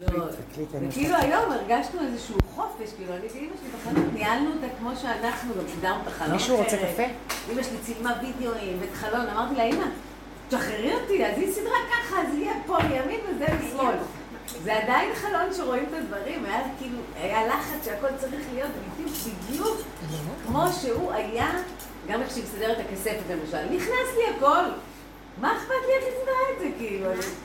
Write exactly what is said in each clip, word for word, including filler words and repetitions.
וכאילו היום הרגשנו איזשהו חופש, כאילו אני ואמא שלי בחנות ניהלנו אותה כמו שאנחנו, גם סידרנו את החלון. מישהו רוצה קפה? אמא שלי צילמה וידאוים ואת חלון, אמרתי לה, אמא, תשחררי אותי, אז היא סדרה ככה, אז יהיה פה מימין וזה משמאל. זה עדיין חלון שרואים את הדברים, היה כאילו, היה לחץ שהכל צריך להיות בדיוק בדיוק כמו שהוא היה, גם איך שהיא מסדרת את הכספת למשל, נכנס לי הכל, מה אכפת לי איך היא סדרה את זה כאילו?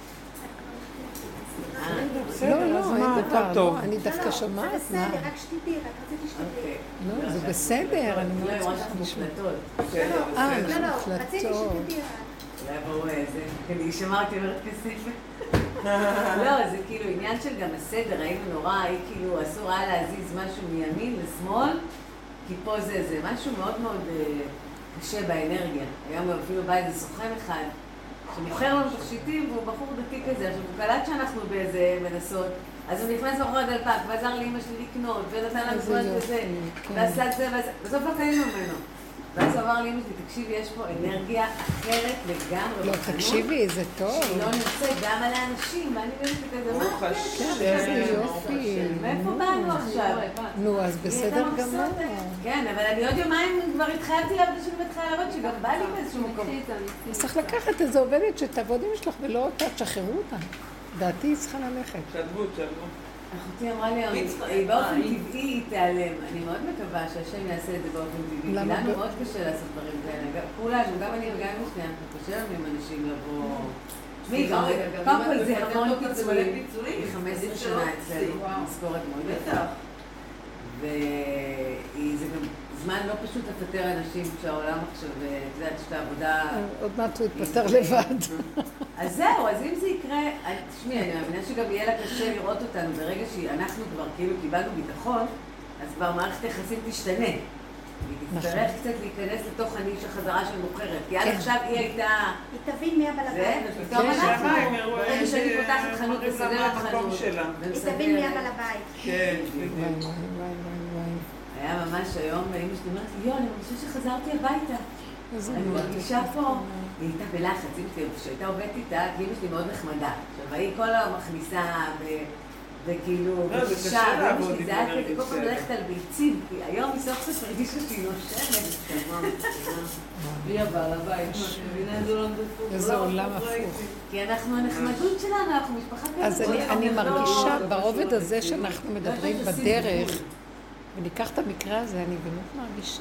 לא, לא, אין דבר, לא, אני דווקא שומעת. זה בסדר, רק שתיתי, רק רציתי שתיתי. לא, זה בסדר, אני מאוד צריכה לשמוע. אה, לא, לא, רציתי שתיתי. אולי ברור איזה, אני שמרתי אומרת כספת. לא, זה כאילו עניין של גם הסדר, היינו נורא, היא כאילו אסור היה להזיז משהו מימין לשמאל, כי פה זה זה משהו מאוד מאוד קשה באנרגיה. היום אפילו בא איזה סוכן אחד, שמוכר לנו תכשיטים והוא בחור דתי כזה, עכשיו הוא קלט שאנחנו באיזה מנסות, אז הוא נכנס מאחורי הדלפק ועזר לאמא שלי לקנות ונתן לנו זמן וזה, ועשה את זה, בסוף לא קנינו ממנו. ואז הוא אמר לי, אמא שלי, תקשיבי, יש פה אנרגיה אחרת לגמרי. לא, תקשיבי, זה טוב. שהיא לא נמצאת גם על האנשים, ואני באמת כזה, מה? כן, יופי. מאיפה באנו עכשיו? נו, אז בסדר גמור. כן, אבל אני עוד יומיים כבר התחייבתי לעבוד שאני מתחילה לעבוד, שגם בא לי באיזשהו מקום. אז צריך לקחת איזו עובדת שתעבוד עם שלך ולא אותה, תשחררו אותה. דעתי היא צריכה ללכת. תעדבו, תעדבו. אחותי אמרה לי, באופן טבעי היא תיעלם. אני מאוד מקווה שהשם יעשה את זה באופן טבעי. כי לנו מאוד קשה לעשות דברים כאלה. כולנו, גם אני וגם אמא שלי, אנחנו קשה לנו עם אנשים לבוא... תשמעי, קודם כל זה המון פיצויים. היא חמש עשרה שנה אצלנו, משכורת מאוד בטח. וזה גם זמן לא פשוט לפטר אנשים כשהעולם עכשיו, את יודעת, שאתה עבודה... עוד מעט הוא יתפטר לבד. אז זהו, אז אם זה יקרה, תשמעי, אני מאמינה שגם יהיה לה קשה לראות אותנו ברגע שאנחנו כבר כאילו קיבלנו ביטחון, אז כבר מערכת יחסים תשתנה. היא תצטרך קצת להיכנס לתוך הניש החזרה של מוכרת, כי עד עכשיו היא הייתה... היא תבין מי הבעל הבית. זה, ופתאום אנחנו, ברגע שאני פותחת חנות וסגרת חנות. היא תבין מי הבעל הבית. כן, היה ממש היום, אמא שלי אומרת לי, יו, אני מרגישה שחזרתי הביתה. אני מרגישה פה, היא הייתה בלחץ, כשהייתה עובדת איתה, כי אמא שלי מאוד נחמדה. עכשיו, היא כל היום מכניסה וכאילו, בקשה, ואמא שלי זה היה כזה, כל פעם ללכת על ביצים, כי היום היא סוף סוף הרגישה שהיא נושמת. היא הבעל הבית, איזה עולם הפוך. כי אנחנו, הנחמדות שלנו, אנחנו משפחה כזאת. אז אני מרגישה, ברובד הזה שאנחנו מדברים בדרך, וניקח את המקרה הזה, אני באמת מרגישה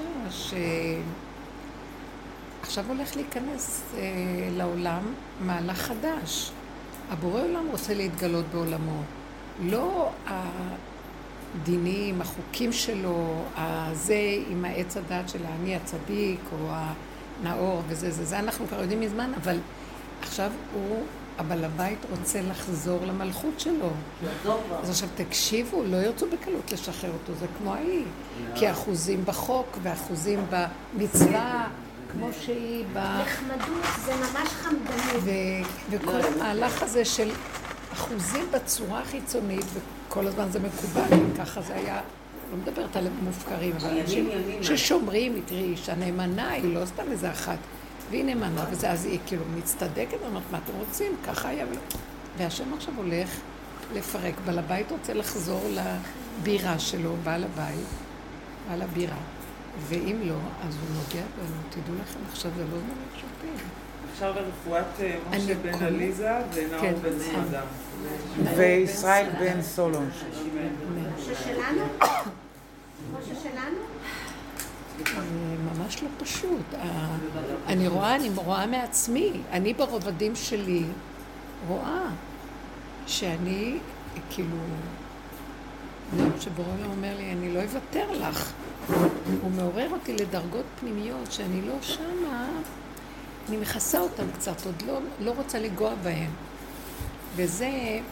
שעכשיו הולך להיכנס אה, לעולם מהלך חדש. הבורא עולם רוצה להתגלות בעולמו. לא הדינים, החוקים שלו, הזה עם העץ הדת של האני הצדיק או הנאור וזה, זה, זה אנחנו כבר יודעים מזמן, אבל עכשיו הוא... אבל הבית רוצה לחזור למלכות שלו. אז עכשיו תקשיבו, לא ירצו בקלות לשחרר אותו, זה כמו ההיא. כי אחוזים בחוק ואחוזים במצווה, כמו שהיא ב... נחמדות זה ממש חמדני. וכל המהלך הזה של אחוזים בצורה החיצונית, וכל הזמן זה מקובל, ככה זה היה, לא מדברת על מופקרים, אבל אנשים ששומרים, תראי, אישה נאמנה, היא לא סתם איזה אחת. והיא נאמנה, וזה אז היא כאילו מצטדקת, ואומרת, מה אתם רוצים? ככה היה ולא. והשם עכשיו הולך לפרק, בעל הבית רוצה לחזור לבירה שלו, בעל הבית, בעל הבירה. ואם לא, אז הוא נוגע בנו, תדעו לכם, עכשיו זה לא זמן פשוטים. עכשיו לרפואת משה בן עליזה ונאור בן סמדה. וישראל בן סולון. משה שלנו? משה שלנו? זה ממש לא פשוט. אני רואה, אני רואה מעצמי, אני ברובדים שלי רואה שאני כאילו, שבורא עולם אומר לי, אני לא אוותר לך. הוא מעורר אותי לדרגות פנימיות שאני לא שמה, אני מכסה אותם קצת, עוד לא, לא רוצה לגוע בהם. וזה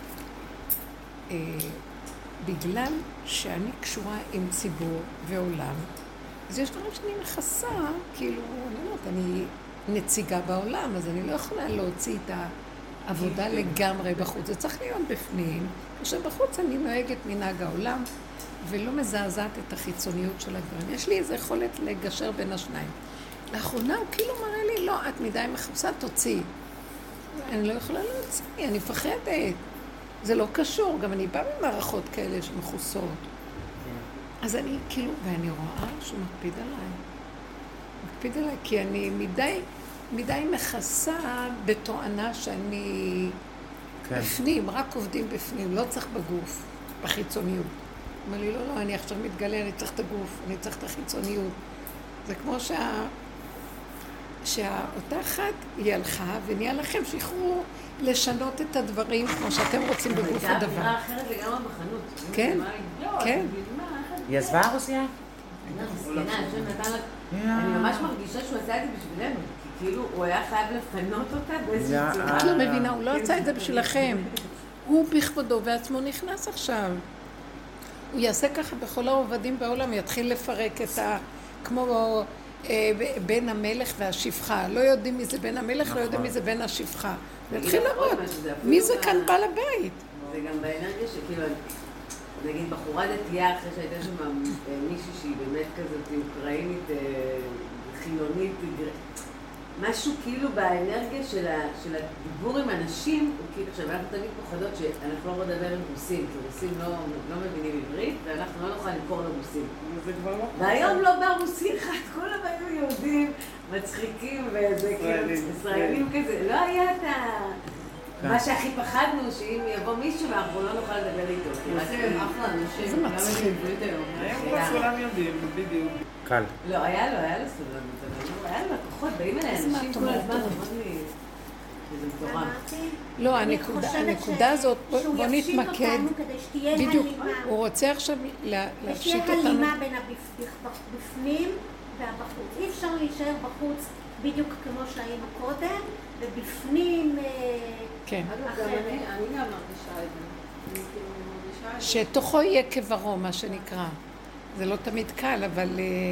אה, בגלל שאני קשורה עם ציבור ועולם, אז יש דברים שאני מכסה, כאילו, אני אומרת, אני נציגה בעולם, אז אני לא יכולה להוציא את העבודה לגמרי בחוץ. זה צריך להיות בפנים, כאשר בחוץ אני נוהגת מנהג העולם, ולא מזעזעת את החיצוניות של הדברים. יש לי איזו יכולת לגשר בין השניים. לאחרונה הוא כאילו מראה לי, לא, את מדי מחפשה, תוציא. אני לא יכולה להוציא, אני מפחדת. זה לא קשור, גם אני באה ממערכות כאלה שמחוסות. אז אני כאילו, ואני רואה שהוא מקפיד עליי. מקפיד עליי, כי אני מדי, מדי מכסה בתואנה שאני כן. בפנים, רק עובדים בפנים, לא צריך בגוף, בחיצוניות. אומר לי, לא, לא, אני עכשיו מתגלה, אני צריך את הגוף, אני צריך את החיצוניות. זה כמו שה... שאותה אחת היא הלכה ונהיה לכם שחררו לשנות את הדברים כמו שאתם רוצים בגוף הדבר. הייתה אמירה אחרת לגמרי בחנות. כן, כן. היא עזבה הרוסיה? אני ממש מרגישה שהוא עשה את זה בשבילנו, כי כאילו הוא היה חייב לפנות אותה באיזושהי צורה. את לא מבינה, הוא לא עשה את זה בשבילכם. הוא בכבודו ועצמו נכנס עכשיו. הוא יעשה ככה בכל העובדים בעולם, יתחיל לפרק את ה... כמו בין המלך והשפחה. לא יודעים מי זה בין המלך, לא יודעים מי זה בין השפחה. ויתחיל לראות. מי זה כאן בעל הבית? זה גם באנרגיה שכאילו... נגיד בחורה דתייה אחרי שהייתה שם מישהי שהיא באמת כזאת אוקראינית, חילונית, משהו כאילו באנרגיה של הדיבור עם אנשים, הוא כאילו, עכשיו אנחנו תמיד פוחדות שאנחנו לא מדבר עם רוסים, כי רוסים לא מבינים עברית ואנחנו לא נוכל למכור לרוסים. והיום לא בא רוסי אחד, כולם היו יהודים, מצחיקים וזה כאילו, ישראלים כזה, לא היה את ה... מה שהכי פחדנו, שאם יבוא מישהו ואנחנו לא נוכל לדבר איתו. מה זה אחלה אנשים? זה מצחיק. היום כבר כולם יודעים, בדיוק. קל. לא, היה לו, היה לו סבלנות. היה לו לקוחות, באים אליי אנשים כל הזמן, אמרו לי, שזה מטורף. לא, הנקודה הזאת, בוא נתמקד. בדיוק, הוא רוצה עכשיו להפשיט אותנו. ושתהיה הלימה בין הבפנים והבחוץ. אי אפשר להישאר בחוץ בדיוק כמו שהיינו קודם, ובפנים... כן. אחרת. אני גם מרגישה את זה. שתוכו יהיה כברו, מה שנקרא. זה לא תמיד קל, אבל...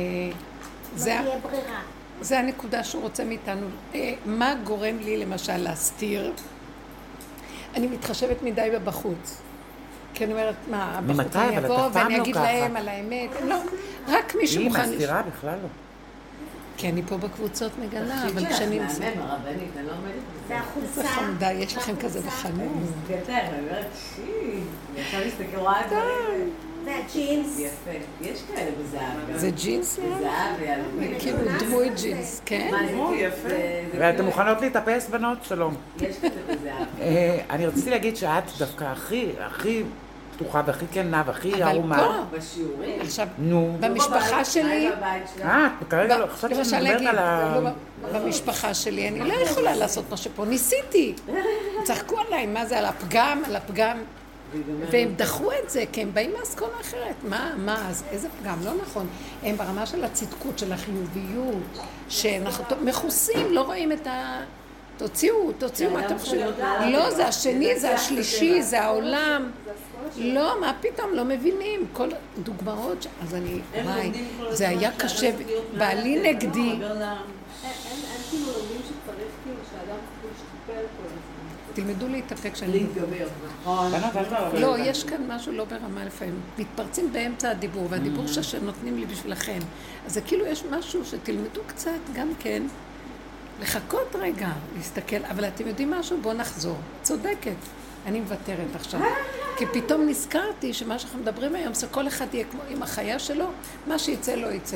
לא תהיה ברירה. זה הנקודה שהוא רוצה מאיתנו. מה גורם לי למשל להסתיר? אני מתחשבת מדי בבחוץ. כי אני אומרת, מה, בחוץ אני אבוא ואני אגיד להם על האמת. לא, רק מי שמוכן... היא מסתירה בכלל לא. כי אני פה בקבוצות מגלה, אבל כשאני... תחשבי שלך, מהמם, הרבנית, אני לא עומדת בזה. זה החולצה. זה חמודה, יש לכם כזה בחנות. אני מסתכלת עליהם, אני אומרת, שי, אני עכשיו מסתכל, רואה דברים. והג'ינס. יפה, יש כאלה בזהב. זה ג'ינס? בזהב ויהלומים. כאילו דמוי ג'ינס, כן? מה זה יפה? ואתם מוכנות להתאפס, בנות? שלום. יש כזה בזהב. אני רציתי להגיד שאת דווקא הכי, הכי פתוחה והכי כנה והכי ערומה. אבל פה, בשיעורים. עכשיו, נו. במשפחה שלי... אה, כרגע לא, חשבתי שאני מדברת על ה... במשפחה שלי, אני לא יכולה לעשות מה שפה. ניסיתי. צחקו עליי, מה זה? על הפגם, על הפגם. והם דחו את זה, כי הם באים מאסכולה אחרת. מה, מה, אז איזה פגם? לא נכון. הם ברמה של הצדקות, של החיוביות, שאנחנו מכוסים, לא רואים את ה... תוציאו, תוציאו, מה אתם חושבים? לא, זה השני, זה השלישי, זה העולם. לא, מה פתאום, לא מבינים. כל דוגמאות, אז אני, וואי, זה היה קשה, בעלי נגדי. הם כאילו לומדים שצריך כאילו שאדם צריך להשתפר כל הזמן. תלמדו להתאפק שאני... להתגבר, נכון. לא, יש כאן משהו לא ברמה לפעמים. מתפרצים באמצע הדיבור, והדיבור שנותנים לי בשבילכם. אז זה כאילו יש משהו שתלמדו קצת גם כן, לחכות רגע, להסתכל, אבל אתם יודעים משהו? בואו נחזור. צודקת. אני מוותרת עכשיו. כי פתאום נזכרתי שמה שאנחנו מדברים היום, זה כל אחד יהיה כמו עם החיה שלו, מה שיצא לא יצא.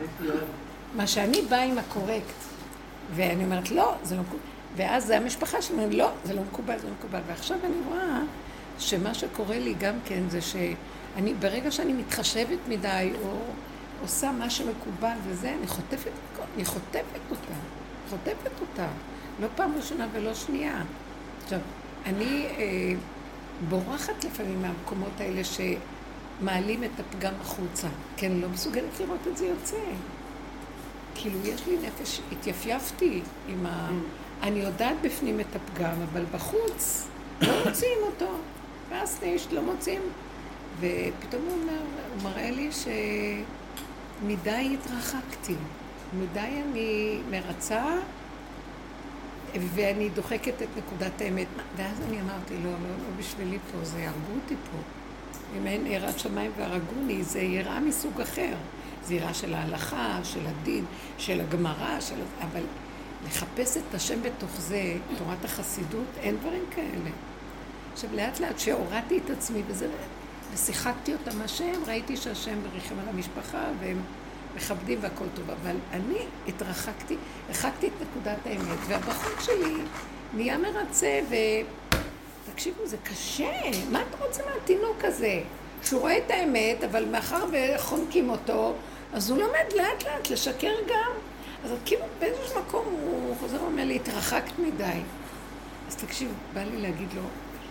מה שאני באה עם הקורקט, ואני אומרת, לא, זה לא מקובל. ואז זה המשפחה שלי, לא, זה לא מקובל, זה לא מקובל. ועכשיו אני רואה שמה שקורה לי גם כן זה שאני, ברגע שאני מתחשבת מדי, או עושה מה שמקובל וזה, אני חוטפת, אני חוטפת אותה, חוטפת אותה. לא פעם ראשונה ולא שנייה. עכשיו, אני אה, בורחת לפעמים מהמקומות האלה שמעלים את הפגם החוצה, כי אני לא מסוגלת לראות את זה יוצא. כאילו, יש לי נפש, התייפייפתי עם ה... אני יודעת בפנים את הפגם, אבל בחוץ לא מוצאים אותו. ואז יש, לא מוצאים. ופתאום הוא אומר, הוא מראה לי שמדי התרחקתי, מדי אני מרצה, ואני דוחקת את נקודת האמת. ואז אני אמרתי, לא, לא, לא בשבילי פה, זה יהרגו אותי פה. אם אין יראת שמיים והרגוני, זה יראה מסוג אחר. זה יראה של ההלכה, של הדין, של הגמרא, של... אבל לחפש את השם בתוך זה, תורת החסידות, אין דברים כאלה. עכשיו, לאט לאט שהורדתי את עצמי וזה, ושיחקתי אותם השם, ראיתי שהשם בריחם על המשפחה, והם מכבדים והכל טוב, אבל אני התרחקתי, הרחקתי את נקודת האמת, והבחור שלי נהיה מרצה, ותקשיבו, זה קשה, מה אתה רוצה מהתינוק הזה? שהוא רואה את האמת, אבל מאחר וחונקים אותו, אז הוא לומד לאט לאט לשקר גם. אז כאילו באיזשהו מקום הוא חוזר ואומר לי, התרחקת מדי. אז תקשיב, בא לי להגיד לו,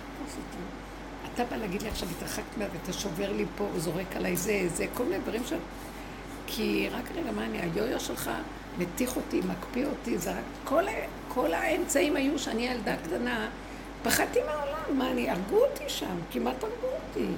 אתה בא להגיד לי עכשיו, התרחקת מדי, ואתה שובר לי פה, הוא זורק עליי זה, זה, כל מיני דברים שם. כי רק רגע, מה אני, היויו שלך מתיך אותי, מקפיא אותי, זה רק, כל, כל האמצעים היו שאני ילדה קטנה, פחדתי מהעולם, מה אני, הרגו אותי שם, כמעט הרגו אותי.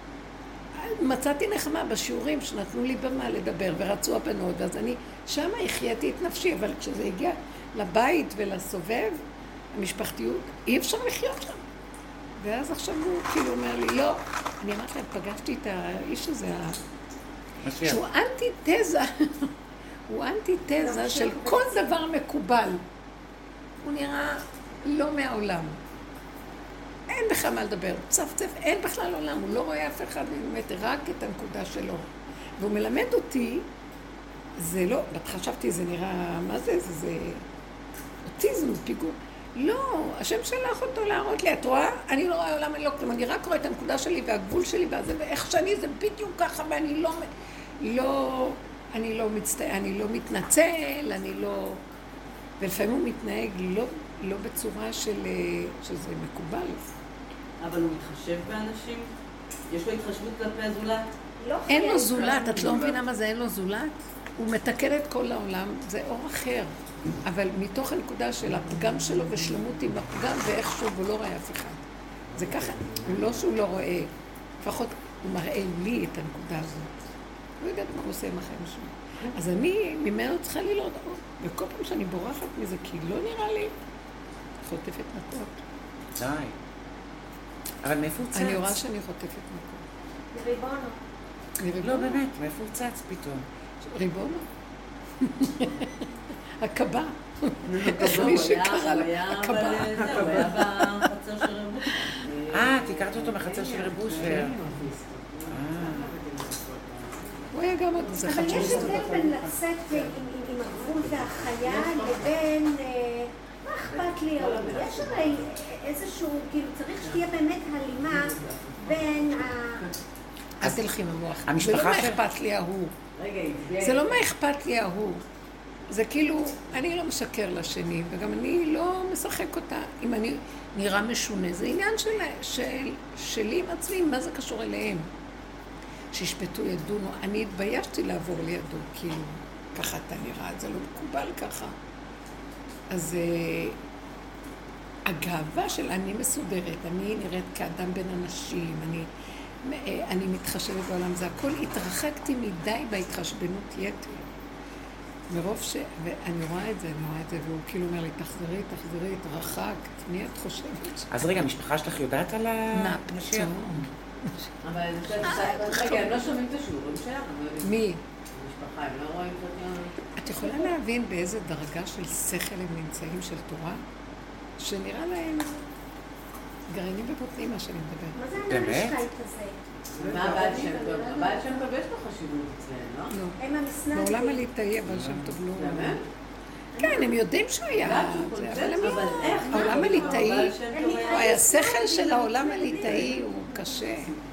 מצאתי נחמה בשיעורים שנתנו לי במה לדבר ורצו הבנות, אז אני שם החייתי את נפשי, אבל כשזה הגיע לבית ולסובב, המשפחתיות, אי אפשר לחיות שם. ואז עכשיו הוא כאילו אומר לי, לא, אני אמרת להם, פגשתי את האיש הזה, שהוא אנטי-תזה, הוא אנטי-תזה של כל דבר מקובל. הוא נראה לא מהעולם. אין בכלל מה לדבר, צפצף, אין בכלל עולם, הוא לא רואה אף אחד מטר, רק את הנקודה שלו. והוא מלמד אותי, זה לא, חשבתי, זה נראה, מה זה, זה, זה אוטיזם, פיגור. לא, השם שלח אותו להראות לי, את רואה? אני לא רואה עולם, אני לא כלום, אני רק רואה את הנקודה שלי והגבול שלי, ואיך שאני, זה בדיוק ככה, ואני לא, לא, אני לא מצטער, אני לא מתנצל, אני לא, ולפעמים הוא מתנהג לא, לא בצורה של, שזה מקובל. אבל הוא מתחשב באנשים? יש לו התחשבות כלפי הזולת? אין לו זולת, את לא מבינה מה זה אין לו זולת? הוא מתקן את כל העולם, זה אור אחר. אבל מתוך הנקודה של הפגם שלו ושלמות עם הפגם ואיכשהו הוא לא רואה אף אחד. זה ככה, הוא לא שהוא לא רואה, לפחות הוא מראה לי את הנקודה הזאת. לא יודעת מה הוא עושה עם החיים שלו. אז אני ממנו צריכה ללעוד, וכל פעם שאני בורחת מזה, כי לא נראה לי, חוטפת מכות. די. אבל מאיפה הוא צץ? אני רואה שאני חוטפת מכות. ריבונו. לא, באמת, מאיפה הוא צץ פתאום? ריבונו. הקבה. איך מי שקרא לו, הקבה. הוא היה בחצר של רבוש. אה, תיקרת אותו מחצר של רבוש. הוא היה גם עוד איזה אבל חצר. יש הבדל בין לצאת עם הגבול והחיה לבין מה אכפת לי העולם. יש הרי איזשהו, כאילו צריך שתהיה באמת הלימה בין ה... אז תלכי ממוח. זה לא המשפחה מה של- אכפת לי ההוא. רגע, זה לא מה אכפת לי ההוא. זה כאילו, אני לא משקר לשני, וגם אני לא משחק אותה. אם אני נראה משונה, זה עניין של, של, שלי עם עצמי, מה זה קשור אליהם? שישפטו ידונו. אני התביישתי לעבור לידו, כאילו, ככה אתה נראה, זה לא מקובל ככה. אז uh, הגאווה של אני מסודרת, אני נראית כאדם בין אנשים, אני, אני מתחשבת בעולם, זה הכל, התרחקתי מדי בהתחשבנות יתר. מרוב ש... ואני רואה את זה, אני רואה את זה, והוא כאילו אומר לי, תחזרי, תחזרי, התרחקת, מי את חושבת? אז רגע, המשפחה שלך יודעת על מה המשיח? פתאום? אבל אני חושבת ש... רגע, הם לא שומעים את השיעורים שלך? הם לא יודעים. מי? המשפחה, הם לא רואים את את יכולה להבין באיזה דרגה של שכל הם נמצאים של תורה? שנראה להם גרעינים ובוטנים, מה שאני מדברת. מה זה הנמשקייט הזה? מה הבעל שם טוב? הבעל שם טוב יש לו חשיבות אצלנו, לא? לא. הם המסנדים. בעולם הליטאי, אבל שם טוב לא... באמת? כן, הם יודעים שהוא היה... זה, אבל הם לא... העולם הליטאי, השכל של העולם הליטאי הוא קשה.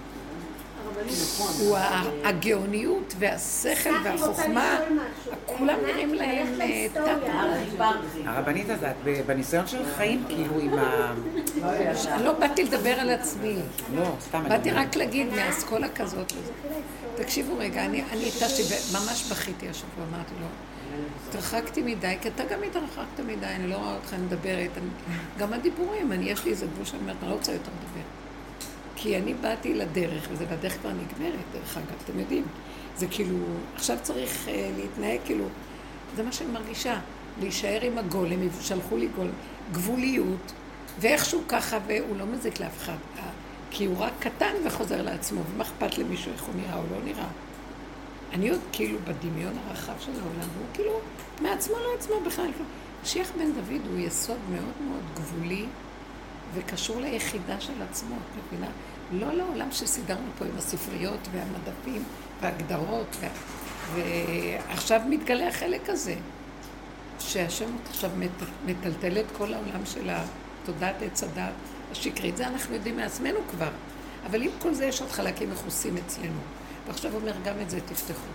הוא הגאוניות והשכל והחוכמה, כולם נראים להם טאטה. הרבנית הזאת, בניסיון של חיים, כאילו עם ה... לא באתי לדבר על עצמי, לא, סתם. באתי רק להגיד מאסכולה כזאת. תקשיבו רגע, אני התעשתי וממש בכיתי השבוע, אמרתי לו, התרחקתי מדי, כי אתה גם התרחקת מדי, אני לא רואה אותך מדברת, גם הדיבורים, יש לי איזה גבול שאני אומרת, אני לא רוצה יותר לדבר. כי אני באתי לדרך, וזה בדרך כבר נגמרת, דרך אגב, אתם יודעים. זה כאילו, עכשיו צריך uh, להתנהג כאילו, זה מה שאני מרגישה, להישאר עם הגולם, שלחו לי גולם, גבוליות, ואיכשהו ככה, והוא לא מזיק לאף אחד, כי הוא רק קטן וחוזר לעצמו, ומה אכפת למישהו איך הוא נראה או לא נראה. אני עוד כאילו בדמיון הרחב של העולם, והוא כאילו מעצמו לא עצמו בכלל. שיח בן דוד הוא יסוד מאוד מאוד גבולי, וקשור ליחידה של עצמו, את מבינה? לא לעולם שסידרנו פה עם הספריות והמדפים וההגדרות, וה... ועכשיו מתגלה החלק הזה, שהשם עכשיו מטלטל את כל העולם של התודעת עץ הדת השקרית. זה אנחנו יודעים מעצמנו כבר. אבל עם כל זה יש עוד חלקים מכוסים אצלנו. ועכשיו אומר, גם את זה תפתחו.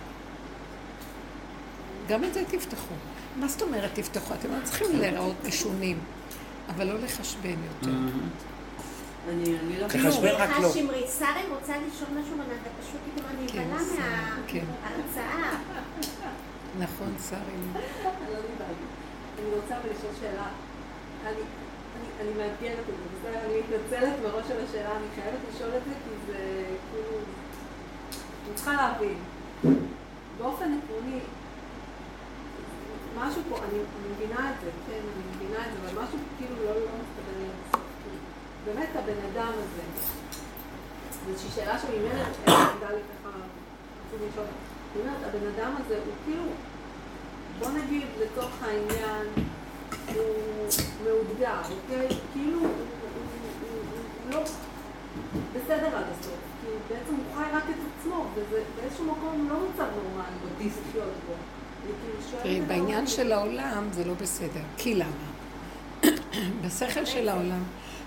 גם את זה תפתחו. מה זאת אומרת תפתחו? אתם לא צריכים להיראות משונים, אבל לא לחשבן יותר. אני לא... תחשבן רק לא. שמרית, שרי רוצה לשאול משהו מנהל, פשוט פתאום אני נבהלה מההרצאה. נכון, שרי. לא דיברתי. אני רוצה לשאול שאלה. אני מאתגרת את זה, בסדר? אני מתנצלת מראש על השאלה, אני חייבת לשאול את זה כי זה כאילו... אני צריכה להבין. באופן עקרוני, משהו פה, אני מבינה את זה, כן, אני מבינה את זה, אבל משהו כאילו לא מסתבר לי בסוף. באמת הבן אדם הזה, זו איזושהי שאלה שממנה, אני יודע לי ככה, רציתי לשאול, אני אומרת, הבן אדם הזה הוא כאילו, בוא נגיד לצורך העניין, הוא מאותגר, אוקיי? כאילו הוא לא בסדר עד הסוף, כי בעצם הוא חי רק את עצמו, וזה באיזשהו מקום לא מצב נורמלי בודיסט להיות בו. תראי, בעניין של העולם זה לא בסדר. כי למה? בשכל של העולם,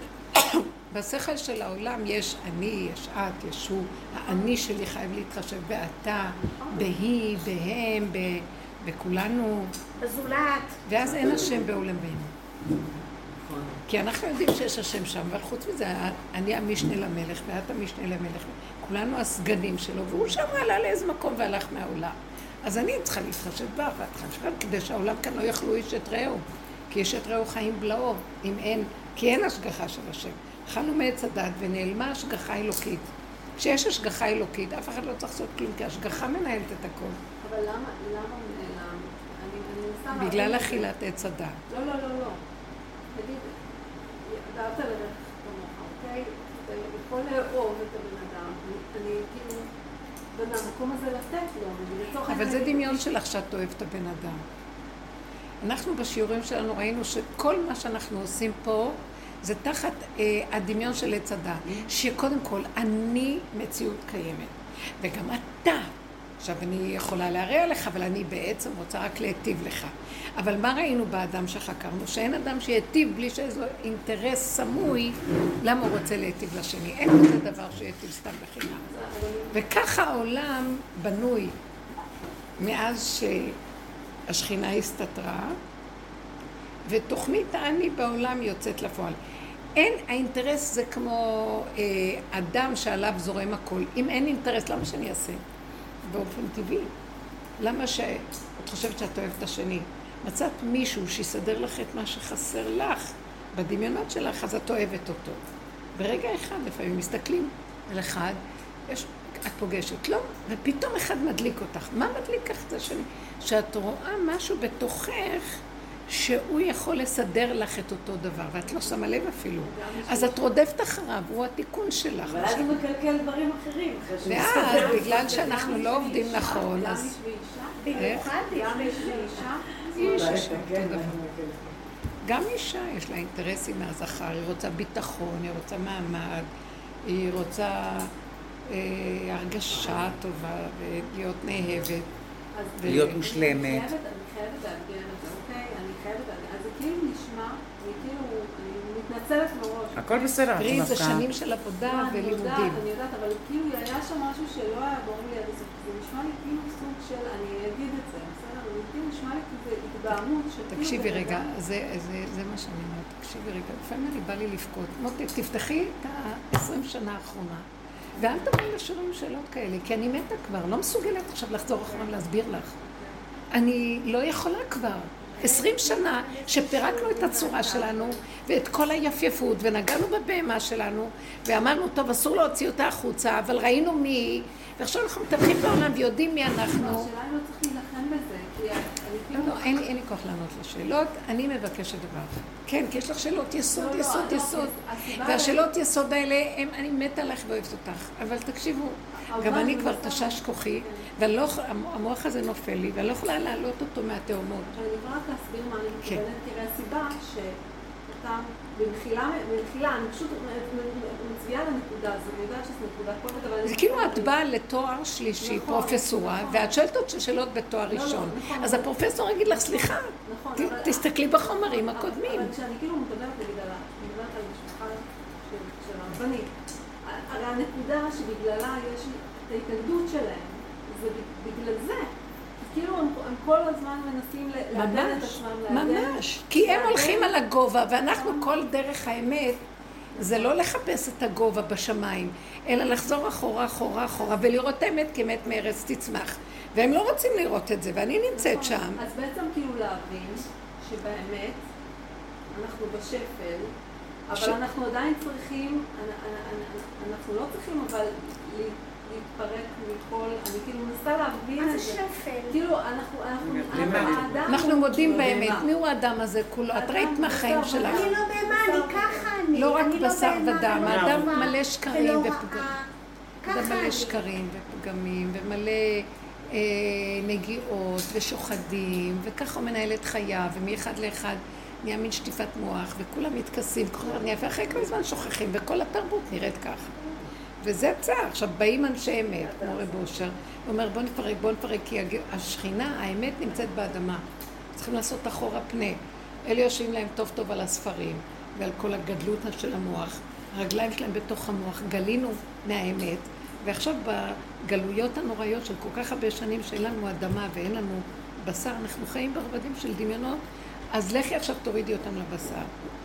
בשכל של העולם יש אני, יש את, יש הוא. האני שלי חייב להתחשב באתה, בהיא, בהם, בכולנו. בזולת. ואז אין השם בעולמנו. כי אנחנו יודעים שיש השם שם, אבל חוץ מזה, אני המשנה למלך ואת המשנה למלך. כולנו הסגנים שלו, והוא שם עלה לאיזה מקום והלך מהעולם. אז אני צריכה להתחשב בה, ואת חשבה, כדי שהעולם כאן לא יאכלו איש את רעהו. כי איש את רעהו חיים בלעו, אם אין, כי אין השגחה של השם. אכלנו מעץ הדת ונעלמה השגחה אלוקית. כשיש השגחה אלוקית, אף אחד לא צריך לעשות כלום, כי השגחה מנהלת את הכל. אבל למה, למה הוא נעלם? אני, אני בגלל אכילת עץ הדת. לא, לא, לא, לא. תגיד, דעת על ערך כמוך, אוקיי? אתה יכול לאהוב את הבן אדם. אני כאילו... במקום הזה לתת לו, אבל זה דמיון שלך שאת אוהבת את הבן אדם. אנחנו בשיעורים שלנו ראינו שכל מה שאנחנו עושים פה זה תחת אה, הדמיון של עץ הדת, שקודם כל אני מציאות קיימת, וגם אתה. עכשיו אני יכולה להראה לך, אבל אני בעצם רוצה רק להיטיב לך. אבל מה ראינו באדם שחקרנו? שאין אדם שיטיב בלי שאיזו אינטרס סמוי, למה הוא רוצה להיטיב לשני? אין כזה דבר שיטיב סתם בחינם. וככה העולם בנוי מאז שהשכינה הסתתרה, ותוכנית האני בעולם יוצאת לפועל. אין, האינטרס זה כמו אה, אדם שעליו זורם הכל. אם אין אינטרס, למה שאני אעשה? באופן טבעי. למה שאת חושבת שאת אוהבת את השני? מצאת מישהו שיסדר לך את מה שחסר לך בדמיונות שלך, אז את אוהבת אותו. ברגע אחד, לפעמים מסתכלים על אחד, יש, את פוגשת לו, ופתאום אחד מדליק אותך. מה מדליק לך את השני? שאת רואה משהו בתוכך שהוא יכול לסדר לך את אותו דבר, ואת לא שמה לב אפילו. אז את רודפת אחריו, הוא התיקון שלך. אבל אז הוא מקלקל דברים אחרים. ואז, בגלל שאנחנו לא עובדים נכון, אז... במיוחד גם איש ואישה? איש אישה, אותו דבר. גם אישה יש לה אינטרסים מהזכר, היא רוצה ביטחון, היא רוצה מעמד, היא רוצה הרגשה טובה ולהיות נאהבת. להיות מושלמת. אני חייבת להגן את זה, אוקיי? אני חייבת להגן. אז זה כאילו נשמע, אני כאילו, אני מתנצלת מראש. הכל בסדר. תראי, זה שנים של עבודה ולימודים. אני יודעת, אבל כאילו היה שם משהו שלא היה ברור לי עד הסוף. זה נשמע לי כאילו סוג של, אני אגיד את זה, בסדר? אבל כאילו נשמע לי כזה התבעמות של כאילו... תקשיבי רגע, זה מה שאני אומרת. תקשיבי רגע, לפעמים אני בא לי לבכות. מוטי, תפתחי את ה-עשרים שנה האחרונה. ואל תבואי לשירים שאלות כאלה, כי אני מתה כבר, לא מסוגלת עכשיו לחזור אחרון להסביר לך. אני לא יכולה כבר. עשרים שנה שפירקנו את הצורה שלנו ואת כל היפייפות ונגענו בבהמה שלנו ואמרנו, טוב, אסור להוציא אותה החוצה, אבל ראינו מי, ועכשיו אנחנו מטפחים בעולם ויודעים מי אנחנו. השאלה היא לא צריך להילחם בזה, כי אני כאילו... לא, אין, אין לי כוח לענות לשאלות, אני מבקשת דבר. כן, כי יש לך שאלות יסוד, לא, יסוד, לא, יסוד. הסיבה והשאלות יסוד האלה, הם, אני מתה עליך ואוהבת אותך. אבל תקשיבו, גם אני כבר תשש כוחי, והמוח הזה נופל לי, ואני לא יכולה להעלות אותו מהתאומות. אני יכולה רק להסביר מה אני מתכוונת, תראה הסיבה אותם במחילה, במחילה, אני פשוט מצביעה על הנקודה הזו, אני יודעת שזו נקודה כואבת, אבל... זה כאילו את באה לתואר שלישי, פרופסורה, ואת שואלת עוד שאלות בתואר ראשון. אז הפרופסור יגיד לך, סליחה, תסתכלי בחומרים הקודמים. אבל כשאני כאילו מדברת על המשפחה של הרבנים, הרי הנקודה שבגללה יש את ההתנגדות שלהם, זה בגלל זה. כאילו הם כל הזמן מנסים לעדן את עצמם, לעדן. ממש, כי הם הולכים על הגובה, ואנחנו כל דרך האמת, זה לא לחפש את הגובה בשמיים, אלא לחזור אחורה, אחורה, אחורה, ולראות האמת כמת מארץ תצמח. והם לא רוצים לראות את זה, ואני נמצאת שם. אז בעצם כאילו להבין שבאמת אנחנו בשפל, אבל אנחנו עדיין צריכים, אנחנו לא צריכים אבל להתפרק מכל, אני כאילו מנסה להבין את זה. מה זה שפל? כאילו אנחנו, האדם... אנחנו מודים באמת, מי הוא האדם הזה כולו? את ראית מהחיים שלך. אני לא בהמה, אני ככה אני. לא רק בשר ודם, האדם מלא שקרים ולא ופגמים. ככה זה מלא אני. שקרים ופגמים ומלא אה, נגיעות ושוחדים, וככה הוא מנהל את חייו, ומאחד לאחד נהיה מין שטיפת מוח, וכולם מתכסים, ואחרי כמה זמן שוכחים, וכל התרבות נראית ככה. וזה צער. עכשיו באים אנשי אמת, כמו רב אושר, ואומר בוא נפרק, בוא נפרק, כי השכינה, האמת נמצאת באדמה. צריכים לעשות אחורה פנה. אלה יושבים להם טוב טוב על הספרים, ועל כל הגדלות של המוח. הרגליים שלהם בתוך המוח, גלינו מהאמת, ועכשיו בגלויות הנוראיות של כל כך הרבה שנים שאין לנו אדמה ואין לנו בשר, אנחנו חיים ברבדים של דמיונות, אז לכי עכשיו תורידי אותם לבשר.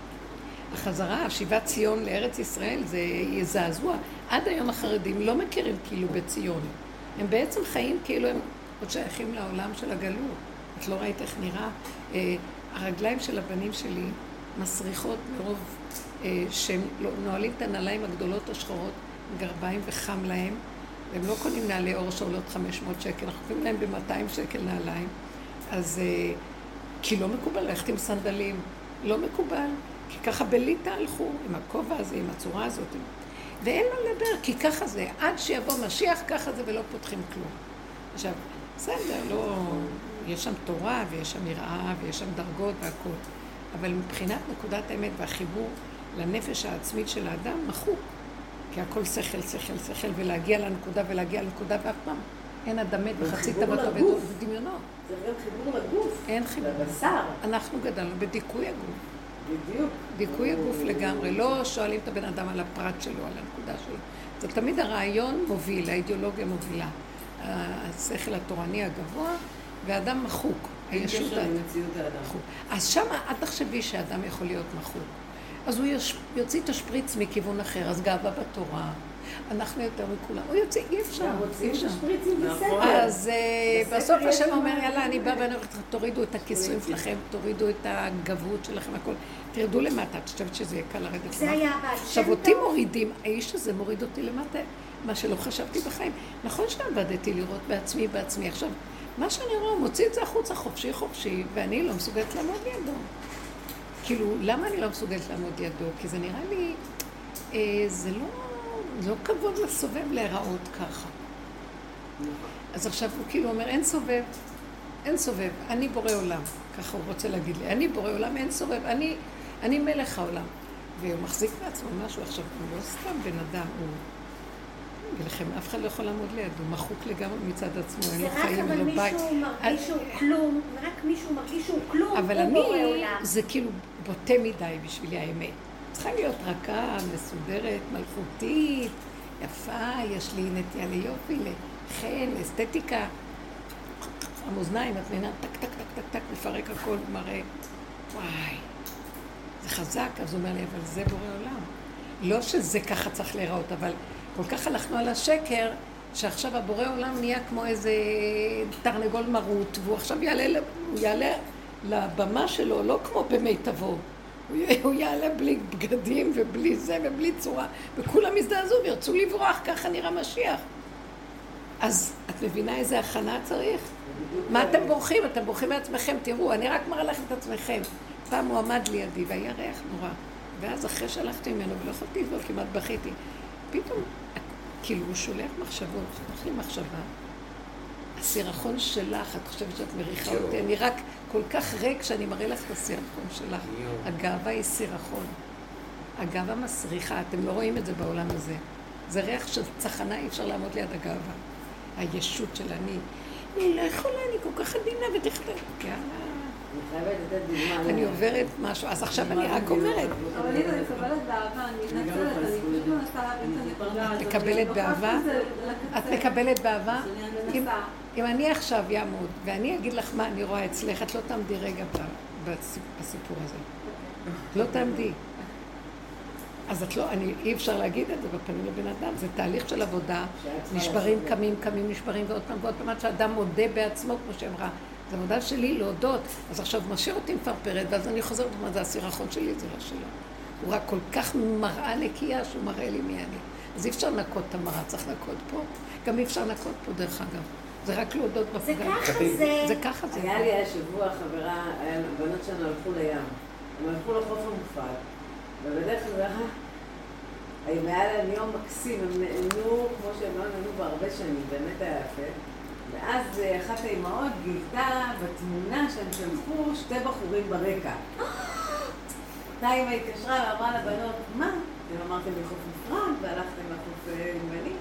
החזרה, שיבת ציון לארץ ישראל, זה יזעזוע. עד היום החרדים לא מכירים כאילו בציון. הם בעצם חיים כאילו הם עוד שייכים לעולם של הגלות. את לא ראית איך נראה? אה, הרגליים של הבנים שלי מסריחות מרוב אה, שהם נועלים את הנעליים הגדולות השחורות, גרביים וחם להם, והם לא קונים נעלי אור שעולות חמש מאות שקל, אנחנו קונים להם ב-מאתיים שקל נעליים. אז אה, כי לא מקובל ללכת עם סנדלים, לא מקובל. כי ככה בליטה הלכו, עם הכובע הזה, עם הצורה הזאת. ואין מה לדבר, כי ככה זה. עד שיבוא משיח, ככה זה ולא פותחים כלום. עכשיו, בסדר, לא... יש שם תורה ויש שם יראה ויש שם דרגות והכל. אבל מבחינת נקודת האמת והחיבור לנפש העצמית של האדם, מחוק. כי הכל שכל, שכל, שכל, ולהגיע לנקודה ולהגיע לנקודה ואף פעם. אין אדם מת וחצי תוותו ודמיונות. זה גם חיבור לגוף. אין חיבור. לבשר. אנחנו גדלנו בדיכוי הגוף. בדיוק. דיכוי הגוף לגמרי, לא שואלים את הבן אדם על הפרט שלו, על הנקודה שלו. זה תמיד הרעיון מוביל, האידיאולוגיה מובילה. השכל התורני הגבוה, והאדם מחוק. הישות מחוק. אז שמה, את תחשבי שהאדם יכול להיות מחוק. אז הוא יוציא את השפריץ מכיוון אחר, אז גאווה בתורה. אנחנו יותר מכולם. הוא יוצא, אי אפשר. רוצים את השפריצים בסדר. אז בסוף השם אומר, יאללה, אני באה ואני אומרת, תורידו את הכיסויים שלכם, תורידו את הגבהות שלכם, הכל. תרדו למטה, את חושבת שזה יהיה קל לרדת. זה היה בעל שם טוב. עכשיו אותי מורידים, האיש הזה מוריד אותי למטה, מה שלא חשבתי בחיים. נכון שעבדתי לראות בעצמי, בעצמי. עכשיו, מה שאני רואה, מוציא את זה החוצה חופשי חופשי, ואני לא מסוגלת לעמוד לידו. כאילו, למה אני לא מסוגלת לעמוד לידו? כי זה נראה לי, אה, זה לא... לא כבוד לסובב להיראות ככה. אז עכשיו הוא כאילו אומר, אין סובב, אין סובב, אני בורא עולם. ככה הוא רוצה להגיד לי, אני בורא עולם, אין סובב, אני, אני מלך העולם. והוא מחזיק בעצמו משהו. עכשיו, הוא לא סתם בן אדם, הוא... ולכם, אף אחד לא יכול לעמוד ליד, הוא מחוק לגמרי מצד עצמו, אין לו חיים, אין לו בית. זה רק אבל מישהו מרגיש שהוא כלום, רק מישהו מרגיש שהוא כלום, אבל אני, זה כאילו בוטה מדי בשבילי האמת. צריכה להיות רכה, מסודרת, מלכותית, יפה, יש לי נטייה ליופי, לחן, לאסתטיקה. המאזניים, את מבינה, טק, טק, טק, טק, טק, מפרק הכל, מראה, וואי, זה חזק. אז הוא אומר לי, אבל זה בורא עולם. לא שזה ככה צריך להיראות, אבל כל כך הלכנו על השקר, שעכשיו הבורא עולם נהיה כמו איזה תרנגול מרוט, והוא עכשיו יעלה, הוא יעלה לבמה שלו, לא כמו במיטבו. הוא יעלה בלי בגדים ובלי זה ובלי צורה, וכולם יזדעזו וירצו לברוח, ככה נראה משיח. אז את מבינה איזה הכנה צריך? מה אתם בורחים? אתם בורחים מעצמכם, תראו, אני רק מראה לכם את עצמכם. פעם הוא עמד לידי והיה ריח נורא, ואז אחרי שהלכתי ממנו ולא יכולתי לבוא, כמעט בכיתי. פתאום, כאילו הוא שולח מחשבות, שולח לי מחשבה, הסירחון שלך, את חושבת שאת מריחה אותי, אני רק כל כך ריק שאני מראה לך את הסירחון שלך. הגאווה היא סירחון. הגאווה מסריחה, אתם לא רואים את זה בעולם הזה. זה ריח של צחנה, אי אפשר לעמוד ליד הגאווה. הישות של אני. אני לא יכולה, אני כל כך עדינה ותכתב. אני עוברת משהו, אז עכשיו אני רק אומרת. אבל הנה, אני מקבלת באהבה, אני מתנצלת, אני פשוט מנסה להבין את הנקודה. את מקבלת באהבה? את מקבלת באהבה? אם אני עכשיו יעמוד, ואני אגיד לך מה אני רואה אצלך, את לא תעמדי רגע בסיפור הזה. לא תעמדי. אז את לא, אני, אי אפשר להגיד את זה בפנים לבן אדם, זה תהליך של עבודה, נשברים, קמים, קמים, נשברים, ועוד פעם ועוד פעם, שאדם מודה בעצמו, כמו שאמרה, זה עבודה שלי להודות, אז עכשיו משאיר אותי מפרפרת, ואז אני חוזרת, מה זה הסירחון שלי, זה לא שלו. הוא רק כל כך מראה נקייה, שהוא מראה לי מי אני. אז אי אפשר לנקות את המראה, צריך לנקות פה, גם אי אפשר לנקות פה דרך אגב. זה רק להודות בפגם. זה ככה זה. זה ככה זה. היה לי השבוע חברה, הבנות שלנו הלכו לים, הם הלכו לחוף המופעל. ובדרך כלל היה להם יום מקסים, הם נהנו כמו שהם לא נהנו בהרבה שנים, באמת היה יפה. ואז אחת האימהות גילתה בתמונה שהם שלחו שתי בחורים ברקע. אותה אימא התקשרה ואמרה לבנות, מה? אתם אמרתם לחוף נפרד והלכתם לחוף ימני?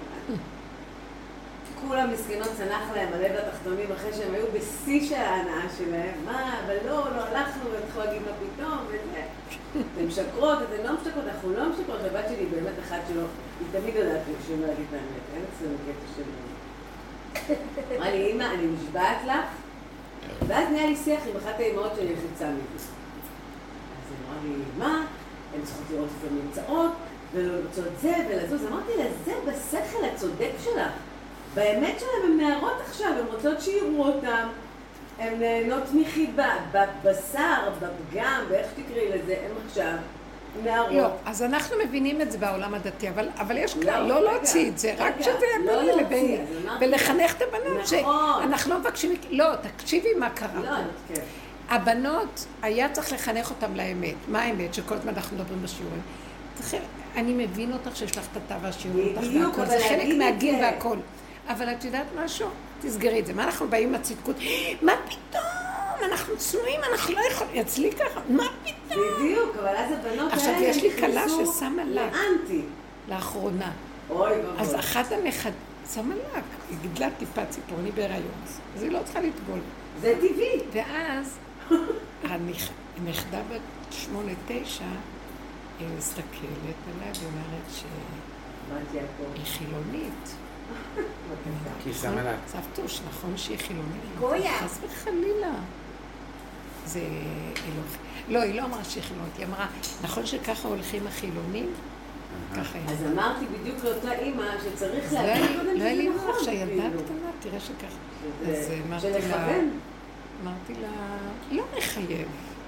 כולם מסכנות צנח להם הלב התחתונים אחרי שהם היו בשיא של ההנאה שלהם. מה? אבל לא, לא הלכנו והתחלו להגיד מה פתאום וזה. אתם משקרות, אתם לא משקרות, אנחנו לא משקרות. הבת שלי באמת אחת שלו, היא תמיד יודעת שהיא לא להגיד את האמת. אין אצלנו קטע של... אמרה לי, אמא, אני משבעת לך, ואז נהיה לי שיח עם אחת האימהות שאני חיצה מזה. אז היא אמרה לי, מה? הן צריכות לראות איפה נמצאות, ולא למצוא את זה ולזוז. אמרתי לה, זה בשכל הצודק שלך. באמת שלהם הן נערות עכשיו, הן רוצות שיראו אותם, הן נהנות מחיבה, בבשר, בפגם, ואיך שתקראי לזה, הן עכשיו נערות. לא, אז אנחנו מבינים את זה בעולם הדתי, אבל, אבל יש כלל, לא להוציא את זה, רק שזה יהיה ביני לביני, ולחנך את הבנות, שאנחנו לא מבקשים, לא, תקשיבי מה קרה פה. הבנות, היה צריך לחנך אותם לאמת. מה האמת? שכל הזמן אנחנו מדברים בשיעורים. אני מבין אותך שיש לך את התא והשיעור אותך והכל, זה חלק מהגיל והכל. אבל את יודעת משהו? תסגרי את זה. מה אנחנו באים לצדקות? מה פתאום? אנחנו צנועים, אנחנו לא יכולים, אצלי ככה, מה פתאום? בדיוק, אבל אז הבנות עכשיו יש לי קלה ששמה לה, לאנטי. לאחרונה. אוי בבוא. אז אחת הנכד, שמה לה, היא גידלה טיפה ציפורני בהיריון, אז היא לא צריכה לטבול. זה טבעי. ואז הנכדה בת שמונה תשע, היא מסתכלת עליה ואומרת שהיא חילונית. כי שמה לה. סבתוש, נכון שהיא חילונית? גויה. חס וחלילה. זה... לא, היא לא אמרה שהיא חילונית, היא אמרה, נכון שככה הולכים החילונים? ככה היא. אז אמרתי בדיוק לאותה אימא שצריך להגיד קודם לא היה לי נכון. מוח שהילדה קטנה, תראה שככה. אז אמרתי לה... אמרתי לה, לא מחייב.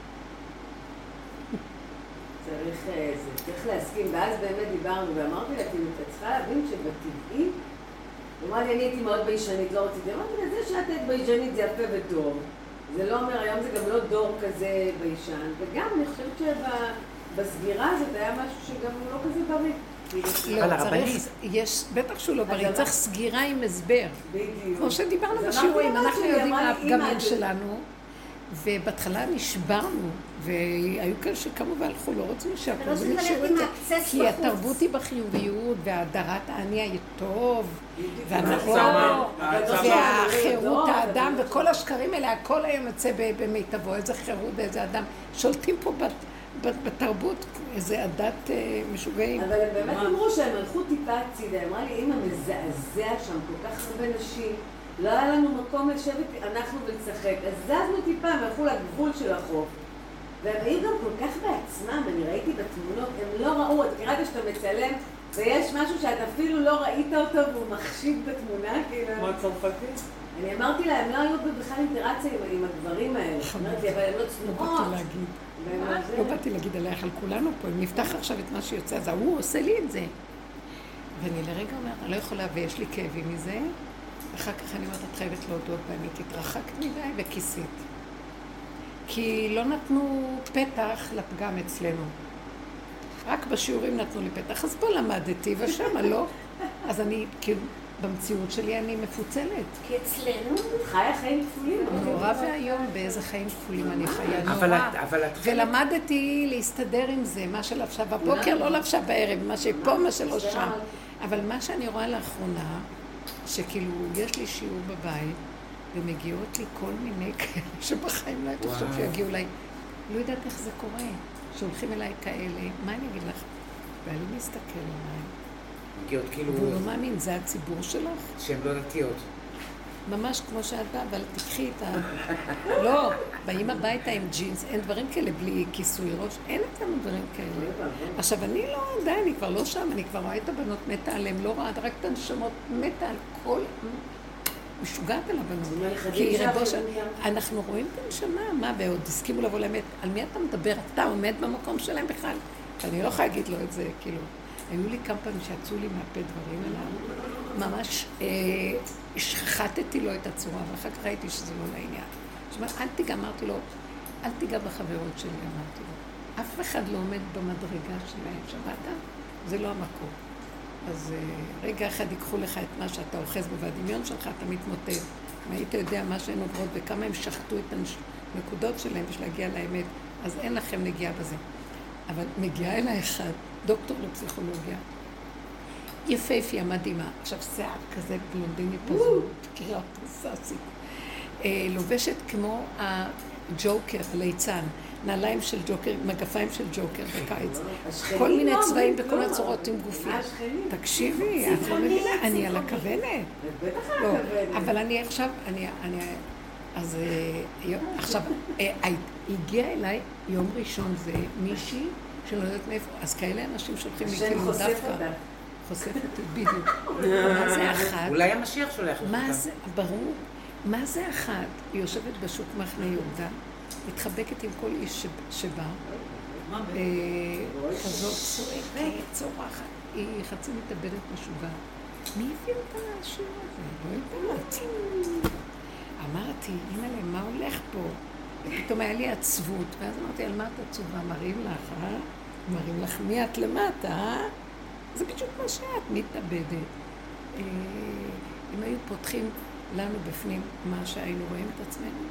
צריך, זה, צריך להסכים, ואז באמת דיברנו, ואמרתי לה, כאילו, אתה צריכה להבין שבטבעי, אמרה לי, אני הייתי מאוד ביישנית, לא רציתי, אמרתי לה, זה שאת היית ביישנית זה יפה וטוב. זה לא אומר, היום זה גם לא דור כזה ביישן, וגם אני חושבת שבסגירה הזאת היה משהו שגם הוא לא כזה בריא. לא, צריך, יש, בטח שהוא לא בריא, צריך סגירה עם הסבר. בדיוק. כמו שדיברנו בשיעורים, אנחנו יודעים מה הפגמים שלנו. ובהתחלה נשברנו, והיו כאלה שקמו והלכו, לא רוצים שהכל זה נשארו את זה, כי התרבות היא בחיוביות, והדרת העני היה טוב, והנאור, והחירות האדם, וכל השקרים האלה, הכל היום יוצא במיטבו, איזה חירות ואיזה אדם, שולטים פה בתרבות, איזה עדת משוגעים. אבל הם באמת אמרו שהם הלכו טיפה הצידה, אמרה לי, אמא מזעזע שם כל כך הרבה נשים, לא היה לנו מקום לשבת, אנחנו ולשחק, אז זזנו טיפה, הם הלכו לגבול של החוף. והם היו גם כל כך בעצמם, אני ראיתי בתמונות, הם לא ראו, אתה קראת שאתה מצלם, ויש משהו שאתה אפילו לא ראית אותו, והוא מחשיב בתמונה, כאילו... כמו הצרפתי? אני אמרתי לה, הם לא היו בכלל אינטראציה עם הדברים האלה. אמרתי, אבל הם לא צנועות. לא באתי להגיד, לא באתי להגיד עליך על כולנו פה, אם נפתח עכשיו את מה שיוצא, אז הוא עושה לי את זה. ואני לרגע אומרת, אני לא יכולה, ויש לי כאבים מזה, אחר כך אני אומרת, את חייבת להודות, ואני תתרחקת מדי וכיסית. כי לא נתנו פתח לפגם אצלנו. רק בשיעורים נתנו לי פתח, אז פה למדתי, ושמה לא. אז אני כאילו במציאות שלי אני מפוצלת. כי אצלנו... חיה חיים כפולים. נורא והיום באיזה חיים כפולים אני חיה, אבל נורא. את- אבל את חלק- ולמדתי להסתדר עם זה, מה שלבשה בבוקר לא לבשה בערב, מה שפה, מה שלא שם. אבל מה שאני רואה לאחרונה, שכאילו יש לי שיעור בבית, ומגיעות לי כל מיני כאלה שבחיים לא הייתי חושב וואו. שיגיעו אליי. לא יודעת איך זה קורה, שהולכים אליי כאלה, מה אני אגיד לך? ואני מסתכל עליי, מגיעות כאילו והוא לא מאמין, זה הציבור שלך? שהן לא דתיות. ממש כמו שאת באה, אבל תקחי את ה... לא, באים הביתה עם ג'ינס, אין דברים כאלה בלי כיסוי ראש, אין אצלנו דברים כאלה. עכשיו, אני לא, די, אני כבר לא שם, אני כבר רואה את הבנות מתה עליהן, לא רואה, רק את הנשמות מתה על כל... משוגעת על הבנות. כי רבוש, אנחנו רואים את הנשמה, מה, ועוד הסכימו לבוא לאמת, על מי אתה מדבר? אתה עומד במקום שלהם בכלל? אני לא יכולה להגיד לו את זה, כאילו. היו לי כמה פעמים שיצאו לי מהפה דברים אליו, ממש אה, שחטתי לו את הצורה, ואחר כך ראיתי שזה לא לעניין. זאת אומרת, אל תיגע, אמרתי לו, אל תיגע בחברות שלי, אמרתי לו. אף אחד לא עומד במדרגה שלהם, שמעת? זה לא המקום. אז אה, רגע אחד ייקחו לך את מה שאתה אוחז בו, והדמיון שלך אתה מתמוטט. אם היית יודע מה שהן עוברות וכמה הם שחטו את הנקודות שלהם בשביל להגיע לאמת, אז אין לכם נגיעה בזה. אבל מגיעה אליי אחד, דוקטור לפסיכולוגיה, יפהפייה, מדהימה. עכשיו, שיער כזה בלונדיני פזור, תקרא אותו, ססי. אה, לובשת כמו הג'וקר, הליצן, נעליים של ג'וקר, מגפיים של ג'וקר בקיץ. כל מיני צבעים בכל הצורות עם גופים. תקשיבי, את לא מבינה, אני על הכוונת. בטח על לא, הכוונת. אבל אני עכשיו, אני, אני, אז אה, עכשיו, אה, הגיע אליי יום ראשון זה מישהי שלא יודעת מאיפה, אז כאלה אנשים שולחים לי השם כאילו חושף דווקא. אותה. חושף אותי, בדיוק. מה זה אחת? אולי המשיח שולח לך מה אותם. זה, ברור. מה זה אחת? היא יושבת בשוק מחנה יהודה, מתחבקת עם כל איש ש- שבא, אה, כזאת צועקת, צורחת. היא חצי מתאבדת משוגעת. מי הביא אותה לשיר הזה? לא יודעת. אמרתי, אימא'לה, מה הולך פה? ופתאום היה לי עצבות, ואז אמרתי, על מה את עצובה? מראים לך, אה? מראים לך מי את למטה, אה? זה בדיוק מה שאת, מתאבדת. אה, אם היו פותחים לנו בפנים מה שהיינו רואים את עצמנו,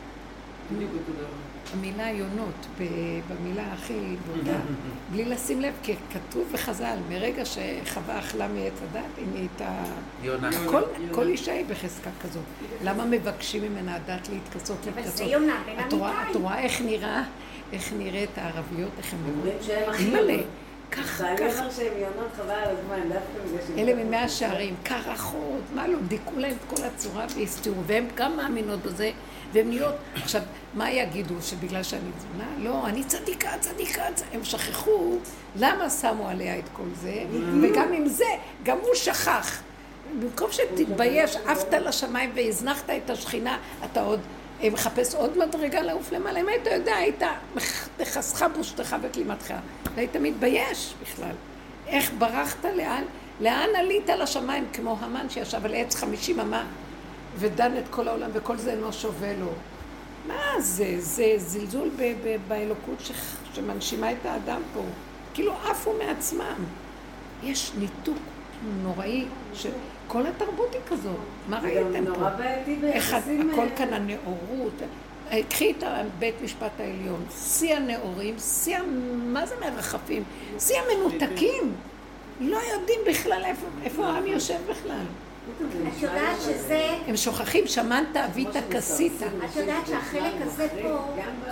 המילה יונות, במילה הכי בוטה, בלי לשים לב, כי כתוב בחז"ל, מרגע שחווה אכלה מעץ הדת, היא נהייתה... יונה. כל, כל אישה היא בחזקה כזאת. למה מבקשים ממנה הדת להתכסות, אבל להתכסות? זה יונה בין את רואה, המיתיים. את רואה איך נראה, איך נראית הערביות, איך הם אומרים שהם הכי מלא. יונות. ככה, ואני ככה. אומר שהם יונות חבל על הזמן, דווקא בגלל שהם... אלה ממאה שערים, קרחות, מה לא, דיכאו להם את כל הצורה והסתירו, והם גם מאמינות בזה, והם נהיות, עכשיו, מה יגידו, שבגלל שאני תזונה? לא, אני צדיקה, צדיקה, הם שכחו, למה שמו עליה את כל זה, וגם עם זה, גם הוא שכח. במקום שתתבייש, עפת לשמיים והזנחת את השכינה, אתה עוד מחפש עוד מדרגה לעוף למעלה, אם היית יודע, היית חסכה בושתך וכלימתך, והיית מתבייש בכלל. איך ברחת, לאן, לאן עלית לשמיים, כמו המן שישב על עץ חמישים אמה, ודן את כל העולם, וכל זה לא שווה לו. מה זה? זה זלזול ב- ב- באלוקות ש- שמנשימה את האדם פה. כאילו עפו מעצמם. יש ניתוק נוראי, שכל התרבות היא כזאת. מה זה ראיתם גם פה? נורא בעייתי איך ביחסים... הכל כאן הנאורות. קחי את בית משפט העליון, שיא הנאורים, שיא, מה זה מרחפים? שיא המנותקים. לא יודעים בכלל איפה, איפה העם יושב בכלל. את יודעת שזה, הם שוכחים, שמנת, אבית, כסית. את יודעת שהחלק הזה פה,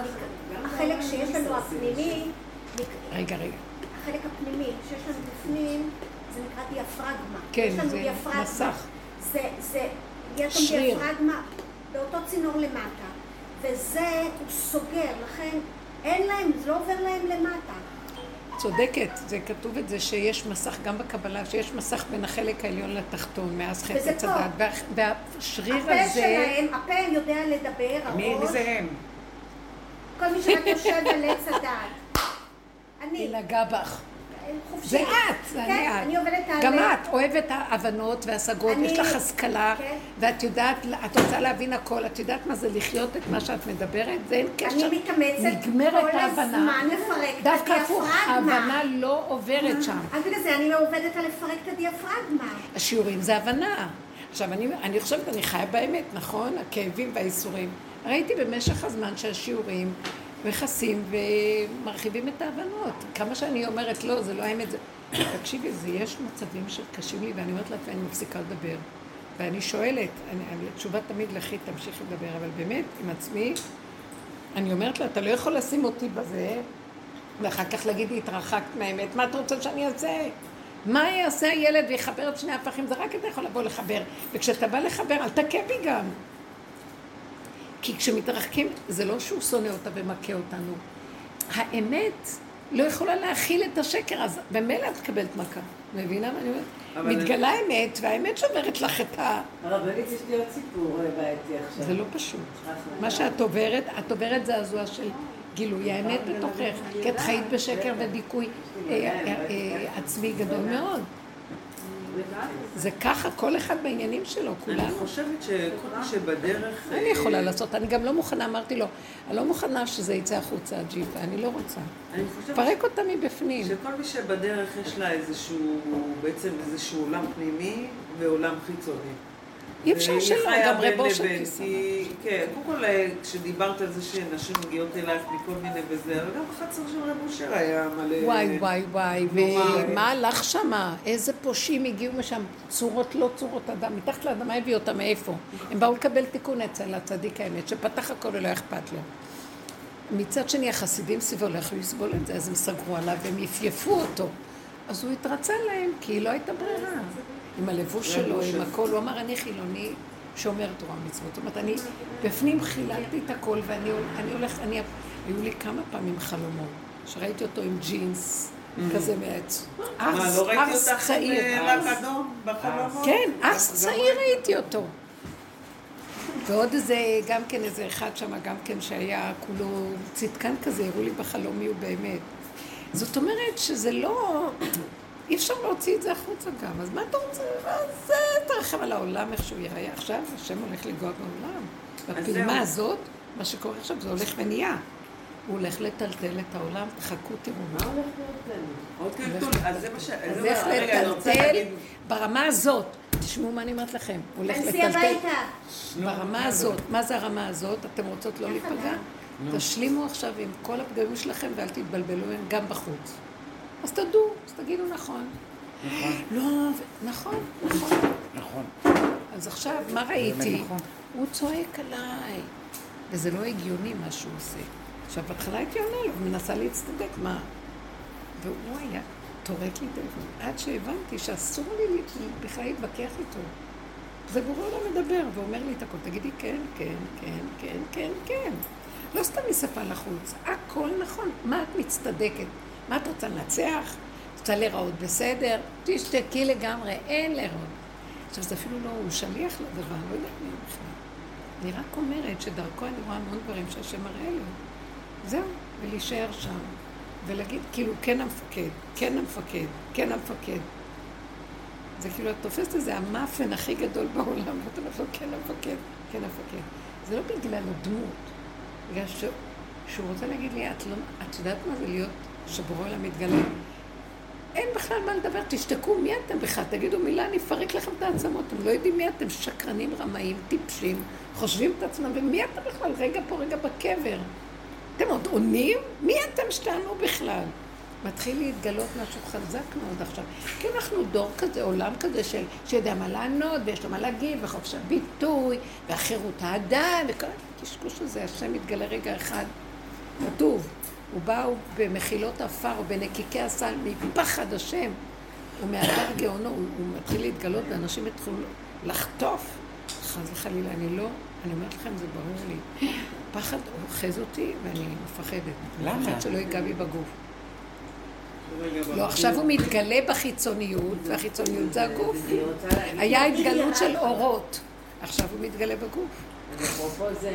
החלק שיש לנו הפנימי, רגע, רגע. החלק הפנימי שיש לנו בפנים, זה נקרא דיאפרגמה. כן, יש לנו זה דיאפרגמה. מסך. זה, זה, יש לנו שריר. דיאפרגמה באותו צינור למטה, וזה הוא סוגר, לכן אין להם, זה לא עובר להם למטה. צודקת, זה כתוב את זה שיש מסך, גם בקבלה, שיש מסך בין החלק העליון לתחתון, מאז חטא וזה עץ פה. הדת. וה- והשריר הפה הזה, שלהם, הפה יודע לדבר, מי מי הראש, זה הם? כל מי שרק יושב על עץ הדת. אני, היא נגעה בך. חופשי. זה את, זה כן, אני את. אני עובדת על... גם את אוהבת ההבנות והשגות, אני- יש לך השכלה, כן. ואת יודעת, את רוצה להבין הכל, את יודעת מה זה לחיות את מה שאת מדברת, זה אין קשר. אני מתאמצת נגמרת כל ההבנה. הזמן לפרק את דווקא הפוך, הדיאפרגמה. ההבנה לא עוברת שם. אז בגלל זה אני עובדת על לפרק את הדיאפרגמה. השיעורים זה הבנה. עכשיו, אני, אני חושבת, אני חיה באמת, נכון? הכאבים והאיסורים. ראיתי במשך הזמן שהשיעורים מכסים ומרחיבים את ההבנות. כמה שאני אומרת, לא, זה לא האמת. זה... תקשיבי, זה יש מצבים שקשים לי, ואני אומרת לה, ואני מפסיקה לדבר. ואני שואלת, אני, אני, תשובה תמיד לכי, תמשיכי לדבר, אבל באמת, עם עצמי, אני אומרת לה, אתה לא יכול לשים אותי בזה, ואחר כך להגיד לי, התרחקת מהאמת, מה אתה רוצה שאני אעשה? מה יעשה הילד ויחבר את שני הפכים? זה רק אתה יכול לבוא לחבר, וכשאתה בא לחבר, אל תכה בי גם. כי כשמתרחקים, זה לא שהוא שונא אותה ומכה אותנו. האמת לא יכולה להכיל את השקר, אז במילא את תקבלת מכה. מבינה מה אני אומרת? מתגלה האמת, והאמת שומרת לך את ה... הרבנית, יש לי עוד סיפור בעייתי עכשיו. זה לא פשוט. מה שאת עוברת, את עוברת זעזוע של גילוי האמת בתוכך, כי את חיית בשקר ודיכוי עצמי גדול מאוד. זה ככה, כל אחד בעניינים שלו, כולנו. אני חושבת שכל מי שבדרך... אני יכולה לעשות, אני גם לא מוכנה, אמרתי לו, אני לא מוכנה שזה יצא החוצה, הג'יפה, אני לא רוצה. פרק אותה מבפנים. שכל מי שבדרך יש לה איזשהו, בעצם איזשהו עולם פנימי ועולם חיצוני. אי אפשר שלא, גם רבו של כיסא. כן, קודם כל, כשדיברת על זה שנשים מגיעות אלייך מכל מיני וזה, אבל גם החצר של רב אושר היה מלא... וואי, וואי, וואי, ומה הלך שמה? איזה פושעים הגיעו משם, צורות לא צורות אדם, מתחת לאדמה הביא אותם מאיפה? הם באו לקבל תיקון אצל הצדיק האמת, שפתח הכל ולא אכפת לו. מצד שני, החסידים סביבו לא יכלו לסבול את זה, אז הם סגרו עליו והם יפייפו אותו. אז הוא התרצה להם, כי היא לא הייתה ברירה. עם הלבוש שלו, עם הכל, הוא אמר, אני חילוני שומר תורה מצוות. זאת אומרת, אני בפנים חיללתי את הכל, ואני הולך, אני, היו לי כמה פעמים חלומות, שראיתי אותו עם ג'ינס, כזה מעץ. ארס, ארס צעיר. כן, ארס צעיר ראיתי אותו. ועוד איזה, גם כן איזה אחד שם, גם כן שהיה כולו צדקן כזה, הראו לי בחלום מי הוא באמת. זאת אומרת שזה לא... אי אפשר להוציא את זה החוצה גם, אז מה אתה רוצה? אז תרחם על העולם איך שהוא ייראה עכשיו, השם הולך לגוע בעולם. בפעימה הזאת, מה שקורה עכשיו זה הולך ונהיה. הוא הולך לטלטל את העולם, תחכו, תראו מה. מה הולך להיות לנו? אז זה מה ש... אז הולך לטלטל ברמה הזאת. תשמעו מה אני אומרת לכם. הוא הולך לטלטל ברמה הזאת. מה זה הרמה הזאת? אתם רוצות לא להיפגע? תשלימו עכשיו עם כל הפגמים שלכם ואל תתבלבלו הם גם בחוץ. אז תדעו, אז תגידו נכון. נכון. לא, נכון, נכון. נכון. אז עכשיו, מה ראיתי? הוא צועק עליי. וזה לא הגיוני מה שהוא עושה. עכשיו, בהתחלה הייתי עונה לו, ומנסה להצטדק, מה? והוא היה טורק לי טלפון, עד שהבנתי שאסור לי בכלל להתווכח איתו. זה בורא לא מדבר, ואומר לי את הכל, תגידי כן, כן, כן, כן, כן, כן. לא סתם משפה לחוץ, הכל נכון. מה את מצטדקת? מה את רוצה לנצח? רוצה להיראות בסדר? תשתקי לגמרי, אין להיראות. עכשיו, זה אפילו לא, הוא שליח לדבר, לא יודעת מי בכלל. אני רק אומרת שדרכו אני רואה המון דברים שהשם מראה לי. זהו, ולהישאר שם. ולהגיד, כאילו, כן המפקד, כן המפקד, כן המפקד. זה כאילו, את תופסת את זה המאפן הכי גדול בעולם, ואתה אומר לו, כן המפקד, כן המפקד. זה לא בגלל הדמות, בגלל ש... שהוא רוצה להגיד לי, את, לא... את יודעת מה זה להיות שבורא עולם מתגלה? אין בכלל מה לדבר, תשתקו, מי אתם בכלל? תגידו מילה, אני אפרק לכם את העצמות. אתם לא יודעים מי אתם, שקרנים, רמאים, טיפשים, חושבים את עצמם, ומי אתם בכלל? רגע פה, רגע בקבר. אתם עוד עונים? מי אתם שתענו בכלל? מתחיל להתגלות משהו חזק מאוד עכשיו. כי אנחנו דור כזה, עולם כזה של, שיודע מה לענות, ויש לו מה להגיד, וחופש הביטוי, והחירות האדם, וכל הקשקוש הזה, השם מתגלה רגע אחד. כתוב, הוא בא במחילות אפר או בנקיקי הסל מפחד השם, ומהדר גאונו, הוא, הוא מתחיל להתגלות, ואנשים התחילו לחטוף. חס וחלילה, אני לא, אני אומרת לכם, זה ברור לי. פחד אוחז אותי, ואני מפחדת. למה? מפחד שלא ייגע בי בגוף. לא, עכשיו הוא מתגלה בחיצוניות, והחיצוניות זה הגוף. היה התגלות של אורות, עכשיו הוא מתגלה בגוף. אפרופו זה.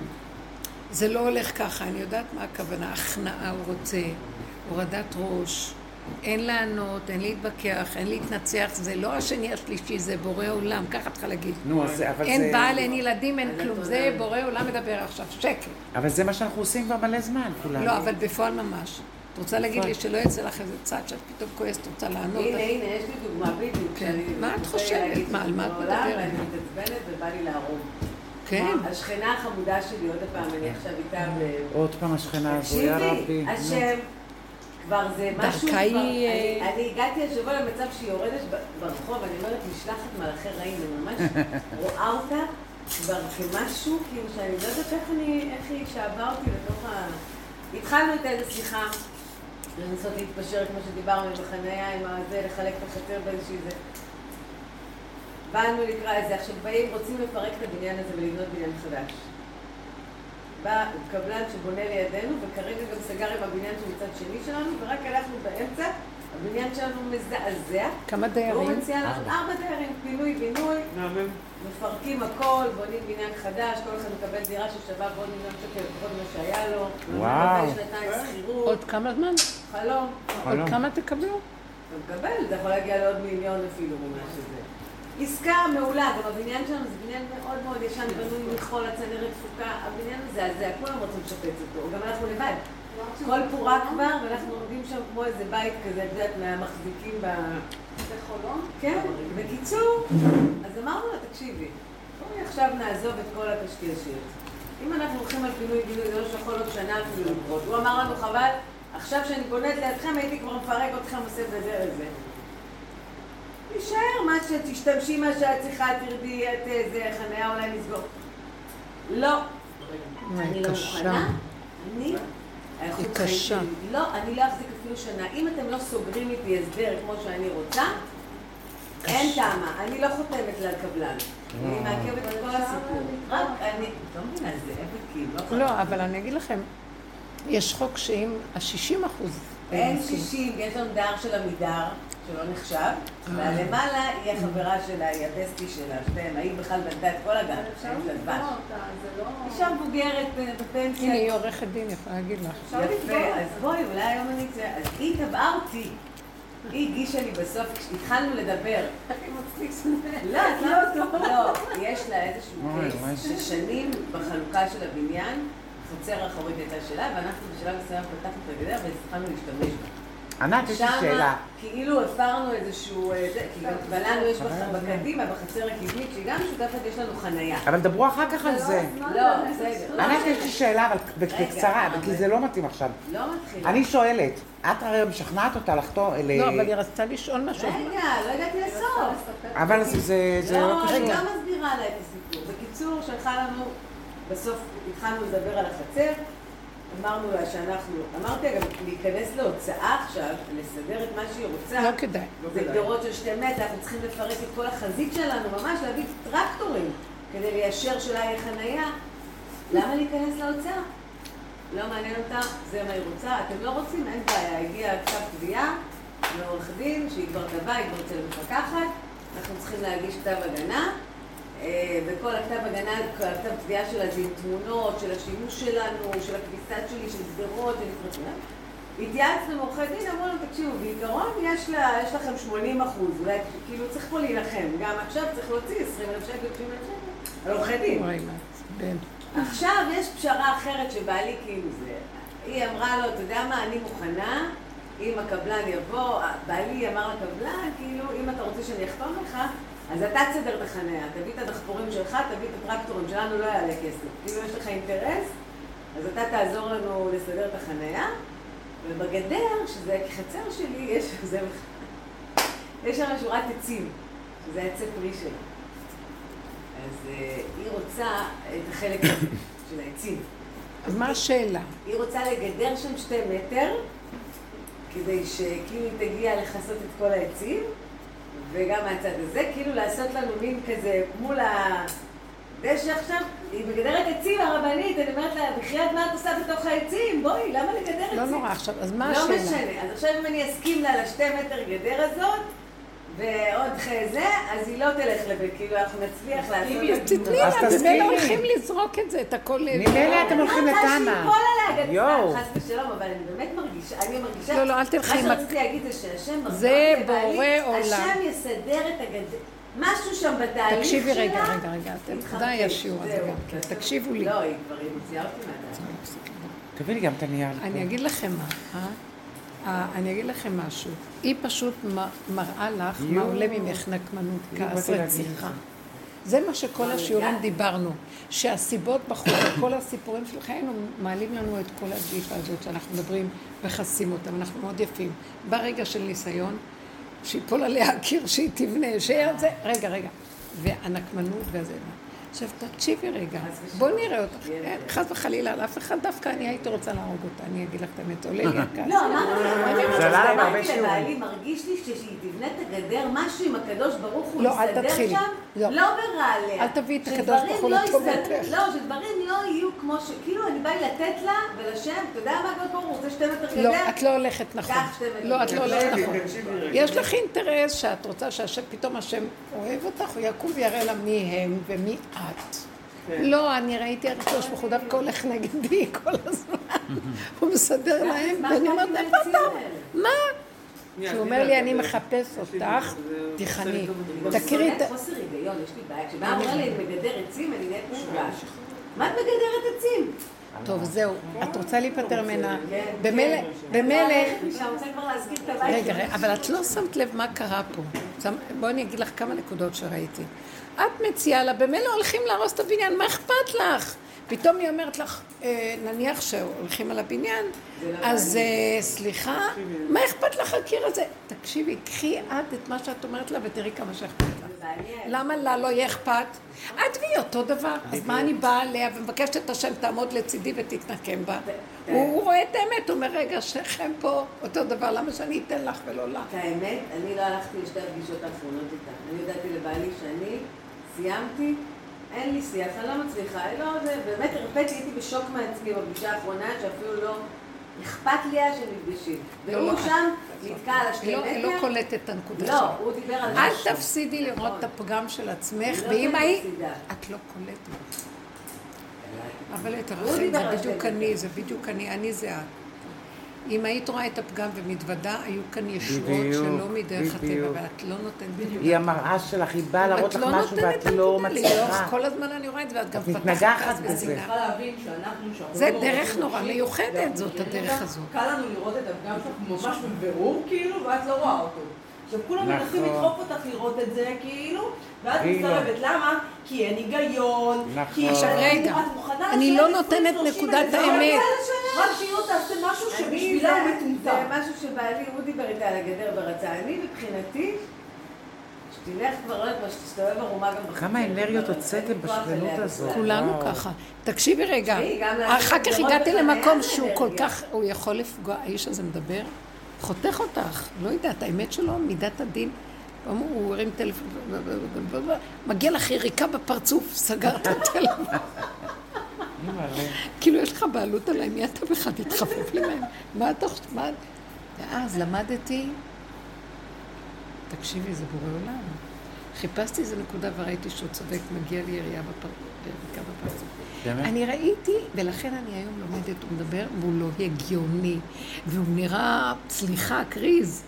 זה לא הולך ככה, אני יודעת מה הכוונה, הכנעה הוא רוצה, הורדת ראש, אין לענות, אין להתווכח, אין להתנצח, זה לא השני השלישי, זה בורא עולם, ככה צריכה להגיד. נו, אז זה, אבל אין זה... בעל, אין ילדים, אין כלום, זה בורא עולם מדבר עכשיו, שקר. אבל זה מה שאנחנו עושים כבר מלא זמן, כולנו. לא, אבל בפועל ממש. את רוצה להגיד לי שלא יצא לך איזה צד שאת פתאום כועסת, רוצה לענות? הנה, הנה, יש לי דוגמה בדיוק. מה את חושבת? מה, על מה את מדברת? ואני מתעצבנת ובא לי להרוג. כן. השכנה החמודה שלי, עוד פעם, אני עכשיו איתה ב... עוד פעם השכנה הזו, יא רבי. תקשיבי, השם, כבר זה משהו... דרכה כבר- היא, אני- אה, אני הגעתי השבוע למצב שהיא יורדת ב- ברחוב, אני אומרת, משלחת מלאכי רעים, אני ממש רואה אותה כבר כמשהו, כאילו שאני לא יודעת איך אני, איך היא שעבה אותי לתוך ה... התחלנו את איזה שיחה, לנסות להתפשר כמו שדיברנו בחניה עם הזה, לחלק את החצר באיזושהי זה. באנו לקרוא את זה, עכשיו באים, רוצים לפרק את הבניין הזה ולבנות בניין חדש. בא קבלן שבונה לידינו, וכרגע גם סגר עם הבניין שמצד שני שלנו, ורק הלכנו באמצע, הבניין שלנו מזעזע. כמה והוא דיירים? מציע לנו ארבע דיירים, פינוי, בינוי, מהמם. מפרקים הכל, בונים בניין חדש, כל אחד מקבל דירה ששווה בעוד מיליון שקל, לפחות ממה שהיה לו. וואו. מקבל שנתיים שכירות, עוד כמה זמן? חלום. עוד כמה תקבלו? אתה מקבל, אתה יכול להגיע לעוד מיליון אפילו ממה שזה. עסקה מעולה, גם הבניין שלנו זה בניין מאוד מאוד ישן, בנוי מחול, הצנרת תפוקה, הבניין הזה, אז זה, כולם רוצים לשפץ אותו, גם אנחנו לבד. כל פורק כבר, ואנחנו עומדים שם כמו איזה בית כזה, את יודעת, מהמחזיקים ב... בחולון? כן, בקיצור, אז אמרנו לה, תקשיבי, בואי עכשיו נעזוב את כל הקשקשיות. אם אנחנו הולכים על פינוי בינוי, זה לא שיכול עוד שנה אפילו לקרות. הוא אמר לנו, חבל, עכשיו שאני בונית לידכם, הייתי כבר מפרק אתכם, עושה בזה וזה. נשאר מה שתשתמשי מה שאת צריכה, תרדי את איזה חניה, אולי נסגור. לא. אני לא מוכנה. אני... היא קשה. לא, אני לא אחזיק אפילו שנה. אם אתם לא סוגרים איתי הסדר כמו שאני רוצה, אין טעמה. אני לא חותמת לקבלן. אני מעכבת את כל הסיפור. רק אני... לא מבינה, זה אבקים, לא חתמת. לא, אבל אני אגיד לכם, יש חוק שאם ה-שישים אחוז... אין שישים, יש לנו דייר של עמידר, שלא נחשב, והלמעלה היא החברה שלה, היא הבסטי שלה, שתיהם, היא בכלל בנתה את כל הגן, אפשר אין לה לתבוע דבש. אותה, זה לא... אישה מבוגרת בפנסיה. הנה, היא עורכת דין, יכולה להגיד לך. יפה, אז בואי, אולי היום אני אצא, אז היא תבעה אותי. היא הגישה לי בסוף, כשהתחלנו לדבר. אני מצליק שזה... לא, את לא אותו. לא, יש לה איזשהו וואי, וואי. קייס ששנים בחלוקה של הבניין, החצר האחורית הייתה שלה, ואנחנו בשלב מסוים פתחנו את הגדר והצלחנו להשתמש בה. ענת, יש לי שאלה. שמה כאילו הפרנו איזשהו, זה, כי גם ולנו יש בח- בקדימה, בחצר הקדמית, שהיא גם משותפת, יש לנו חנייה. אבל דברו אחר כך על זה. לא, בסדר. ענת, יש לי שאלה, אבל בקצרה, רגע, כי זה לא מתאים עכשיו. לא מתחיל. אני שואלת, את הרי משכנעת אותה לחתור ל... לא, אבל היא רצתה לשאול משהו. רגע, לא הגעתי לסוף. אבל זה- זה זה לא לא, אני קשור. לא מסבירה לה את הסיפור. בקיצור, שלחה לנו, בסוף התחלנו לדבר על החצר, אמרנו לה שאנחנו, אמרתי גם להיכנס להוצאה עכשיו, לסדר את מה שהיא רוצה. לא כדאי. זה גדרות של שתי מטר, אנחנו צריכים לפרק את כל החזית שלנו, ממש להביא טרקטורים כדי ליישר שלה יהיה חנייה. למה להיכנס להוצאה? לא מעניין אותה, זה מה היא רוצה, אתם לא רוצים, אין בעיה. הגיע כתב תביעה לעורך דין, שהיא כבר טבעה, היא כבר אצל המפקחת, אנחנו צריכים להגיש כתב הגנה, אה, וכל הכתב הגנה, כל הכתב תביעה שלה זה עם תמונות של השימוש שלנו, של הכביסה שלי, של סדרות, של נפרטים. התייעצנו עם עורכי דין, אמרו לנו, תקשיבו, בעיקרון יש, לה, יש לכם שמונים אחוז, אולי כאילו צריך פה להילחם, גם עכשיו צריך להוציא עשרים אלף שקל, עשרים אלף שקל, על עורכי דין. וואי, מעצבן. עכשיו יש פשרה אחרת שבעלי כאילו זה, היא אמרה לו, אתה יודע מה, אני מוכנה, אם הקבלן יבוא, בעלי אמר לקבלן, כאילו, אם אתה רוצה שאני אחתום לך, אז אתה תסדר את החניה, תביא את הדחפורים שלך, תביא את הטרקטורים שלנו, לא יעלה כסף. כאילו יש לך אינטרס, אז אתה תעזור לנו לסדר את החניה, ובגדר, שזה חצר שלי, יש, זה, יש שם שורת עצים, שזה עצי פרי שלה. אז uh, היא רוצה את החלק הזה של העצים. אז מה השאלה? היא רוצה לגדר שם שתי מטר, כדי שכאילו היא תגיע לחסות את כל העצים, וגם מהצד הזה, כאילו לעשות לנו מין כזה מול הדשא עכשיו, היא מגדרת עצים הרבנית, אני אומרת לה, בחייאת מה את עושה בתוך העצים? בואי, למה לגדר עצים? לא נורא עכשיו, אז מה לא השאלה? משנה, אז עכשיו אם אני אסכים לה לשתי מטר גדר הזאת, ועוד זה, אז היא לא תלך לבית, כאילו אנחנו נצליח לעשות את זה. תתני אז לה, תסכימי. ממילא הולכים לזרוק את זה, את הכל... ממילא אתם הולכים אני לתמה. לא רוצה שיפול עליה, יואו. חס ושלום, אבל אני באמת מרגישה, אני מרגישה... לא, לא, אל תלכי עם מה הק- שרציתי להגיד זה שהשם מרגיש זה לבעלי, בורא עולם. השם יסדר את הגדר. משהו שם בתהליך שלה... תקשיבי רגע, רגע, רגע, אתם התחרטט. די השיעור הזה זהו, גם כן, בסדר. תקשיבו לי. לא, היא כבר היא מוציאה אותי מהדעת. תביאי לי גם את הנייר. אני אגיד לכם מה, אה? אני אגיד לכם משהו. היא פשוט מראה לך מה עולה ממך נקמנות, כעס רציחה. זה מה שכל השיעורים דיברנו, שהסיבות בחוץ, כל הסיפורים של חיינו מעלים לנו את כל הג'יפה הזאת שאנחנו מדברים וחסים אותם, אנחנו מאוד יפים. ברגע של ניסיון, שיפול עליה הקיר, שהיא תבנה, שיהיה זה, רגע, רגע. והנקמנות והזה. עכשיו תקשיבי רגע, בוא נראה אותך, חס וחלילה על אף אחד, דווקא אני הייתי רוצה להרוג אותה, אני אגיד לך את האמת, עולה לי הכעס. לא, אמרתי לבעלי, מרגיש לי שהיא תבנה את הגדר, משהו עם הקדוש ברוך הוא יסתדר שם, לא ברע עליה. אל תביאי את הקדוש ברוך הוא לטובתך. לא, שדברים לא יהיו כמו ש... כאילו אני באה לתת לה ולשם, אתה יודע מה הקדוש ברוך הוא רוצה שתי מטר גדר? לא, את לא הולכת נכון. לא, את לא הולכת נכון. יש לך אינטרס שאת רוצה שפתאום השם אוהב אותך, הוא יקום ויראה לה מי הם ומי את. לא, אני ראיתי הקדוש ברוך הוא דווקא הולך נגדי כל הזמן. הוא מסדר להם, ואני אומרת, איפה אתה? מה? כשהוא אומר לי, אני מחפש אותך, תיכני. תכירי את... חוסר היגיון, יש לי בעיה. כשבאה אמרה לי, אני מגדר עצים, אני נהיית משוגעת. מה את מגדרת עצים? טוב, זהו. את רוצה להיפטר ממנה. במילא, במילא... רגע, אבל את לא שמת לב מה קרה פה. בואי אני אגיד לך כמה נקודות שראיתי. את מציעה לה, במילא הולכים להרוס את הבניין, מה אכפת לך? פתאום היא אומרת לך, נניח שהולכים על הבניין, אז סליחה, מה אכפת לך הקיר הזה? תקשיבי, קחי את את מה שאת אומרת לה ותראי כמה שאכפת לך. למה לה לא יהיה אכפת? את והיא אותו דבר, אז מה אני באה עליה ומבקשת את השם תעמוד לצידי ותתנקם בה? הוא רואה את האמת, הוא אומר, רגע, שכם פה אותו דבר, למה שאני אתן לך ולא לך? את האמת, אני לא הלכתי לשתי הפגישות האחרונות איתה. אני יודעתי לבעלי שאני סיימתי, אין לי שיח, אני לא מצליחה, לא, זה באמת הרפאתי, הייתי בשוק מעצמי בפגישה האחרונה, שאפילו לא אכפת לי שנפגשים. והוא שם נתקע על השתי מטר. היא לא קולטת את הנקודה שלו. לא, הוא דיבר על משהו. אל תפסידי לראות את הפגם של עצמך, ואם היא... את לא קולטת. אבל את הרחם זה בדיוק אני, זה בדיוק אני, אני זה את. אם היית רואה את הפגם ומתוודה, היו כאן ישועות שלא מדרך הטבע, ואת לא נותנת בדיוק. היא המראה שלך, היא באה להראות לך משהו ואת לא מצליחה. כל הזמן אני רואה את זה, ואת גם פתחת מתנגחת בזה. זה דרך נורא מיוחדת, זאת הדרך הזאת. קל לנו לראות את הפגם שלך ממש בבירור, כאילו, ואת לא רואה אותו. עכשיו, כולם מנסים לדחוף אותך לראות את זה, כאילו, ואת מסתובבת. למה? כי אין היגיון, כי רגע, אני לא נותנת נקודת האמת. רק שהיא לא תעשה משהו שבשבילה הוא מטומטם. זה משהו שבעלי, הוא דיבר איתה על הגדר ורצה. אני מבחינתי, שתלך כבר לא כבר שתסתובב ערומה גם בחצי. כמה אנרגיות הוצאתם בשכנות הזאת. כולנו ככה. תקשיבי רגע, אחר כך הגעתי למקום שהוא כל כך, הוא יכול לפגוע, האיש הזה מדבר, חותך אותך, לא יודעת, האמת שלו, מידת הדין. הוא הרים טלפון, מגיע לך יריקה בפרצוף, סגר את הטלפון. כאילו יש לך בעלות עליי, מי אתה בכלל תתחפף לי מהם? מה אתה חושב? ואז למדתי, תקשיבי, זה בורא עולם. חיפשתי איזו נקודה וראיתי שהוא צודק, מגיע לי יריקה בפרצוף. אני ראיתי, ולכן אני היום לומדת, הוא מדבר, והוא לא הגיוני, והוא נראה צליחה, קריז.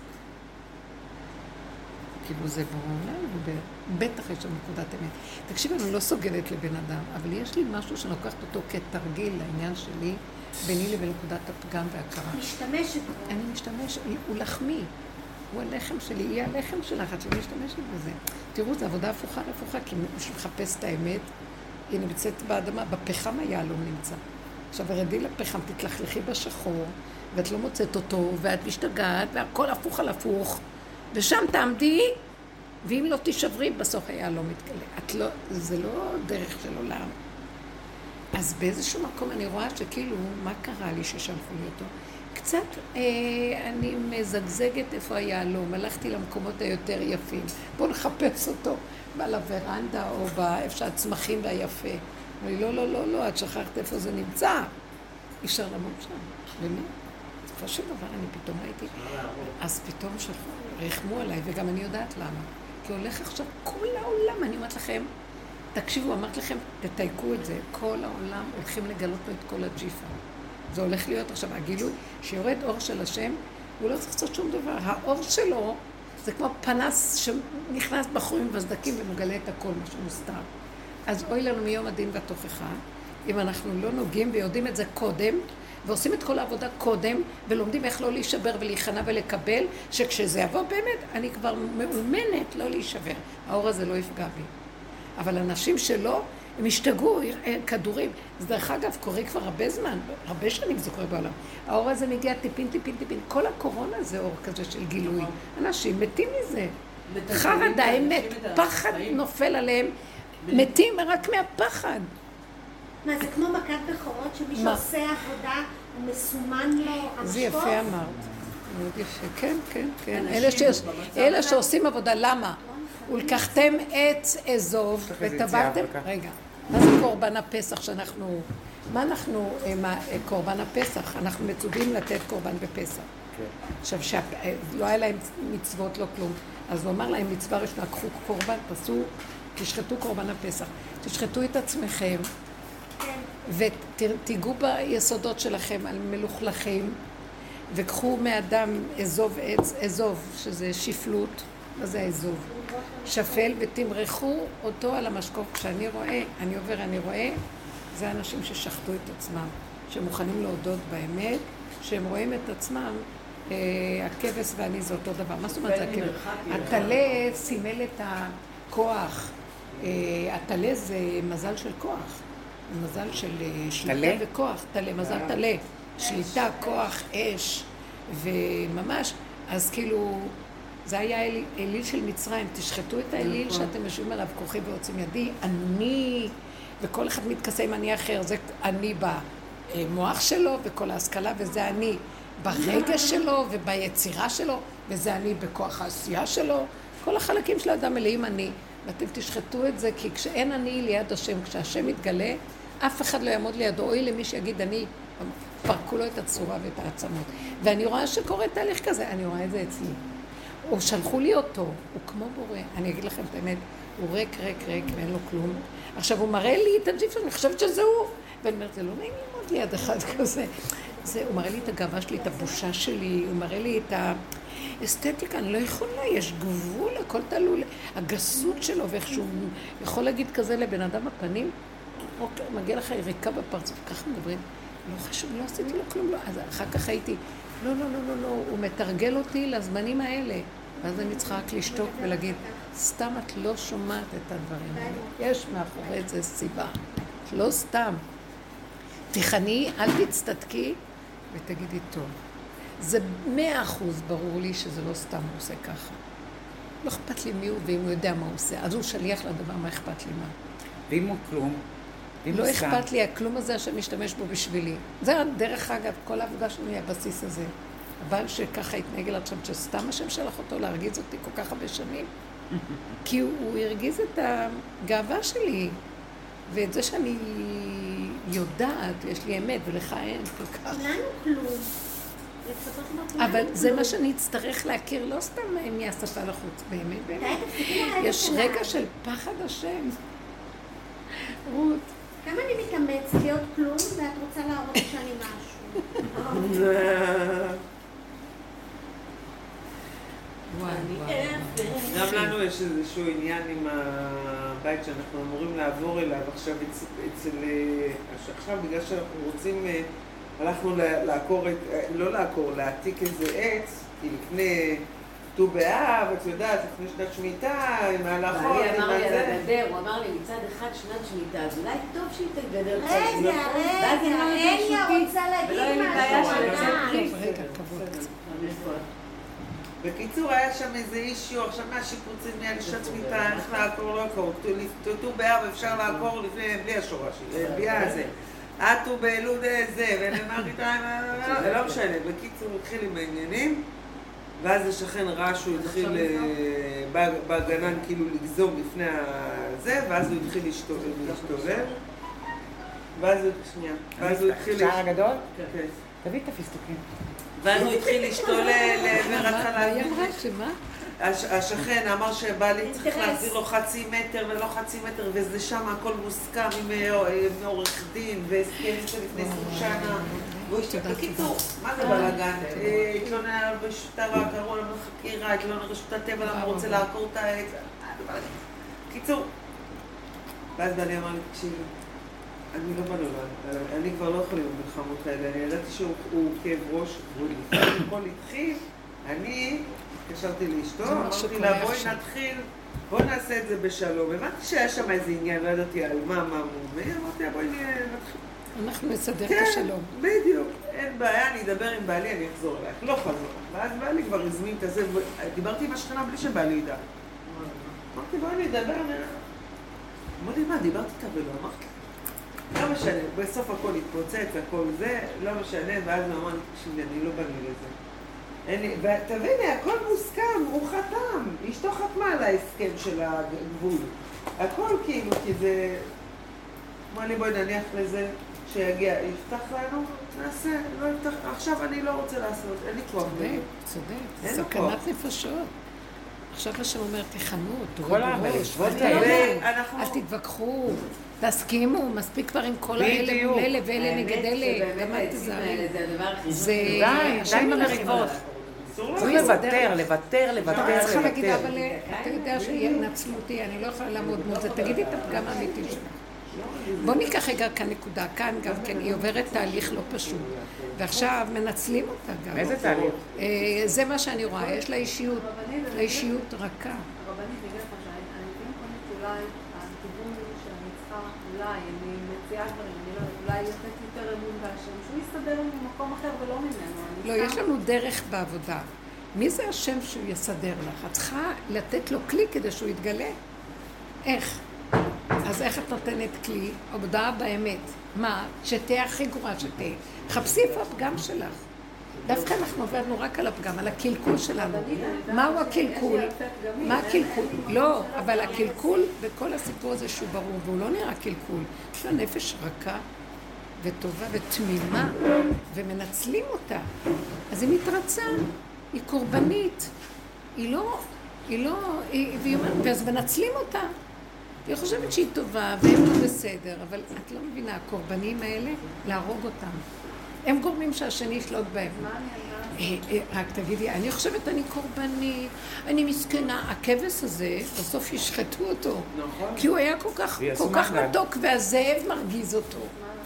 כאילו זה בעולם, ובטח יש שם נקודת אמת. תקשיב, אני לא סוגלת לבן אדם, אבל יש לי משהו שאני לוקחת אותו כתרגיל לעניין שלי, ביני לבין נקודת הפגם והכרה. משתמשת בו. אני משתמשת, הוא לחמי, הוא הלחם שלי, היא הלחם שלך, את שמשתמשת בזה. תראו, זו עבודה הפוכה להפוכה, כי מי שמחפש את האמת, היא נמצאת באדמה, בפחם היהלום נמצא. עכשיו, הרדי לפחם, תתלכלכי בשחור, ואת לא מוצאת אותו, ואת משתגעת, והכל הפוך על הפוך. ושם תעמדי, ואם לא תשברי, בסוף היה לא מתגלה. את לא, זה לא דרך של עולם. אז באיזשהו מקום אני רואה שכאילו, מה קרה לי ששלחו לי אותו? קצת אה, אני מזגזגת איפה היה לו, הלכתי למקומות היותר יפים. בואו נחפש אותו, על הוורנדה או באיפה שהצמחים והיפה. אמרתי, לא, לא, לא, לא, את שכחת איפה זה נמצא. אי אפשר למות שם. באמת? בסופו של דבר אני פתאום הייתי, אז פתאום רחמו עליי, וגם אני יודעת למה. כי הולך עכשיו כל העולם, אני אומרת לכם, תקשיבו, אמרת לכם, תתייקו את זה, כל העולם הולכים לגלות לו את כל הג'יפה. זה הולך להיות עכשיו הגילוי, שיורד אור של השם, הוא לא צריך לעשות שום דבר. האור שלו זה כמו פנס שנכנס בחורים וסדקים ומגלה את הכל, מה שמוסתר. אז אוי לנו מיום הדין והתוכחה, אם אנחנו לא נוגעים ויודעים את זה קודם, ועושים את כל העבודה קודם, ולומדים איך לא להישבר ולהיכנע ולקבל, שכשזה יבוא באמת, אני כבר מאומנת לא להישבר. האור הזה לא יפגע בי. אבל אנשים שלא, הם השתגעו, כדורים. זה דרך אגב קורה כבר הרבה זמן, הרבה שנים זה קורה בעולם. האור הזה מגיע טיפין, טיפין, טיפין. כל הקורונה זה אור כזה של גילוי. אנשים מתים מזה. חרדה, אמת, פחד נופל עליהם. מתים רק מהפחד. מה, זה כמו מכת בכורות שמי שעושה עבודה, הוא מסומן לו המשקוף? זה יפה אמרת. מאוד יפה, כן, כן, כן. אלה שעושים עבודה, למה? ולקחתם עץ אזוב וטבעתם... רגע, מה זה קורבן הפסח שאנחנו... מה אנחנו, קורבן הפסח? אנחנו מצווים לתת קורבן בפסח. עכשיו, שלא היה להם מצוות, לא כלום. אז הוא אמר להם, מצווה ראשונה, קחו קורבן, תעשו, תשחטו קורבן הפסח. תשחטו את עצמכם. ותיגעו ביסודות שלכם על מלוכלכים, וקחו מאדם אזוב עץ, אזוב, שזה שפלות, מה זה האזוב? שפל, ותמרחו אותו על המשקוף. כשאני רואה, אני עובר, אני רואה, זה אנשים ששחטו את עצמם, שמוכנים להודות באמת, שהם רואים את עצמם, אה, הכבש ואני זה אותו דבר. מה זאת אומרת זה הכבש? הטלה סימל את הכוח. אה, הטלה זה מזל של כוח. מזל של שליטה וכוח, תלה, מזל תלה, שליטה, כוח, אש, וממש, אז כאילו, זה היה אל, אליל של מצרים, תשחטו את האליל שאתם יושבים עליו, כוחי ועוצם ידי, אני, וכל אחד מתכסה עם אני אחר, זה אני במוח שלו, וכל ההשכלה, וזה אני ברגש שלו, וביצירה שלו, וזה אני בכוח העשייה שלו, כל החלקים של האדם מלאים אני. ואתם תשחטו את זה, כי כשאין אני ליד השם, כשהשם מתגלה, אף אחד לא יעמוד לידו, אוי למי שיגיד אני, פרקו לו את הצורה ואת העצמות. ואני רואה שקורה תהליך כזה, אני רואה את זה אצלי. או שלחו לי אותו, הוא כמו בורא, אני אגיד לכם את האמת, הוא ריק, ריק, ריק, ואין לו כלום. עכשיו הוא מראה לי את הג'יפ, אני חושבת שזה הוא. ואני אומרת, זה לא נעים ללמוד ליד אחד כזה. זה, הוא מראה לי את הגאווה שלי, את הבושה שלי, הוא מראה לי את ה... אסתטיקה, אני לא יכולה, יש גבול, הכל תלול, הגסות שלו, ואיך שהוא יכול להגיד כזה לבן אדם הפנים, אוקיי, מגיע לך יריקה בפרצוף, ככה מדברים, לא חשוב, לא עשיתי לו כלום, לא, אז אחר כך הייתי, לא, לא, לא, לא, לא, הוא מתרגל אותי לזמנים האלה, ואז אני צריכה רק לשתוק ולהגיד, סתם את לא שומעת את הדברים האלה, יש מאחורי זה סיבה, לא סתם, תיכני, אל תצטדקי, ותגידי טוב. זה מאה אחוז ברור לי שזה לא סתם הוא עושה ככה. לא אכפת לי מי הוא, ואם הוא יודע מה הוא עושה, אז הוא שליח לדבר, מה אכפת לי מה? ואם הוא כלום? לא אכפת לי, הכלום הזה שמשתמש בו בשבילי. זה דרך אגב, כל העבודה שלי היא הבסיס הזה. אבל שככה התנהג אליו שם, שסתם השם שלח אותו להרגיז אותי כל כך הרבה שנים. כי הוא, הוא הרגיז את הגאווה שלי. ואת זה שאני יודעת, יש לי אמת, ולך אין כל כך. לנו כלום. אבל זה מה שאני אצטרך להכיר, לא סתם מהשפה לחוץ, באמת, באמת. יש רגע של פחד השם. רות. כמה אני מתאמץ להיות כלום, ואת רוצה להראות שאני משהו. גם לנו יש איזשהו עניין עם הבית שאנחנו אמורים לעבור אליו עכשיו אצל... עכשיו בגלל שאנחנו רוצים... הלכנו לעקור, לא לעקור, להעתיק איזה עץ, כי לפני ט"ו באב, את יודעת, לפני שנת שמיטה, עם ההלכות, עם הזה. אמר לי על הגדר, הוא אמר לי, מצד אחד שנת שמיטה, אז אולי טוב שהיא תגדר קצת. רגע, רגע, אניה רוצה להגיד משהו. רגע, כבוד. בקיצור, היה שם איזה אישיו, עכשיו מהשיפוצים, מהשנת שמיטה, איך לעקור, לא לעקור. ט"ו באב אפשר לעקור בלי השורש, בלי הזה. עטו באלול זה, ונאמר איתיים, זה לא משנה. בקיצור, הוא התחיל עם העניינים, ואז השכן ראה שהוא התחיל בגנן כאילו לגזום לפני זה, ואז הוא התחיל להשתולל. ואז הוא, שנייה, ואז הוא התחיל... שער הגדול? כן. תביא את הפיסטוקים. ואז הוא התחיל להשתולל, ורצה להביא... היא אמרה שמה? השכן אמר שבעלי צריך להחזיר לו חצי מטר ולא חצי מטר, וזה שם הכל מוסכם עם עורך דין והסכם לפני עשרים שנה. והוא השתתף בקיצור, מה זה בלגן? התלונן על המשטרה, קראו לנו חקירה, התלונן על רשות הטבע, למה הוא רוצה לעקור את העץ. קיצור. ואז בעלי אמר לי, תקשיבי, אני לא בנולד, אני כבר לא יכולה במלחמות האלה, אני ידעתי שהוא כאב ראש, והוא הכל התחיל, אני התקשרתי לאשתו, אמרתי לה בואי נתחיל, בואי נעשה את זה בשלום. הבנתי שהיה שם איזה עניין, לא ידעתי על מה, מה הוא, אמרתי לה בואי נתחיל. אנחנו נסדר את כן, השלום. בדיוק, אין בעיה, אני אדבר עם בעלי, אני אחזור אלייך, לא חזור. ואז בעלי כבר הזמין כזה, דיברתי עם השכנה בלי שבעלי ידע. אמרתי בואי נדבר, אני... אמרתי מה, דיברתי איתה ולא אמרתי. לא משנה, בסוף הכל התפוצץ, הכל זה, לא משנה, ואז הוא אמר, תקשיבי, אני לא בני לזה. ותביני, הכל מוסכם, הוא חתם, אשתו חתמה על ההסכם של הגבול. הכל כאילו, כי זה... אמר לי, בואי נניח לזה, שיגיע, יפתח לנו, נעשה, לא יפתח, עכשיו אני לא רוצה לעשות, אין לי כוח. צודק, צודק, סכנת נפשות. עכשיו השם אומר, תיכנו, תורידו ראש, אל תתווכחו, תסכימו, מספיק כבר עם כל האלה מול אלה ואלה נגד אלה, גם אל תזהרי. זה די עם המריבות. צריך לוותר, לוותר, לוותר, צריכה להגיד, לוותר. אבל אתה יודע שינצלו אותי, אני לא יכולה לעמוד מול זה, תגידי את הפגם האמיתי שלך. בוא ניקח רגע כאן נקודה, כאן גם כן, היא עוברת תהליך לא פשוט. ועכשיו מנצלים אותה גם. איזה תהליך? זה מה שאני רואה, יש לה אישיות, אישיות רכה. הרבנית, אני אגיד לך שאני חושבת שאולי הכיוון שאני צריכה, אולי, אני מציעה דברים, אני לא, אולי לתת יותר אמון בהשם, שהוא יסתדר לנו במקום אחר ולא ממנו. לא, יש לנו דרך בעבודה. מי זה השם שהוא יסדר לך? את צריכה לתת לו כלי כדי שהוא יתגלה. איך? אז איך את נותנת כלי? עבודה באמת. מה? שתהיה הכי גרועה שתהיה. חפשי איפה הפגם שלך. דווקא אנחנו עובדנו רק על הפגם, על הקלקול שלנו. מהו הקלקול? מה הקלקול? לא, אבל הקלקול בכל הסיפור הזה שהוא ברור, והוא לא נראה קלקול. יש לה נפש רכה וטובה ותמימה, ומנצלים אותה. אז היא מתרצה, היא קורבנית. היא לא, היא לא, היא, ואז מנצלים אותה. היא חושבת שהיא טובה והם לא בסדר, אבל את לא מבינה, הקורבנים האלה, להרוג אותם. הם גורמים שהשני ישלוט בהם. רק תגידי, אני חושבת אני קורבנית, אני מסכנה. הכבש הזה, בסוף ישחטו אותו. כי הוא היה כל כך מתוק והזאב מרגיז אותו.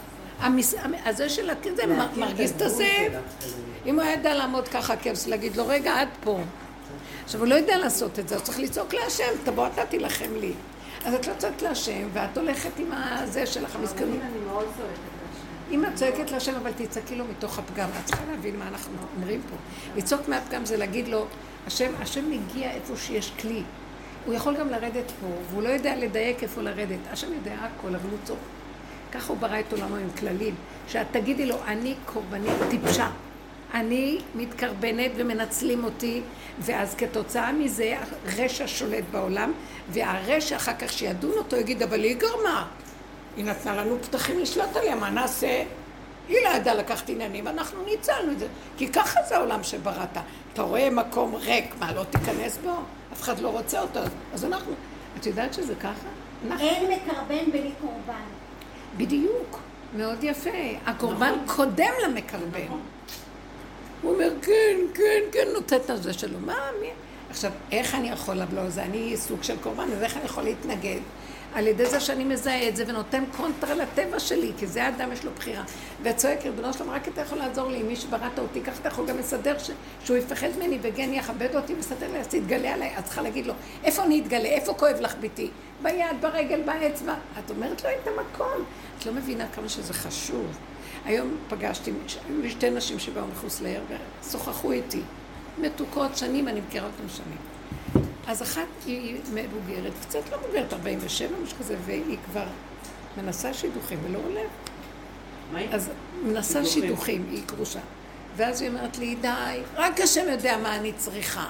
הזה של הכבש מרגיז את הזאב. אם הוא היה ידע לעמוד ככה הכבש, להגיד לו, רגע, עד פה. עכשיו, הוא לא יודע לעשות את זה, אז צריך לצעוק להשם, תבוא אתה תילחם לי. אז את לא צועקת להשם, ואת הולכת עם הזה שלך המסכנות. אני מאוד צועקת להשם. אם את צועקת להשם, אבל תצעקי לו מתוך הפגם. את צריכה להבין מה אנחנו אומרים פה. לצעוק מהפגם זה להגיד לו, השם, השם מגיע איפה שיש כלי. הוא יכול גם לרדת פה, והוא לא יודע לדייק איפה לרדת. השם יודע הכל, אבל הוא צועק. ככה הוא ברא את עולמו עם כללים. שאת תגידי לו, אני קורבנית טיפשה. אני מתקרבנת ומנצלים אותי, ואז כתוצאה מזה הרשע שולט בעולם, והרשע אחר כך שידון אותו יגיד, אבל היא גרמה. היא נתנה לנו פתחים לשלוט עליה, מה נעשה? היא לא ידעה לקחת עניינים, אנחנו ניצלנו את זה. כי ככה זה העולם שבראת. אתה רואה מקום ריק, מה, לא תיכנס בו? אף אחד לא רוצה אותו. אז אנחנו... את יודעת שזה ככה? אנחנו... אין מקרבן בלי קורבן. בדיוק. מאוד יפה. הקורבן קודם למקרבן. הוא אומר, כן, כן, כן, נותנת את זה שלו. מה, מי? עכשיו, איך אני יכול לבלוע זה? אני סוג של קורבן, אז איך אני יכול להתנגד? על ידי זה שאני מזהה את זה ונותן קונטרה לטבע שלי, כי זה האדם יש לו בחירה. וצועק, ריבונו שלום, רק אתה יכול לעזור לי, מי שבראת אותי, כך אתה יכול גם לסדר ש... שהוא יפחד ממני וגן יכבד אותי וסדר לי, אז תתגלה עליי. אז צריכה להגיד לו, איפה אני אתגלה? איפה כואב לך ביתי? ביד, ברגל, באצבע. את אומרת לו את המקום. את לא מבינה כמה שזה חשוב. היום פגשתי, היו לי שתי נשים שבאו מחוץ לעיר ושוחחו איתי. מתוקות שנים, אני מכירה אותם שנים. אז אחת היא מבוגרת, קצת לא מבוגרת, ארבעים ושבע, משהו כזה, והיא כבר מנסה שידוכים ולא עולה. אז מנסה שידוכים, היא גרושה. ואז היא אומרת לי, די, רק השם יודע מה אני צריכה.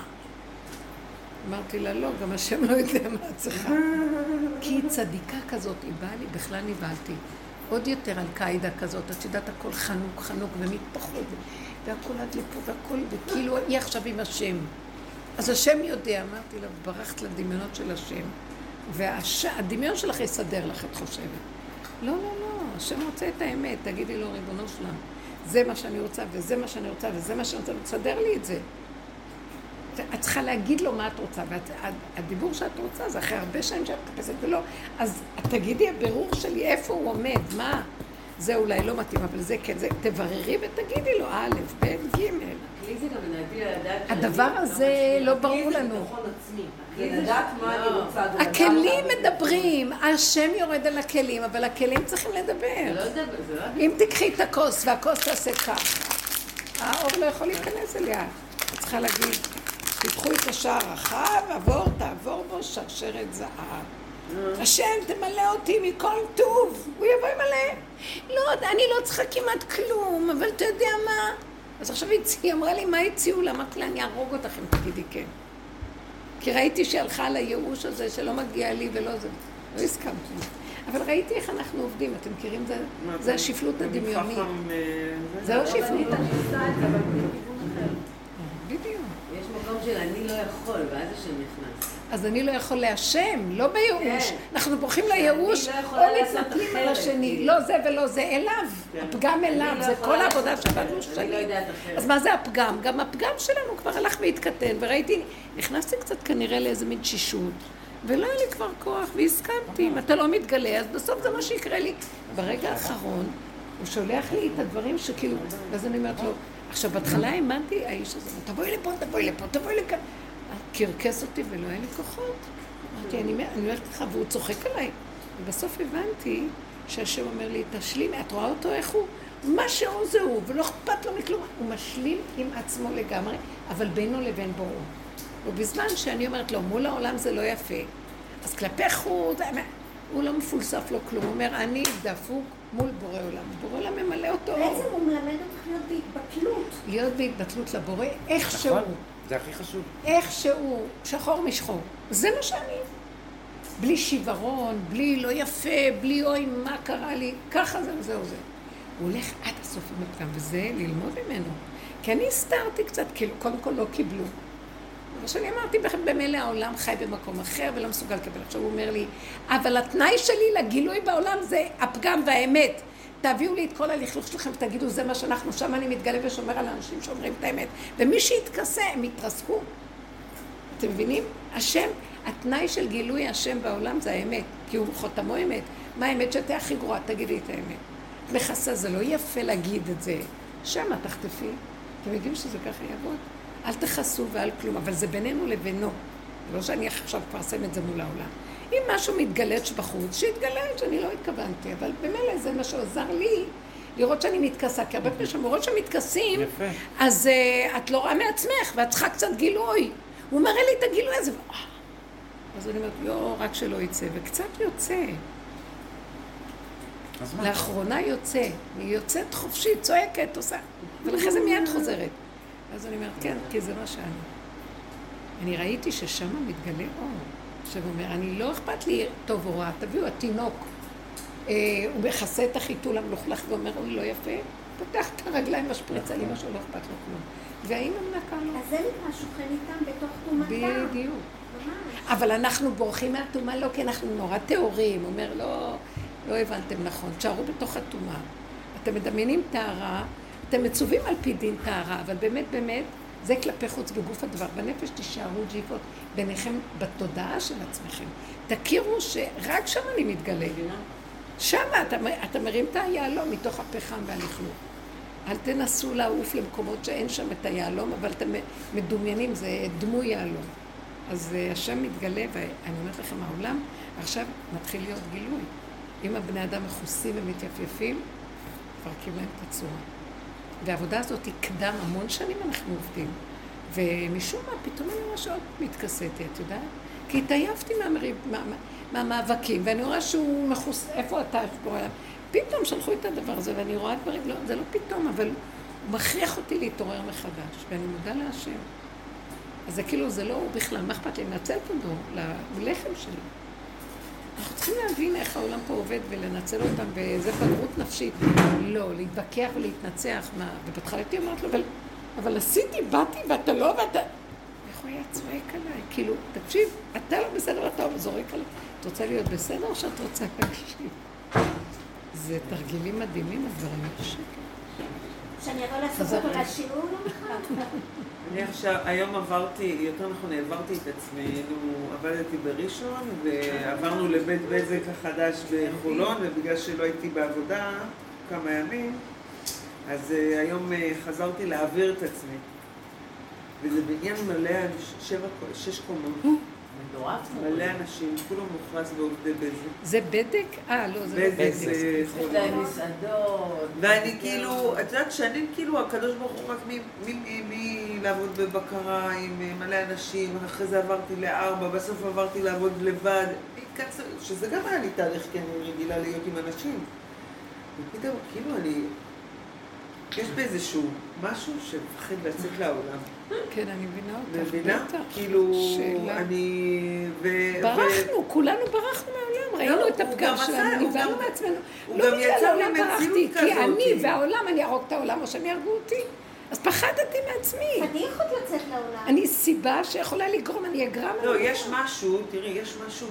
אמרתי לה, לא, גם השם לא יודע מה את צריכה. כי היא צדיקה כזאת, היא באה לי, בכלל נבהלתי. עוד יותר על קאידה כזאת, את יודעת, הכל חנוק, חנוק ומתפחות, והכל עד לפה והכל, וכאילו היא עכשיו עם השם. אז השם יודע, אמרתי לה, ברחת לדמיונות של השם, והדמיון שלך יסדר לך, את חושבת. לא, לא, לא, השם רוצה את האמת, תגידי לו, ריבונו שלם, זה מה שאני רוצה, וזה מה שאני רוצה, וזה מה שאני רוצה, תסדר לי את זה. את צריכה להגיד לו מה את רוצה, והדיבור שאת רוצה זה אחרי הרבה שנים שאת מחפשת ולא, אז תגידי הבירור שלי איפה הוא עומד, מה? זה אולי לא מתאים, אבל זה כן, זה, תבררי ותגידי לו א', ב', ג'. הכלי זה גם לדעתי לדעת... הדבר הזה לא ברור לנו. ביטחון עצמי. לדעת מה אני רוצה. הכלים מדברים, השם יורד על הכלים, אבל הכלים צריכים לדבר. אם תקחי את הכוס והכוס תעשה ככה, האור לא יכול להיכנס אליה. את צריכה להגיד, תפתחו את השער רחב, עבור, תעבור בו שרשרת זהב. השם תמלא אותי מכל טוב, הוא יבוא מלא. לא, אני לא צריכה כמעט כלום, אבל אתה יודע מה? אז עכשיו היא אמרה לי, מה הציעו לה? אמרתי לה, אני ארוג אותך אם תגידי כן. כי ראיתי שהלכה על הייאוש הזה שלא מגיע לי ולא זה. לא הסכמתי. אבל ראיתי איך אנחנו עובדים, אתם מכירים? זה השפלות הדמיוני. זהו שפלות. בדיוק. יש מקום של אני לא יכול, ואז השם נכנס. אז אני לא יכול להשם, לא בייאוש. אנחנו בורחים לייאוש, או מתנתלים על השני. לא זה ולא זה, אליו. הפגם אליו, זה כל העבודה שעבדנו שנים. אז מה זה הפגם? גם הפגם שלנו כבר הלך והתקטן, וראיתי, נכנסתי קצת כנראה לאיזה מין תשישות, ולא היה לי כבר כוח, והסכמתי. אם אתה לא מתגלה, אז בסוף זה מה שיקרה לי. ברגע האחרון, הוא שולח לי את הדברים שכאילו, ואז אני אומרת לו, עכשיו, בהתחלה האמנתי, האיש הזה, תבואי לפה, תבואי לפה, תבואי לכאן. קרקס אותי ולא היה לי כוחות. אמרתי, אני הולכת לך, והוא צוחק עליי. ובסוף הבנתי שהשם אומר לי, תשלים, את רואה אותו איך הוא? מה שהוא זה הוא, ולא אכפת לו מכלום. הוא משלים עם עצמו לגמרי, אבל בינו לבין בוראו. ובזמן שאני אומרת לו, מול העולם זה לא יפה. אז כלפי חוץ, הוא לא מפולסף לו כלום. הוא אומר, אני דפוק מול בורא עולם. בורא עולם ממלא אותו. בעצם הוא מלמד אותך להיות בהתבטלות. להיות בהתבטלות לבורא, איך שהוא. זה הכי חשוב. איך שהוא, שחור משחור. זה מה שאני. בלי שיוורון, בלי לא יפה, בלי אוי, מה קרה לי, ככה זה וזהו זה. הוא הולך עד הסוף עם הפגם, וזה ללמוד ממנו. כי אני הסתרתי קצת, כאילו, קודם כל לא קיבלו. אבל שאני אמרתי, במילא העולם חי במקום אחר ולא מסוגל לקבל. עכשיו הוא אומר לי, אבל התנאי שלי לגילוי בעולם זה הפגם והאמת. תביאו לי את כל הלכלוך שלכם ותגידו, זה מה שאנחנו, שם אני מתגלה ושומר על האנשים שאומרים את האמת. ומי שיתכסה, הם יתרסקו. אתם מבינים? השם, התנאי של גילוי השם בעולם זה האמת, כי הוא חותמו אמת. מה האמת שאתה הכי גרועה? תגידי את האמת. מכסה, זה לא יפה להגיד את זה. שמה, תחטפי. אתם יודעים שזה ככה יעבוד? אל תחסו ועל כלום, אבל זה בינינו לבינו. לא שאני עכשיו פרסם את זה מול העולם. אם משהו מתגלץ בחוץ, שיתגלץ, אני לא התכוונתי, אבל במילא זה מה שעוזר לי, לראות שאני מתכסה, כי הרבה פעמים שמורות שמתכסים, אז uh, את לא רואה מעצמך, ואת צריכה קצת גילוי. הוא מראה לי את הגילוי הזה, אז אני אומרת, לא, רק שלא יצא, וקצת יוצא. לאחרונה יוצא, היא יוצאת חופשית, צועקת, עושה, ולכן זה מיד חוזרת. אז אני אומרת, כן, כי זה מה שאני. אני ראיתי ששם מתגלה אור. עכשיו הוא אומר, אני לא אכפת לי טוב או רע, תביאו, התינוק, אה, הוא מכסה את החיתול המלוכלך ואומר, אוי, לא יפה, פותח את הרגליים משפריץ על אמא שלו, לא אכפת לו כלום. והאמא מנקה לו. אז זה נקרא שוכן איתם בתוך תומתה. בדיוק. אבל אנחנו בורחים מהתומה, לא, כי אנחנו נורא תיאורים. הוא אומר, לא, לא הבנתם נכון, תשארו בתוך התומה. אתם מדמיינים טהרה, אתם מצווים על פי דין טהרה, אבל באמת, באמת, זה כלפי חוץ בגוף הדבר. בנפש תישארו ג'יפות ביניכם בתודעה של עצמכם. תכירו שרק שם אני מתגלה. שם אתה, אתה מרים את היעלום מתוך הפחם והלכלוך. אל תנסו לעוף למקומות שאין שם את היעלום, אבל אתם מדומיינים, זה דמו יעלום. אז השם מתגלה, ואני אומרת לכם, העולם עכשיו מתחיל להיות גילוי. אם הבני אדם מחוסים ומתייפייפים, פרקים להם את הצורה. והעבודה הזאת היא קדם המון שנים אנחנו עובדים. ומשום מה, פתאום אני רואה שעוד מתכסתי, את יודעת? כי התעייפתי מהמריב, מה, מהמאבקים, ואני רואה שהוא מחוס... איפה אתה? פתאום שלחו את הדבר הזה, ואני רואה דברים, לא, זה לא פתאום, אבל הוא מכריח אותי להתעורר מחדש, ואני מודה להשם. אז זה כאילו, זה לא הוא בכלל, מה אכפת לי? לנצל אותו ללחם שלי. אנחנו צריכים להבין איך העולם פה עובד ולנצל אותם, וזה בגרות נפשית. לא, להתווכח ולהתנצח, מה? ובתחילתי אמרת לו, אבל, אבל עשיתי, באתי, ואתה לא, ואתה... איך הוא היה צועק עליי? כאילו, תקשיב, אתה לא בסדר, אתה זורק עליי. את רוצה להיות בסדר או שאת רוצה להקשיב? זה תרגילים מדהימים, הדברים שקר. שאני אבוא לעשות אותו לשיעור לא אני עכשיו, היום עברתי, יותר נכון העברתי את עצמנו, עבדתי בראשון ועברנו לבית בזק החדש בחולון, ובגלל שלא הייתי בעבודה כמה ימים, אז היום חזרתי להעביר את עצמי. וזה בניין מלא, שבע, שש קומות. מלא אנשים, כולם מוכרז בעובדי בזק. זה בדק? אה, לא, זה לא בדק. יש להם מסעדות. ואני כאילו, את יודעת שנים כאילו הקדוש ברוך הוא רק מי לעבוד בבקרה עם מלא אנשים, אחרי זה עברתי לארבע, בסוף עברתי לעבוד לבד, שזה גם היה לי תהליך, כי אני רגילה להיות עם אנשים. ופתאום כאילו אני, יש באיזשהו משהו שמפחד לצאת לעולם. כן, אני מבינה אותך, מבינה? בטח. כאילו, שאלה. אני... ברחנו, כולנו ברחנו מהעולם, ראינו את הפגם שלנו, נבענו מעצמנו. הוא לא גם בגלל יצא העולם ממציאות ברחתי, כי כזאת. אני והעולם, אני ארוג את העולם או שהם יהרגו אותי. אז פחדתי מעצמי. אני יכולת לצאת לעולם. אני סיבה שיכולה לגרום, אני אגרם. לא, יש משהו, תראי, יש משהו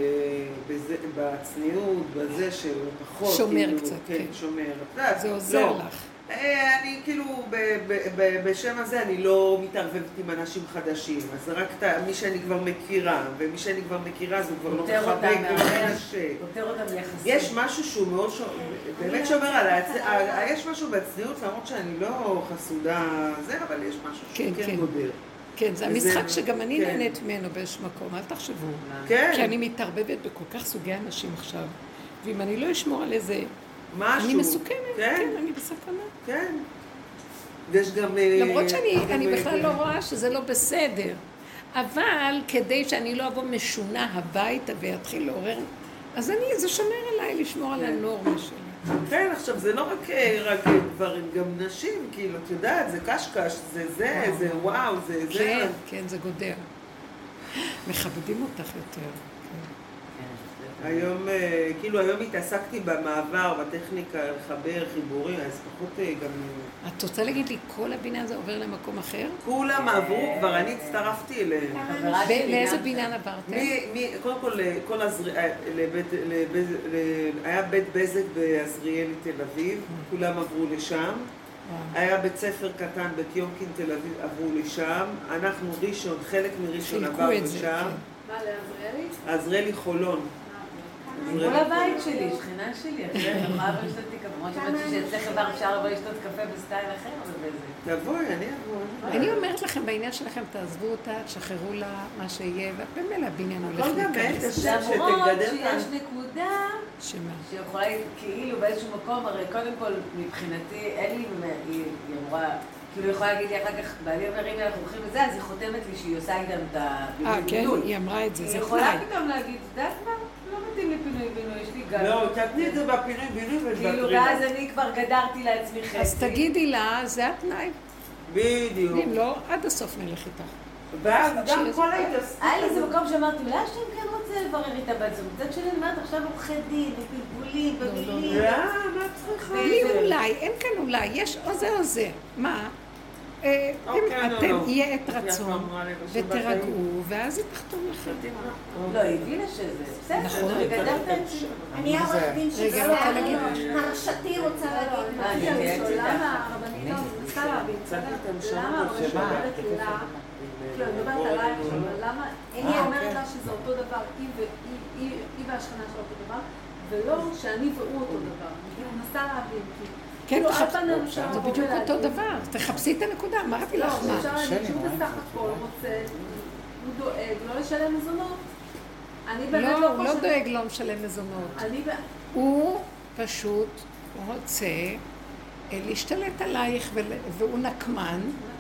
בצניעות, בזה שהוא פחות... שומר כאילו, קצת, כן. כן. שומר. זה עוזר לא. לך. אני כאילו, בשם הזה אני לא מתערבבת עם אנשים חדשים, אז זה רק מי שאני כבר מכירה, ומי שאני כבר מכירה זה כבר לא מחבק ומנשק. פותר אותם יחסית. יש משהו שהוא מאוד באמת שומר על הצניעות, יש משהו בצניעות, למרות שאני לא חסודה זה, אבל יש משהו שהוא כן גודר. כן, זה המשחק שגם אני נהנית ממנו באיזשהו מקום, אל תחשבו. כי אני מתערבבת בכל כך סוגי אנשים עכשיו, ואם אני לא אשמור על איזה... משהו. אני מסוכנת, כן, כן, אני בסכנה. כן. ויש גם... למרות שאני בכלל לא רואה שזה לא בסדר, אבל כדי שאני לא אבוא משונה הביתה ויתחיל לעורר, אז אני, זה שומר עליי לשמור על הנורמה שלי. כן, עכשיו זה לא רק גברים, גם נשים, כאילו, את יודעת, זה קשקש, זה זה, זה וואו, זה זה. כן, כן, זה גודר. מכבדים אותך יותר. היום, כאילו היום התעסקתי במעבר, בטכניקה, לחבר, חיבורים, אז פחות גם... את רוצה להגיד לי, כל הבניין הזה עובר למקום אחר? כולם עברו, כבר אני הצטרפתי אליהם. לאיזה בניין עברתם? קודם כל, היה בית בזק בעזריאלי תל אביב, כולם עברו לשם. היה בית ספר קטן, בית יומקין תל אביב, עברו לשם. אנחנו ראשון, חלק מראשון עברנו לשם. מה, לעזריאלי? עזריאלי חולון. כל הבית שלי, שכנה שלי, אחרי נוכל לבוא לשתות קפה, למרות שבאתי שאצלך כבר אפשר לבוא לשתות קפה בסטייל אחר, אבל בזה. תבואי, אני אבוא. אני אומרת לכם, בעניין שלכם, תעזבו אותה, תשחררו לה מה שיהיה, ובמילא הבניין הולך להיכנס. למרות שיש נקודה שמה? שיכולה כאילו באיזשהו מקום, הרי קודם כל מבחינתי, אין לי, היא אמורה, כאילו היא יכולה להגיד לי אחר כך, בעלי אומר, הנה אנחנו הולכים לזה, אז היא חותמת לי שהיא עושה איתם את הבינוי. אה, כן, היא אמרה את זה, זה היא יכולה פתאום להגיד, דעת מה? לא מתאים לי פינוי בינוי, יש לי גל. לא, תתני את זה בפינוי בינוי ובפינוי. כאילו, ואז אני כבר גדרתי לעצמי חצי. אז תגידי לה, זה התנאי. בדיוק. אם לא, עד הסוף נלך איתך. ואז גם כל ההתעסקות. היה לי איזה מקום שאמרתי, אולי השם כן רוצה לברר איתה בת זוג. מצד שני, אני אומרת, עכשיו עורכי דין, ופלפולים, ומילים. לא, מה צריכה? לי אולי, אין כאן אולי, יש או זה או זה. מה? אתם יהיה את רצון ותרגעו, ואז היא תחתום לכם. לא, היא הבינה שזה. בסדר, וגדרת את זה. אני העורך דין שזה מרשתי רוצה להגיד מה. למה הרבנית לא מנסה להבין, למה הרבנית אומרת לה, כאילו אני מדברת עלייך, אבל למה היא אומרת לה שזה אותו דבר, היא והשכנה של אותו דבר, ולא שאני והוא אותו דבר. אני מנסה להבין, כן, זה בדיוק אותו דבר, תחפשי את הנקודה, אמרתי לך מה. לא, אפשר להגיד שהוא בסך הכל רוצה, הוא דואג לא לשלם מזונות. לא, הוא לא דואג לא משלם מזונות. הוא פשוט רוצה להשתלט עלייך, והוא נקמן,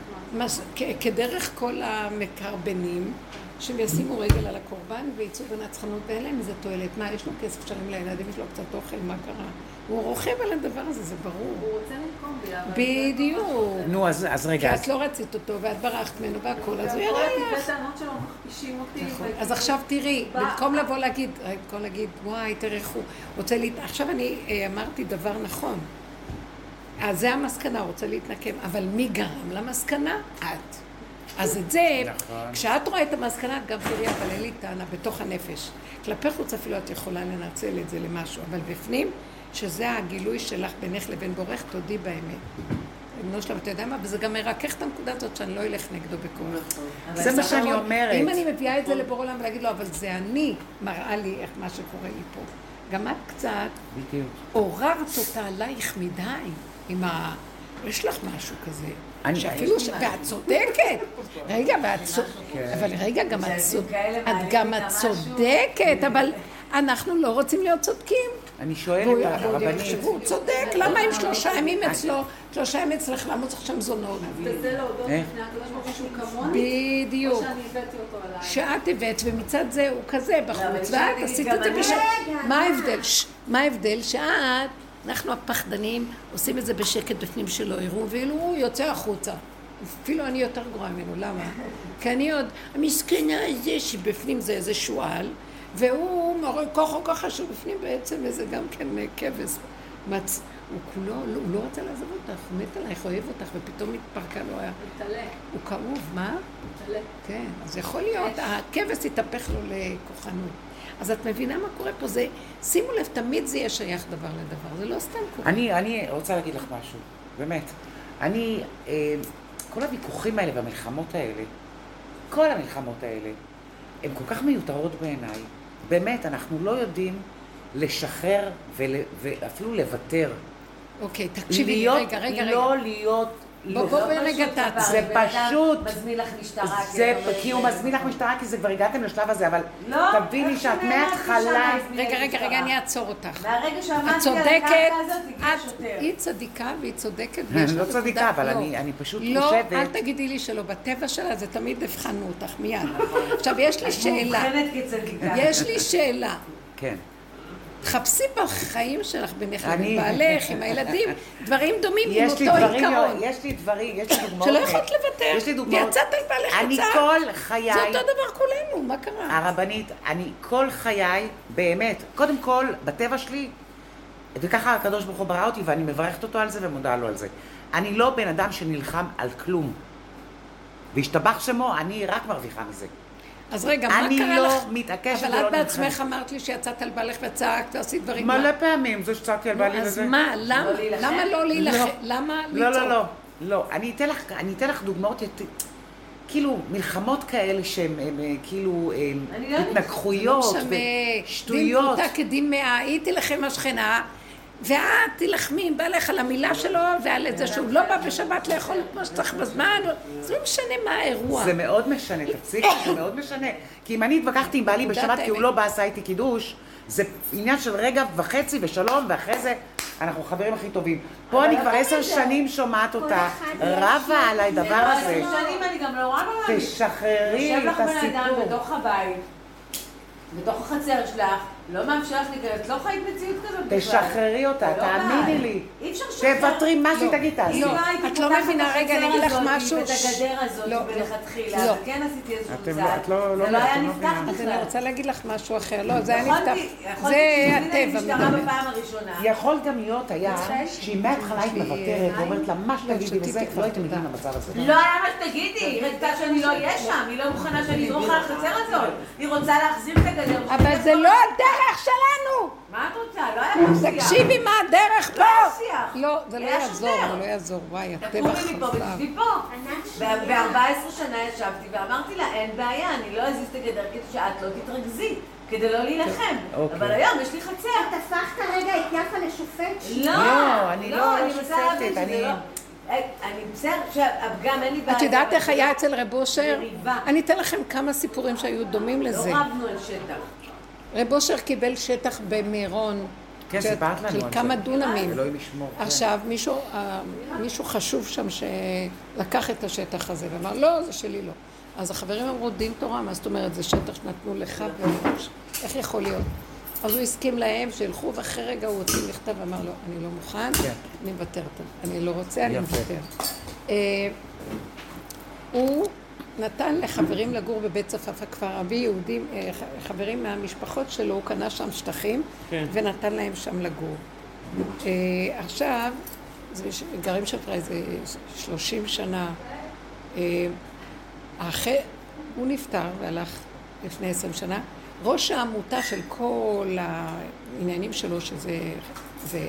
כדרך כל המקרבנים, שהם ישימו רגל על הקורבן ויצאו בנצחנות, ואין להם איזה תועלת. מה, יש לו כסף שלם לילדים, יש לו קצת אוכל, מה קרה? הוא רוכב על הדבר הזה, זה ברור. הוא רוצה לנקום בי, אבל... בדיוק. נו, אז רגע. כי את לא רצית אותו, ואת ברחת ממנו והכל, אז הוא יראה לך. כל הטענות שלו מכפישים אותי. אז עכשיו תראי, במקום לבוא להגיד, במקום להגיד, וואי, תראי איך הוא רוצה להת... עכשיו אני אמרתי דבר נכון. אז זה המסקנה, הוא רוצה להתנקם, אבל מי גרם למסקנה? את. אז את זה, כשאת רואה את המסקנה, גם תראי, אבל אין לי טענה בתוך הנפש. כלפי חוץ אפילו את יכולה לנצל את זה למשהו, אבל בפנים, שזה הגילוי שלך בינך לבין בורך, תודי באמת. בנו שלו, ואתה יודע מה, וזה גם מרכך את הנקודה הזאת שאני לא אלך נגדו בכוח. זה מה שאני אומרת. אם אני מביאה את זה לבור עולם ולהגיד לו, אבל זה אני, מראה לי איך מה שקורה לי פה. גם את קצת עוררת אותה עלייך מדי, עם ה... יש לך משהו כזה. שאפילו ש... ואת צודקת. רגע, ואת צודקת. אבל רגע, גם את צודקת. את גם את צודקת, אבל אנחנו לא רוצים להיות צודקים. אני שואלת את הרבנית. הוא צודק, למה אם שלושה ימים אצלו, שלושה ימים אצלך, למה צריך שם זונות? וזה להודות לפני הקדוש ברוך הוא שהוא כמוני, בדיוק. או שאני הבאתי אותו עליי. שאת הבאת, ומצד זה הוא כזה בחוץ, ואת עשית את זה בשקט. מה ההבדל? מה ההבדל? שאת, אנחנו הפחדנים, עושים את זה בשקט בפנים שלא יראו, ואילו הוא יוצא החוצה. אפילו אני יותר גרועה ממנו, למה? כי אני עוד, המסכנה הזה שבפנים זה איזה שואל, והוא מראה ככה ככה שבפנים בעצם איזה גם כן כבש. מצ... הוא כולו, הוא לא רוצה לעזוב אותך, הוא מת עלייך, אוהב אותך, ופתאום מתפרקה לו היה. הוא מתעלה. הוא כאוב, מה? הוא מתעלה. כן, אז יכול להיות, הכבש יתהפך לו לכוחנות. אז את מבינה מה קורה פה? זה, שימו לב, תמיד זה יהיה שייך דבר לדבר, זה לא סתם קורה. אני, אני רוצה להגיד לך משהו, באמת. אני, אה, כל הוויכוחים האלה והמלחמות האלה, כל המלחמות האלה, הן כל כך מיותרות בעיניי. באמת, אנחנו לא יודעים לשחרר ול, ואפילו לוותר. אוקיי, תקשיבי, להיות, רגע, רגע, רגע. לא להיות... בוא, בוא, בוא רגע תעצר. זה פשוט... מזמין לך משטרה. זה, כי הוא מזמין לך משטרה, כי זה כבר הגעתם לשלב הזה, אבל תביני שאת מההתחלה... רגע, רגע, רגע, אני אעצור אותך. מהרגע את שעמדתי על צודקת, הקרקע הזאת, הגיע את, שוטר. היא צדיקה והיא צודקת. אני לא צדיקה, אבל אני, אני פשוט חושבת... לא, אל תגידי לי שלא, בטבע שלה זה תמיד הבחנו אותך מיד. עכשיו, יש לי שאלה. מובחנת כצדיקה. יש לי שאלה. כן. תחפשי בחיים שלך, בינך לבין אני- בעלך, עם הילדים, דברים דומים עם יש אותו לי דברים, עיקרון. יש לי דברים, יש לי דוגמאות. שלא יכולת לוותר. יש לי דוגמאות. ויצאת על בעלך אני הצעה. כל חיי... זה אותו דבר כולנו, מה קרה? הרבנית, אני כל חיי, באמת, קודם כל, בטבע שלי, וככה הקדוש ברוך הוא ברא אותי, ואני מברכת אותו על זה ומודה לו על זה. אני לא בן אדם שנלחם על כלום. והשתבח שמו, אני רק מרוויחה מזה. אז רגע, מה אני קרה לא לך? מתעקשת אבל ולא את בעצמך נלחמת. אמרת לי שיצאת על בעלך וצעקת, עשית דברים... מלא מה? פעמים, זה שצעקתי על בעלי אז וזה. מה? למה? להילחם? למה לא להילחם? לא. למה לא, לצעוק? לא, לא, לא. אני אתן לך, אני אתן לך דוגמאות, ית- כאילו, מלחמות כאלה שהן הם, אה, כאילו אה, אני לא יודעת. התנגחויות לא משנה, ושטויות. דין פרוטה כדין מאה, היא תילחם השכנה, ואת תילחמי עם בעלך על המילה שלו ועל את זה שהוא לא בא בשבת לאכול כמו שצריך בזמן, זה לא משנה מה האירוע. זה מאוד משנה, תפסיקי, זה מאוד משנה. כי אם אני התווכחתי עם בעלי בשבת כי הוא לא בא עשה איתי קידוש, זה עניין של רגע וחצי ושלום, ואחרי זה אנחנו חברים הכי טובים. פה אני כבר עשר שנים שומעת אותה, רבה על הדבר הזה. עשר שנים אני גם לא רבה עליי. תשחררי יושב את לך בן אדם הסיפור. בתוך הבית, בתוך החצר שלך, לא מאפשר לך להיכנס, את לא חיית מציאות כזאת בכלל. תשחררי אותה, זה לא תאמיני בעיה. לי. אי אפשר לשחרר. תוותרי, מה שהיא תגיד תעשי. אם לא הייתי את לא פותחת מבינה, את רגע, אני החצר אגיד לך הזאת משהו. ואת הגדר הזאת לא, מלכתחילה, לא. אז כן עשיתי איזשהו אתם- צעד. את לא- לא- זה לא היה אתם לא נפתח מבינה. אז אני בכלל. רוצה להגיד לך משהו אחר, לא, זה היה יכולתי- נפתח, יכולתי זה שתזמיני הטבע משטרה מדבר. בפעם הראשונה. יכול גם להיות היה מצחק. שהיא מההתחלה היית מוותרת ואומרת לה מה שתגידי שתיתי וזה, כבר, לא הייתם תודה. מגיעים למצב הזה. לא היה מה שתגידי, היא רצתה שאני לא אהיה שם, היא לא מוכנה שאני אזרוך על החצר הזאת. היא רוצה להחזיר את הגדר. אבל זה לא הדרך שלנו! מה את רוצה? לא היה פה שיח. תקשיבי מה הדרך פה! לא היה שיח. לא, זה לא היה יעזור, שוטר. זה לא יעזור, וואי, הטבע תקומי מפה חזר. ותשבי פה. ענת שנייה. ב-ארבע עשרה שנה ישבתי ואמרתי לה, אין בעיה, אני לא אזיז את הגדר כדי שאת לא תתרכזי, כדי לא להילחם. אוקיי. אבל היום יש לי חצר. את הפכת רגע את יפה לשופט? לא, לא, אני לא אני מנסה להבין שופטת, שזה אני- לא... אני בסדר, שהפגם אין לי בעיה. את יודעת איך היה אצל רב אושר? מריבה. אני אתן לכם כמה סיפורים שהיו דומים לא לזה. רבנו על שטח. רב אושר קיבל שטח במירון, כן, של- סיפרת לנו של על כמה זה. דונמים. אלוהים ישמור. כן. עכשיו, מישהו, אה, מישהו חשוב שם שלקח את השטח הזה ואמר, לא, זה שלי לא. אז החברים אמרו, דין תורה, מה זאת אומרת, זה שטח שנתנו לך ולראש, איך יכול להיות? אז הוא הסכים להם שילכו, ואחרי רגע הוא הוציא מכתב ואמר לו, אני לא מוכן, כן. אני מוותרת, אני לא רוצה, אני יפה. מוותר. אה, הוא נתן לחברים לגור בבית צפאפא, כבר אבי יהודים, אה, ח- חברים מהמשפחות שלו, הוא קנה שם שטחים, ונתן להם שם לגור. אה, עכשיו, זה ש- גרים שם כבר איזה שלושים שנה. אה, האח... הוא נפטר והלך לפני עשרים שנה. ראש העמותה של כל העניינים שלו, שזה זה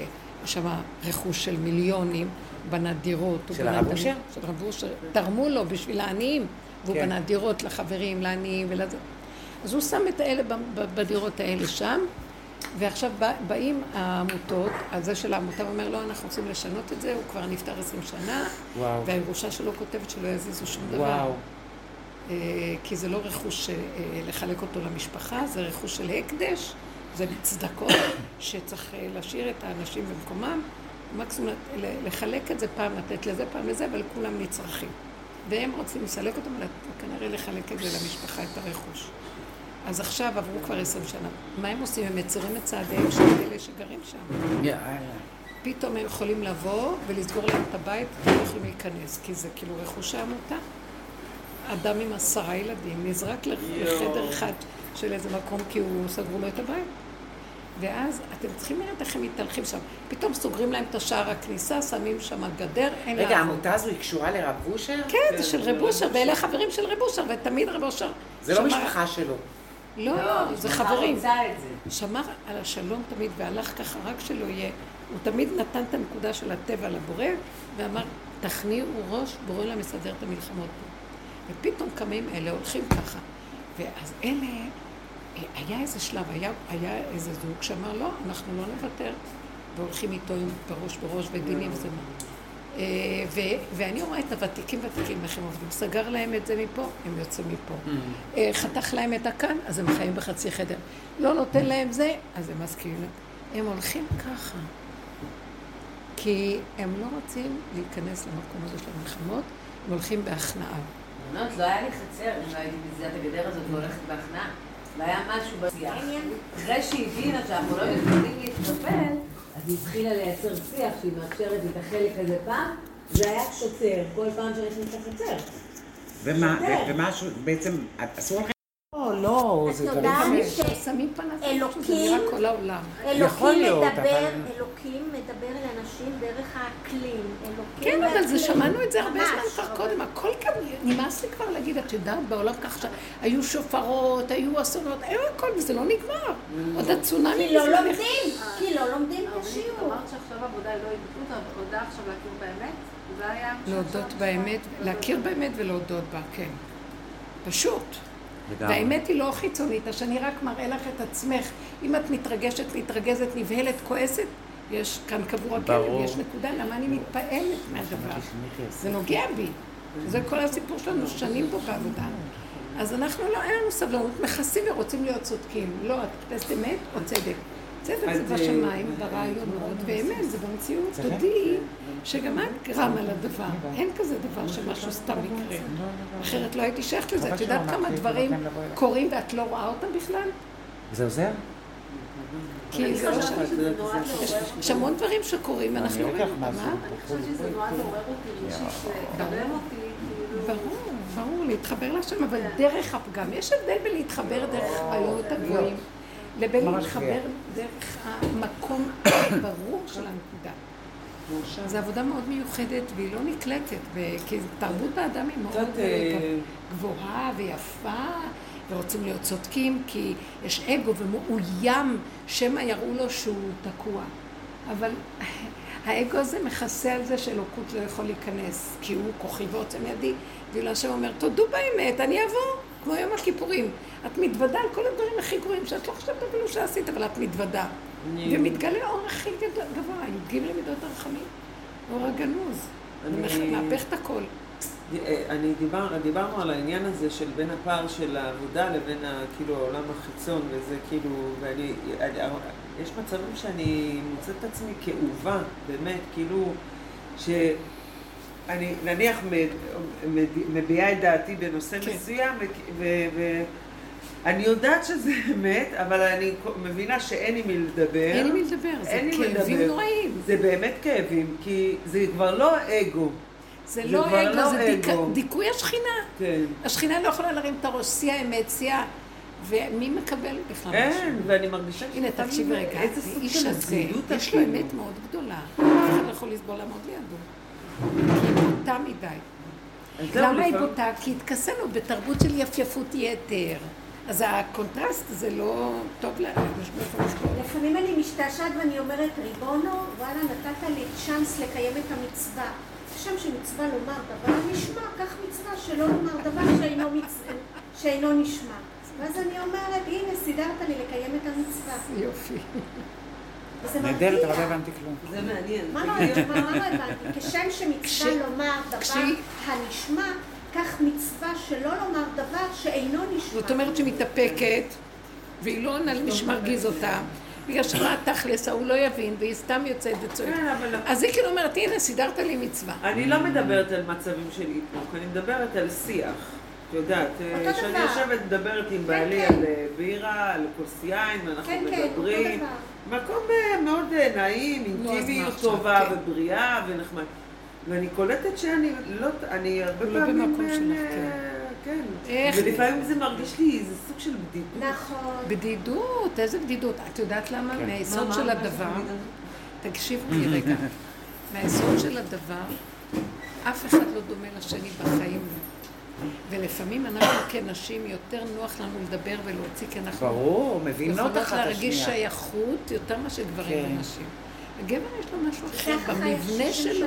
יש שם רכוש של מיליונים, בנה דירות. של הרב אושר? של הרב אושר. תרמו לו בשביל העניים, והוא כן. בנה דירות לחברים, לעניים ולזה. אז הוא שם את האלה בדירות האלה שם, ועכשיו באים העמותות, על זה של העמותה, ואומר לו, אנחנו רוצים לשנות את זה, הוא כבר נפטר עשרים שנה, וואו. והירושה שלו כותבת שלא יזיזו שום דבר. וואו. כי זה לא רכוש לחלק אותו למשפחה, זה רכוש של הקדש, זה צדקות שצריך להשאיר את האנשים במקומם, מקסימום לחלק את זה פעם, לתת לזה פעם לזה, אבל כולם נצרכים. והם רוצים לסלק אותם, וכנראה לחלק את זה למשפחה, את הרכוש. אז עכשיו עברו כבר עשרים שנה. מה הם עושים? הם מצרים את צעדיהם של אלה שגרים שם. יאללה. פתאום הם יכולים לבוא ולסגור להם את הבית, כי הם יכולים להיכנס, כי זה כאילו רכוש העמותה. אדם עם עשרה ילדים נזרק לחדר אחד של איזה מקום, כי הוא סגרו לו את הבית. ואז אתם צריכים לראות איך הם מתהלכים שם. פתאום סוגרים להם את השער הכניסה, שמים שם גדר, אין רגע, לעבור. העמותה הזו היא קשורה לרב אושר? כן, זה של רב אושר, ואלה חברים של רב אושר, ותמיד רב אושר. זה לא משפחה שלו. לא, לא, זה חברים. רוצה את זה. שמר על השלום תמיד, והלך ככה רק שלא יהיה. הוא תמיד נתן את הנקודה של הטבע לבורא, ואמר, תכניעו ראש, בורא לה מסדר את המלחמות פה. ופתאום קמים אלה, הולכים ככה. ואז אלה, היה איזה שלב, היה, היה איזה זוג שאמר, לא, אנחנו לא נוותר, והולכים איתו עם בראש בראש ודינים וזה מה. ו- ואני רואה את הוותיקים ותיקים, איך הם עובדים. סגר להם את זה מפה, הם יוצאים מפה. חתך להם את הכאן, אז הם חיים בחצי חדר. לא נותן להם זה, אז הם מסכימים. הם הולכים ככה. כי הם לא רוצים להיכנס למקום הזה של המלחמות, הם הולכים בהכנעה. לא, לא היה לי חצר, אם לא הייתי מזיעת הגדר הזאת והולכת בהכנעה. לא היה משהו בשיח. אחרי שהבינה שאנחנו לא יכולים להתקפל, אז היא התחילה לייצר שיח שהיא מאפשרת את החלק הזה פעם, זה היה קצר, כל פעם שנכנס לחצר. ומה בעצם, אסור לכם? לא, לא, זה דברים יודעת ששמים פנס, אלוקים- זה נראה כל העולם. יכול אלוקים להיות, מדבר, אבל- אלוקים מדבר אל אנשים דרך האקלים. אלוקים כן, אבל זה והאקלים. שמענו את זה הרבה ממש, זמן כבר אבל- קודם. הכל כאן, נמאס לי כבר להגיד, את יודעת, בעולם כך שהיו שופרות, היו אסונות, היו הכל, וזה לא נגמר. עוד הצונאמי. כי לא זה לומדים, כי לא לומדים אבל בשיעור. אמרת שעכשיו עבודה היא לא התבטאות, עבודה עכשיו להכיר באמת? זה היה... להודות באמת, להכיר באמת ולהודות בה, כן. פשוט. והאמת היא לא חיצונית, שאני רק מראה לך את עצמך. אם את מתרגשת, מתרגזת, נבהלת, כועסת, יש כאן קבור הכלב, יש נקודה, למה אני מתפעלת מהדבר? זה נוגע בי. זה כל הסיפור שלנו, שנים פה בעבודה. אז אנחנו לא, אין לנו סבלנות, מכסים ורוצים להיות צודקים. לא, את מחפשת אמת או צדק. צדק זה בשמיים, ברעיונות, ואמת זה במציאות. תודי שגם את גרם על הדבר. אין כזה דבר שמשהו סתם יקרה. אחרת לא הייתי שייכת לזה. את יודעת כמה דברים קורים ואת לא רואה אותם בכלל? זה עוזר? כי זה לא ש... יש המון דברים שקורים, אנחנו לא רואים אותם, אה? אני חושבת שזה נועד לעורר אותי רגשית, לקדם אותי, כאילו... ברור, ברור, להתחבר לשם, אבל דרך הפגם. יש הבדל בין להתחבר דרך הרעיונות הגבוהים, לבין להתחבר דרך המקום הברור של הנקודה. זו עבודה מאוד מיוחדת והיא לא נקלטת, כי תרבות האדם היא מאוד גבוהה ויפה, ורוצים להיות צודקים, כי יש אגו ומאוים שמא יראו לו שהוא תקוע. אבל האגו הזה מכסה על זה שאלוקות לא יכול להיכנס, כי הוא כוחי ועוצם ידי, ואילו השם אומר, תודו באמת, אני אעבור, כמו יום הכיפורים. את מתוודה על כל הדברים הכי גרועים, שאת לא חושבת אפילו שעשית, אבל את מתוודה. ומתגלה אור הכי גבוה, י"ג למידות הרחמים, אור הגנוז, ומהפך את הכל. אני דיבר, דיברנו על העניין הזה של בין הפער של העבודה לבין ה, כאילו העולם החיצון וזה כאילו, ואני, יש מצבים שאני מוצאת את עצמי כאובה, באמת, כאילו, שאני נניח מביעה את דעתי בנושא כן. מסוים, ואני יודעת שזה אמת, אבל אני מבינה שאין עם מי לדבר. אין עם מי לדבר, זה כאבים נוראים. זה באמת כאבים, כי זה כבר לא אגו. זה לא אגו, זה דיכוי השכינה. כן. השכינה לא יכולה להרים את הראש, שיא האמת, שיא, ומי מקבל בכלל משהו? אין, ואני מרגישה הנה, תקשיב רגע, האיש הזה, יש לו אמת מאוד גדולה. אף אחד לא יכול לסבול לעמוד לידו. כי היא בוטה מדי. למה היא בוטה? כי התכסנו בתרבות של יפייפות יתר. אז הקונטרסט זה לא טוב לה. לפעמים אני משתעשעת ואני אומרת, ריבונו, וואלה, נתת לי צ'אנס לקיים את המצווה. שם שמצווה לומר דבר נשמע, כך מצווה שלא לומר דבר שאינו, מצ... שאינו נשמע. ואז אני אומרת, הנה, סידרת לי לקיים את המצווה. יופי. וזה מרגיע. נהדרת, אבל לא הבנתי כלום. זה מעניין. מה לא הבנתי? כשם שמצווה לומר דבר הנשמע, כך מצווה שלא לומר דבר שאינו נשמע. זאת אומרת שמתאפקת, והיא לא עונה למי שמרגיז אותה, בגלל שמה תכלס, הוא לא יבין, והיא סתם יוצאת וצועקת. אז היא כאילו אומרת, הנה, סידרת לי מצווה. אני לא מדברת על מצבים של איפוק, אני מדברת על שיח. את יודעת, שאני יושבת מדברת עם בעלי על בירה, על כוס יין, ואנחנו מדברים. מקום מאוד נעים, אינטימיות טובה ובריאה ונחמד. ואני קולטת שאני לא, אני הרבה פעמים, כן, ולפעמים זה מרגיש לי איזה סוג של בדידות. נכון. בדידות, איזה בדידות? את יודעת למה? מהיסוד של הדבר, תקשיבו לי רגע, מהיסוד של הדבר, אף אחד לא דומה לשני בחיים. ולפעמים אנחנו כנשים יותר נוח לנו לדבר ולהוציא, כי אנחנו ברור, מבינות אחת השנייה. יכולות להרגיש שייכות יותר מה שגברים ונשים. הגבר יש לו משהו אחר במבנה שלו.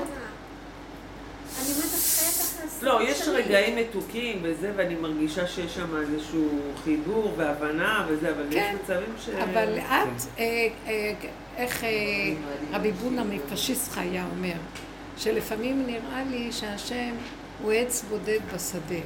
אני אומרת, את חייבת אחרי... לא, יש רגעים מתוקים וזה, ואני מרגישה שיש שם איזשהו חיבור והבנה וזה, אבל יש מצבים ש... אבל את, איך רבי בונה מפשיסחה היה אומר, שלפעמים נראה לי שהשם הוא עץ בודד בשדה.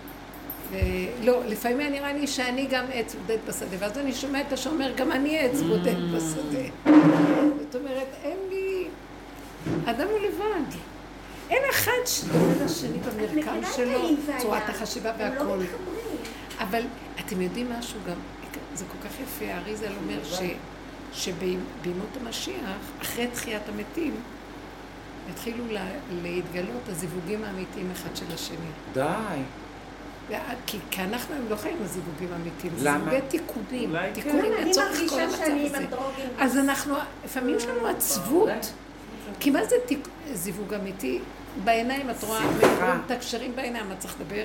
לא, לפעמים נראה לי שאני גם עץ בודד בשדה, ואז אני שומעת את השומר, גם אני עץ בודד בשדה. זאת אומרת, אין לי... אדם הוא לבד. אין אחד שדומה לשני במרקם שלו, צורת החשיבה והכל. אבל אתם יודעים משהו גם, זה כל כך יפה, האריזל אומר שבימות המשיח, אחרי תחיית המתים, התחילו להתגלות הזיווגים האמיתיים אחד של השני. די. כי אנחנו הם לא חיים הזיווגים האמיתיים, למה? זה זיווגי תיקונים, תיקונים לצורך כל המצב הזה. אז אנחנו, לפעמים יש לנו עצבות, כי מה זה זיווג אמיתי? בעיניים את רואה, את הקשרים בעיניים, מה צריך לדבר?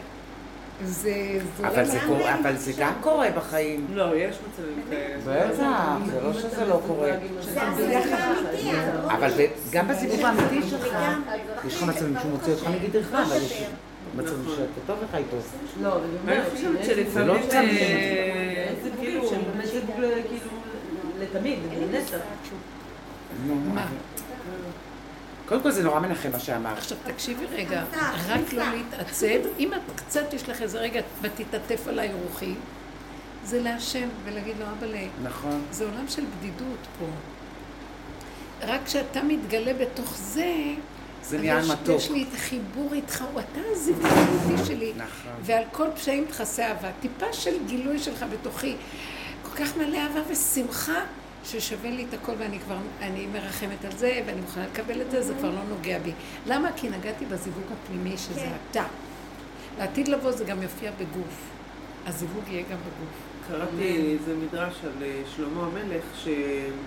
אבל זה גם קורה בחיים. לא, יש מצבים כאלה. בטח, זה לא שזה לא קורה. זה הזיווג האמיתי. אבל גם בזיווג האמיתי שלך, יש לך מצבים שהוא מוציא אותך מגדרך, אבל יש מצבים שאתה טוב לך איתו. לא, אני חושבת שלפעמים זה כאילו, זה כאילו לתמיד, לנצח. מה? קודם כל זה נורא מנחם מה שאמרת. עכשיו תקשיבי רגע, רק לא להתעצב, אם את קצת יש לך איזה רגע ותתעטף עליי רוחי, זה להשם ולהגיד לו אבא לי, נכון. זה עולם של בדידות פה. רק כשאתה מתגלה בתוך זה, זה נהיה מתוק. יש לי את החיבור איתך, אתה הזיווג האמיתי שלי, נכון. ועל כל פשעים תכסה אהבה, טיפה של גילוי שלך בתוכי, כל כך מלא אהבה ושמחה, ששווה לי את הכל ואני כבר, אני מרחמת על זה ואני מוכנה לקבל את זה, זה כבר לא נוגע בי. למה? כי נגעתי בזיווג הפנימי שזה אתה. לעתיד לבוא זה גם יופיע בגוף. הזיווג יהיה גם בגוף. קראתי איזה מדרש על שלמה המלך שהוא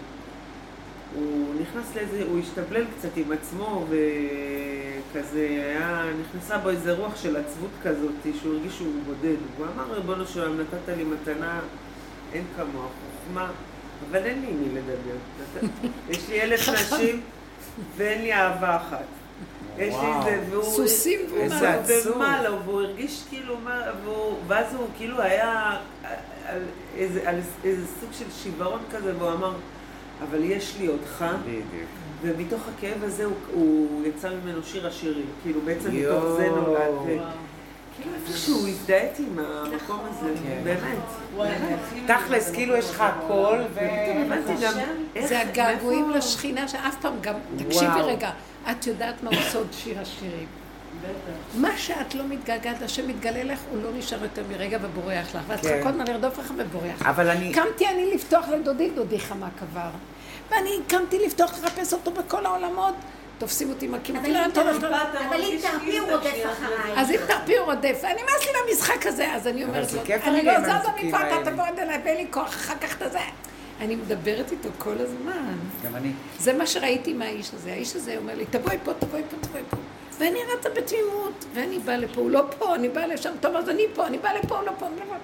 נכנס לאיזה, הוא השתבלל קצת עם עצמו וכזה היה, נכנסה בו איזה רוח של עצבות כזאת שהוא הרגיש שהוא בודד. הוא אמר ריבונו של עולם, נתת לי מתנה, אין כמוה, חוכמה. אבל אין לי מי לדבר. יש לי אלף נשים ואין לי אהבה אחת. יש לי איזה, והוא... סוסים ומעלה, והוא הרגיש כאילו, ואז הוא כאילו היה על איזה סוג של שיוורון כזה, והוא אמר, אבל יש לי אותך, ומתוך הכאב הזה הוא יצא ממנו שיר השירים. כאילו בעצם מתוך זה נולד. כאילו איפשהו הזדהיתי עם המקום הזה, באמת. תכלס, כאילו יש לך הכל ו... זה הגעגועים לשכינה שאף פעם גם... תקשיבי רגע, את יודעת מה הוא סוד שיר השירים. מה שאת לא מתגעגעת, השם מתגלה לך, הוא לא נשאר יותר מרגע ובורח לך. ואת צריכה כל הזמן לרדוף לך ובורח. אבל אני... קמתי אני לפתוח לדודי, דודי חמה קבר. ואני קמתי לפתוח לחפש אותו בכל העולמות. תופסים אותי מקים אותי, לא אתה הולך... אבל אם תרפי הוא רודף אחריי. אז אם תרפי הוא רודף, אני מאס לי במשחק הזה, אז אני אומרת לו, אני לא זזה מפה, אתה תבוא עד אליי, ואין לי כוח, אחר כך את זה. אני מדברת איתו כל הזמן. גם אני. זה מה שראיתי מהאיש הזה. האיש הזה אומר לי, תבואי פה, תבואי פה, תבואי פה. ואני רצה בתמימות, ואני באה לפה, הוא לא פה, אני באה לשם, טוב, אז אני פה, אני באה לפה, הוא לא פה, אני לא פה.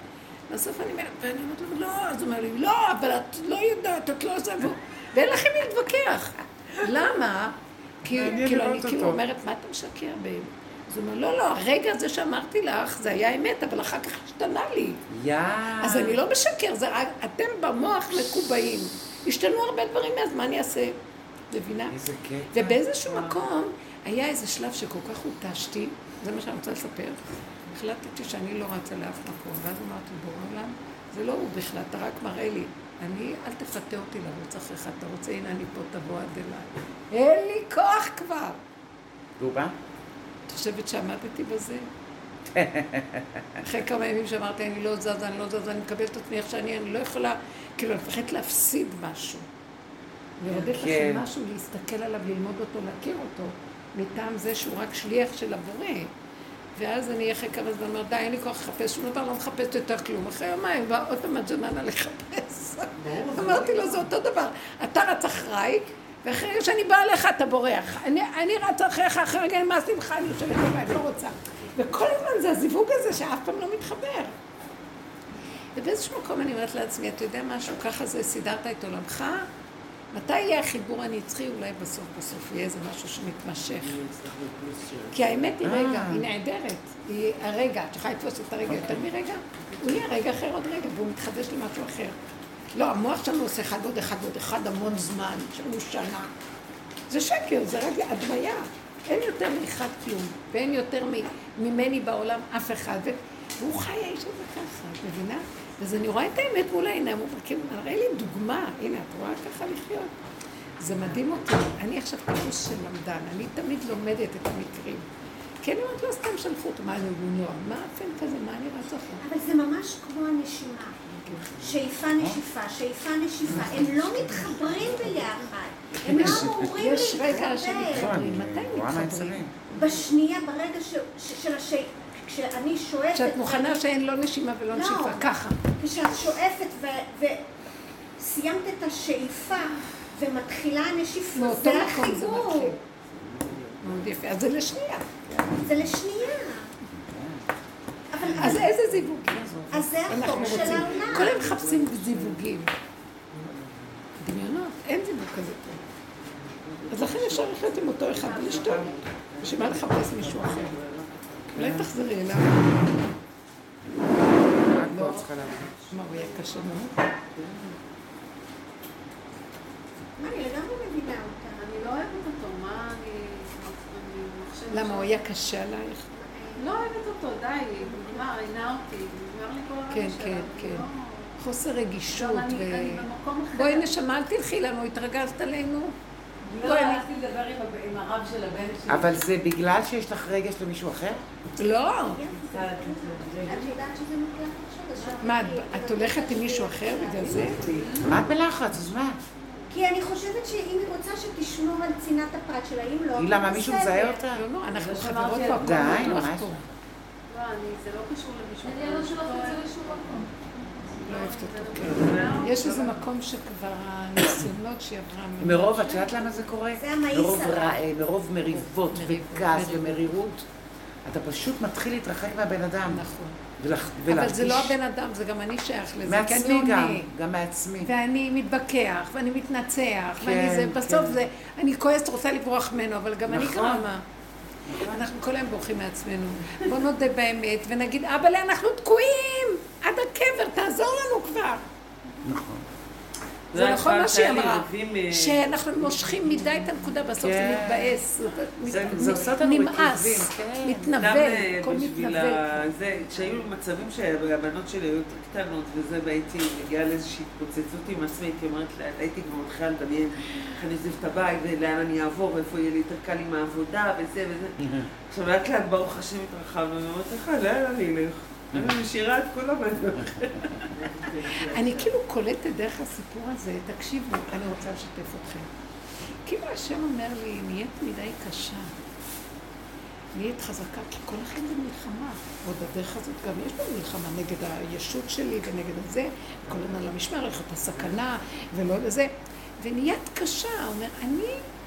בסוף אני אומרת, ואני אומרת לו, לא, אז הוא אומר לי, לא, אבל את לא יודעת, את לא זה, ואין לכם להתווכח. למה? כי כאילו אני כאילו אומרת, מה אתה משקר בהם? אז הוא אומר, לא, לא, הרגע הזה שאמרתי לך, זה היה אמת, אבל אחר כך השתנה לי. אז אני לא משקר, זה רק, אתם במוח מקובעים. השתנו הרבה דברים מאז, מה אני אעשה? מבינה? ובאיזשהו מקום היה איזה שלב שכל כך הותשתי, זה מה שאני רוצה לספר, החלטתי שאני לא רצה לאף מקום, ואז אמרתי, בורא עולם, זה לא הוא בכלל, אתה רק מראה לי, אני, אל תפתה אותי לרוץ אחריך, אתה רוצה, הנה אני פה, תבוא עד אליי. אין לי כוח כבר. גובה? את חושבת שעמדתי בזה? אחרי כמה ימים שאמרתי, אני לא זזה, אני לא זזה, אני מקבלת את עצמי איך שאני, אני לא יכולה, כאילו, אני מפחדת להפסיד משהו. ורודף לכם משהו, להסתכל עליו, ללמוד אותו, להכיר אותו, מטעם זה שהוא רק שליח של הבורא. ואז אני אחרי כמה זמן אומר, די, אין לי כוח לחפש, שום דבר לא מחפש יותר כלום. אחרי יומיים, בא עוד המג'ננה לחפש. אמרתי לו, זה אותו דבר. אתה רץ אחריי, ואחרי שאני באה אליך, אתה בורח. אני רץ אחריך, אחרי רגע, מה שמחה, אני יושבת בבית, לא רוצה. וכל הזמן זה הזיווג הזה שאף פעם לא מתחבר. ובאיזשהו מקום אני אומרת לעצמי, אתה יודע משהו, ככה זה, סידרת את עולמך, מתי יהיה החיבור הנצחי? אולי בסוף בסוף יהיה איזה משהו שמתמשך. כי האמת היא רגע, היא נעדרת. היא הרגע, את יכולה לתפוס את הרגע יותר מרגע? הוא יהיה רגע אחר עוד רגע, והוא מתחדש למשהו אחר. לא, המוח שלנו עושה אחד עוד אחד עוד אחד המון זמן, שלנו שנה. זה שקר, זה רק הדמיה. אין יותר מאחד כלום, ואין יותר ממני בעולם אף אחד. והוא חי האיש הזה ככה, את מבינה? אז אני רואה את האמת מול העיניים, הוא מראה לי דוגמה, הנה, את רואה ככה לחיות. זה מדהים אותי, אני עכשיו טיפוס של למדן, אני תמיד לומדת את המקרים. כי אני אומרת, לא סתם שלפו אותו, מה אני נוער, מה אפן כזה, מה אני רצה אחר? אבל זה ממש כמו הנשימה. שאיפה נשיפה, שאיפה נשיפה, הם לא מתחברים ביחד. הם לא אמורים להתחבר. יש רגע שמתחברים, מתי מתחברים? בשנייה, ברגע של השאיפה. כשאני שואפת... כשאת מוכנה שאין לא נשימה ולא נשיפה, ככה. כשאת שואפת וסיימת את השאיפה ומתחילה הנשיפה, זה החיבור. מאוד יפה, אז זה לשנייה. זה לשנייה. אז איזה זיווגים? אז זה החוק של העולם. כל הם מחפשים זיווגים. דמיונות, אין זיווג כזה פה. אז לכן אפשר לחיות עם אותו אחד ולשתות. בשביל לחפש מישהו אחר. אולי תחזרי אליו. לא צריכה להגיד. מה, הוא יהיה קשה מאוד? אני לגמרי מבינה אותה. אני לא אוהבת אותו, מה אני... למה, הוא היה קשה עלייך? לא אוהבת אותו, די, נגמר, עינה אותי, נגמר לי כל הרגע שלה. כן, כן, כן. חוסר רגישות ו... אני במקום אחר. בואי נשמה, אל תלכי לנו, התרגזת עלינו. לא, הלכתי לדבר עם הרב של הבן שלי. אבל זה בגלל שיש לך רגש למישהו אחר? לא. את יודעת שזה מוקלט עכשיו? מה, את הולכת עם מישהו אחר בגלל זה? מה את בלחץ? אז מה? כי אני חושבת שאם היא רוצה שתשמור על צנעת הפרט שלה, אם לא... היא למה מישהו מזהה אותה? לא, לא, אנחנו חברות פה. די, ממש. לא, אני, זה לא קשור למישהו. אני לא שולחת את זה לשום מקום. לא אוהבת אותו, כן. יש איזה מקום שכבר הניסיונות שהיא עברה... מרוב, את יודעת למה זה קורה? זה המאיסה. מרוב מריבות וכעס ומרירות. אתה פשוט מתחיל להתרחק מהבן אדם. נכון. אבל זה לא הבן אדם, זה גם אני שייך לזה. מעצמי גם, גם מעצמי. ואני מתבקח, ואני מתנצח, ואני זה, בסוף זה, אני כועסת, רוצה לברוח ממנו, אבל גם אני כמה. אנחנו כל היום בורחים מעצמנו. בוא נודה באמת ונגיד, אבל אנחנו תקועים עד הקבר, תעזור לנו כבר. נכון. זה נכון מה שהיא אמרה, שאנחנו מושכים מדי את הנקודה, בסוף זה מתבאס, זה עושה אותנו ריכוזים, מתנבל, הכל מתנבל. כשהיו מצבים שהבנות שלי היו יותר קטנות וזה, והייתי מגיעה לאיזושהי התפוצצות עם עצמי, הייתי אומרת לה, הייתי כבר מתחילה לדמיין איך אני עוזב את הבית ולאן אני אעבור ואיפה יהיה לי יותר קל עם העבודה וזה וזה. עכשיו לאט לאט ברוך השם התרחבנו, ואני אומרת לך, לאן אני אלך? אני משאירה את כל הבנות. אני כאילו קולטת דרך הסיפור הזה, תקשיבו, אני רוצה לשתף אתכם. כאילו השם אומר לי, נהיית מדי קשה, נהיית חזקה, כי כל החיים זה מלחמה. ועוד הדרך הזאת גם יש לנו מלחמה נגד הישות שלי ונגד הזה, כל הזמן למשמר, איך את הסכנה ולא לזה. ונהיית קשה, הוא אומר, אני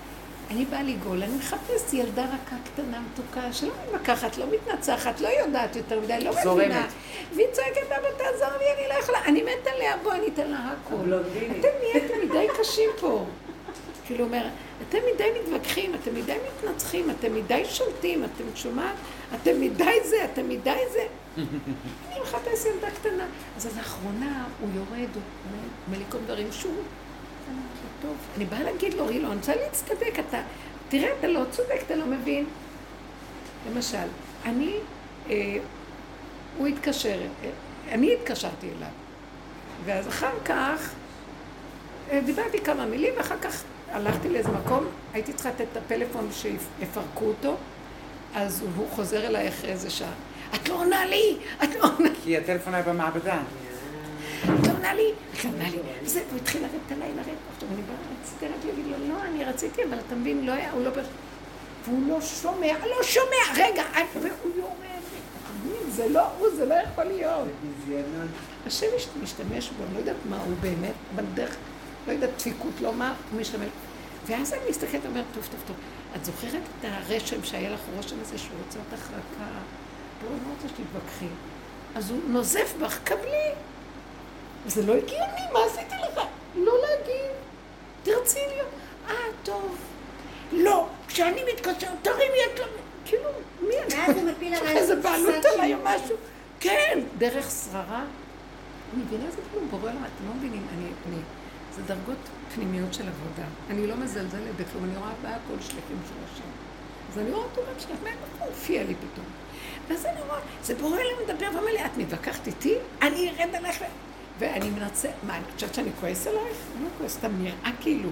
אני באה לגאול, אני מחפש ילדה רכה קטנה מתוקה, שלא מתווכחת, לא מתנצחת, לא יודעת יותר מדי, לא מבינה. והיא צועקת, אבא תעזור לי, אני לא יכולה, אני מתה עליה, בוא, אני אתן לה הכל. אתם נהייתם מדי קשים פה. כאילו אומר, אתם מדי מתווכחים, אתם מדי מתנצחים, אתם מדי שולטים, אתם שומעת, אתם מדי זה, אתם מדי זה. אני מחפש ילדה קטנה. אז לאחרונה הוא יורד, הוא מליקום דברים שהוא. טוב, אני באה להגיד לו, אילו, אני רוצה להצטדק, אתה, תראה, אתה לא צודק, אתה לא מבין. למשל, אני, אה, הוא התקשר, אה, אני התקשרתי אליו, ואז אחר כך, אה, דיברתי כמה מילים, ואחר כך הלכתי לאיזה מקום, הייתי צריכה לתת את הפלאפון שיפרקו אותו, אז הוא חוזר אליי אחרי איזה שעה. את לא עונה לי, את לא עונה לי. כי הטלפון היה במעבדה. את לא עונה לי, את לא עונה לי. וזה, הוא התחיל לרדת עליי, לרדת. עכשיו אני באה, רציתי רק להגיד לו, לא, אני רציתי, אבל אתה מבין, לא היה, הוא לא... והוא לא שומע, לא שומע, רגע, והוא יורד. זה לא הוא, זה לא יכול להיות. השם משתמש בו, אני לא יודעת מה הוא באמת, אבל דרך, לא יודעת, דפיקות, לא מה, הוא משתמש. ואז אני מסתכלת ואומרת, טוב, טוב, טוב, את זוכרת את הרשם שהיה לך רושם הזה שהוא רוצה אותך רכה? לא, לא רוצה שתתווכחי. אז הוא נוזף בך, קבלי. זה לא הגיוני, מה עשיתי לך? לא להגיד. תרצי לי. אה, טוב. לא, כשאני מתקשר, תרימי את... כאילו, מי אני? ואז הוא מפיל עליי... איזה בעלות עליי או משהו. כן, דרך שררה. אני מבינה זה כאילו בורא למה, אתם לא מבינים, אני... זה דרגות פנימיות של עבודה. אני לא מזלזלת בכלום, אני רואה באה כל שליחים של השם. אז אני רואה אותו גם שלך, מה הוא הופיע לי פתאום? ואז אני רואה, זה בורא לי מדבר ואומר לי, את מתווכחת איתי? אני ארד עליך. ואני מנסה, מה, אני חושבת שאני כועס עלייך? אני לא כועס, אתה נראה כאילו.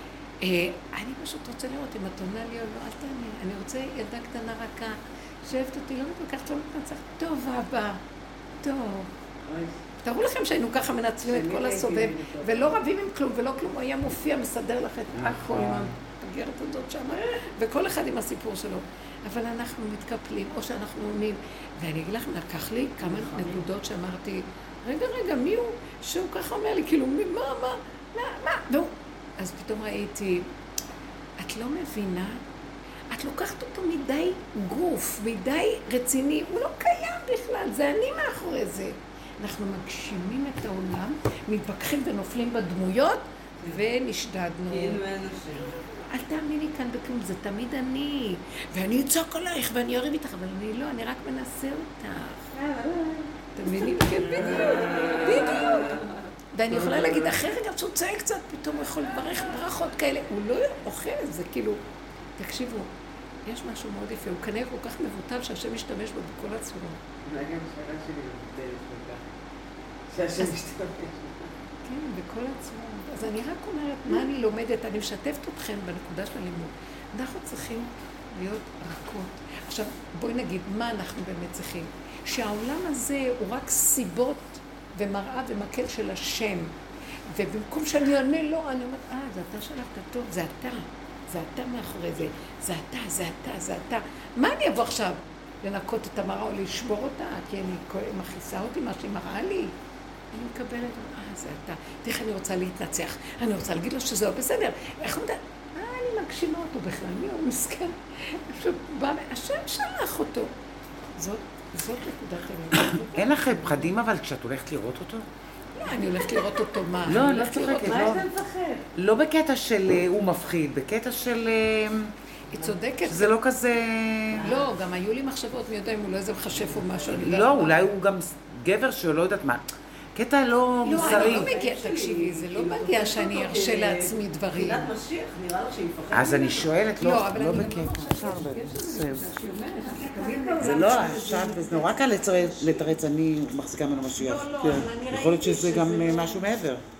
אני פשוט רוצה לראות אם את עונה לי או לא, אל תעני. אני רוצה ילדה קטנה רכה, שאוהבת אותי, לא מתווכחת, לא מתנצחת. טוב, אבא, טוב. תראו לכם שהיינו ככה מנצלים את כל הסובב, ולא רבים עם כלום, ולא כלום, הוא היה מופיע, מסדר לך את הכל עם הפגרת הזאת שם, וכל אחד עם הסיפור שלו. אבל אנחנו מתקפלים, או שאנחנו עונים. ואני אגיד לכם, לקח לי כמה נקודות שאמרתי, רגע, רגע, מי הוא? שהוא ככה אומר לי, כאילו, מה, מה, מה, מה? והוא... אז פתאום ראיתי, את לא מבינה? את לוקחת אותו מדי גוף, מדי רציני, הוא לא קיים בכלל, זה אני מאחורי זה. אנחנו מגשימים את העולם, מתווכחים ונופלים בדמויות, ונשדדנו. כאילו אין השם. אל תאמיני כאן בכלום, זה תמיד אני. ואני אצעק עלייך ואני אריב איתך, אבל אני לא, אני רק מנסה אותך. תאמיני, כן, בדיוק, בדיוק. ואני יכולה להגיד, אחרי רגע שהוא צועק קצת, פתאום הוא יכול לברך ברכות כאלה. הוא לא אוכל את זה, כאילו, תקשיבו, יש משהו מאוד יפה, הוא כנראה כל כך מבוטל שהשם משתמש בו בכל הצורה. אולי גם שאלה שלי מבטלת כל כך, שהשם משתמש בו. כן, בכל הצורה. אז אני רק אומרת, מה אני לומדת, אני משתפת אתכם בנקודה של הלימוד. אנחנו צריכים להיות רכות. עכשיו, בואי נגיד, מה אנחנו באמת צריכים? שהעולם הזה הוא רק סיבות ומראה ומקל של השם. ובמקום שאני עונה לו, אני אומרת, אה, זה אתה שלחת טוב, זה אתה. זה אתה מאחורי זה. זה אתה, זה אתה, זה אתה. מה אני אבוא עכשיו? לנקות את המראה או לשבור אותה? כי אני מכניסה אותי, מה שהיא מראה לי. אני מקבלת, אה, זה אתה. תראה, אני רוצה להתנצח. אני רוצה להגיד לו שזה לא בסדר. איך הוא מדבר? אה, אני מגשימה אותו בכלל. מי הוא מסכן? השם שלח אותו. זאת, זאת נקודת האמת. אין לכם פחדים אבל כשאת הולכת לראות אותו? לא, אני הולכת לראות אותו מה? לא, לא צוחקת, מה לא. יש להם לפחד? לא בקטע של הוא מפחיד, בקטע של... היא צודקת. זה לא כזה... לא, גם היו לי מחשבות, מי יודע אם הוא לא איזה מחשף או משהו. לא, אולי הוא גם גבר שלא יודעת מה. קטע לא מוסרי. לא, אני לא מגיע, תקשיבי, זה לא מגיע שאני ארשה לעצמי דברים. תחילת משיח, נראה לך שהיא מפחדת. אז אני שואלת, לא בקטע. זה לא, עכשיו, זה נורא קל לתרץ, אני מחזיקה ממנו משיח. לא, לא, אבל אני ראיתי יכול להיות שזה גם משהו מעבר.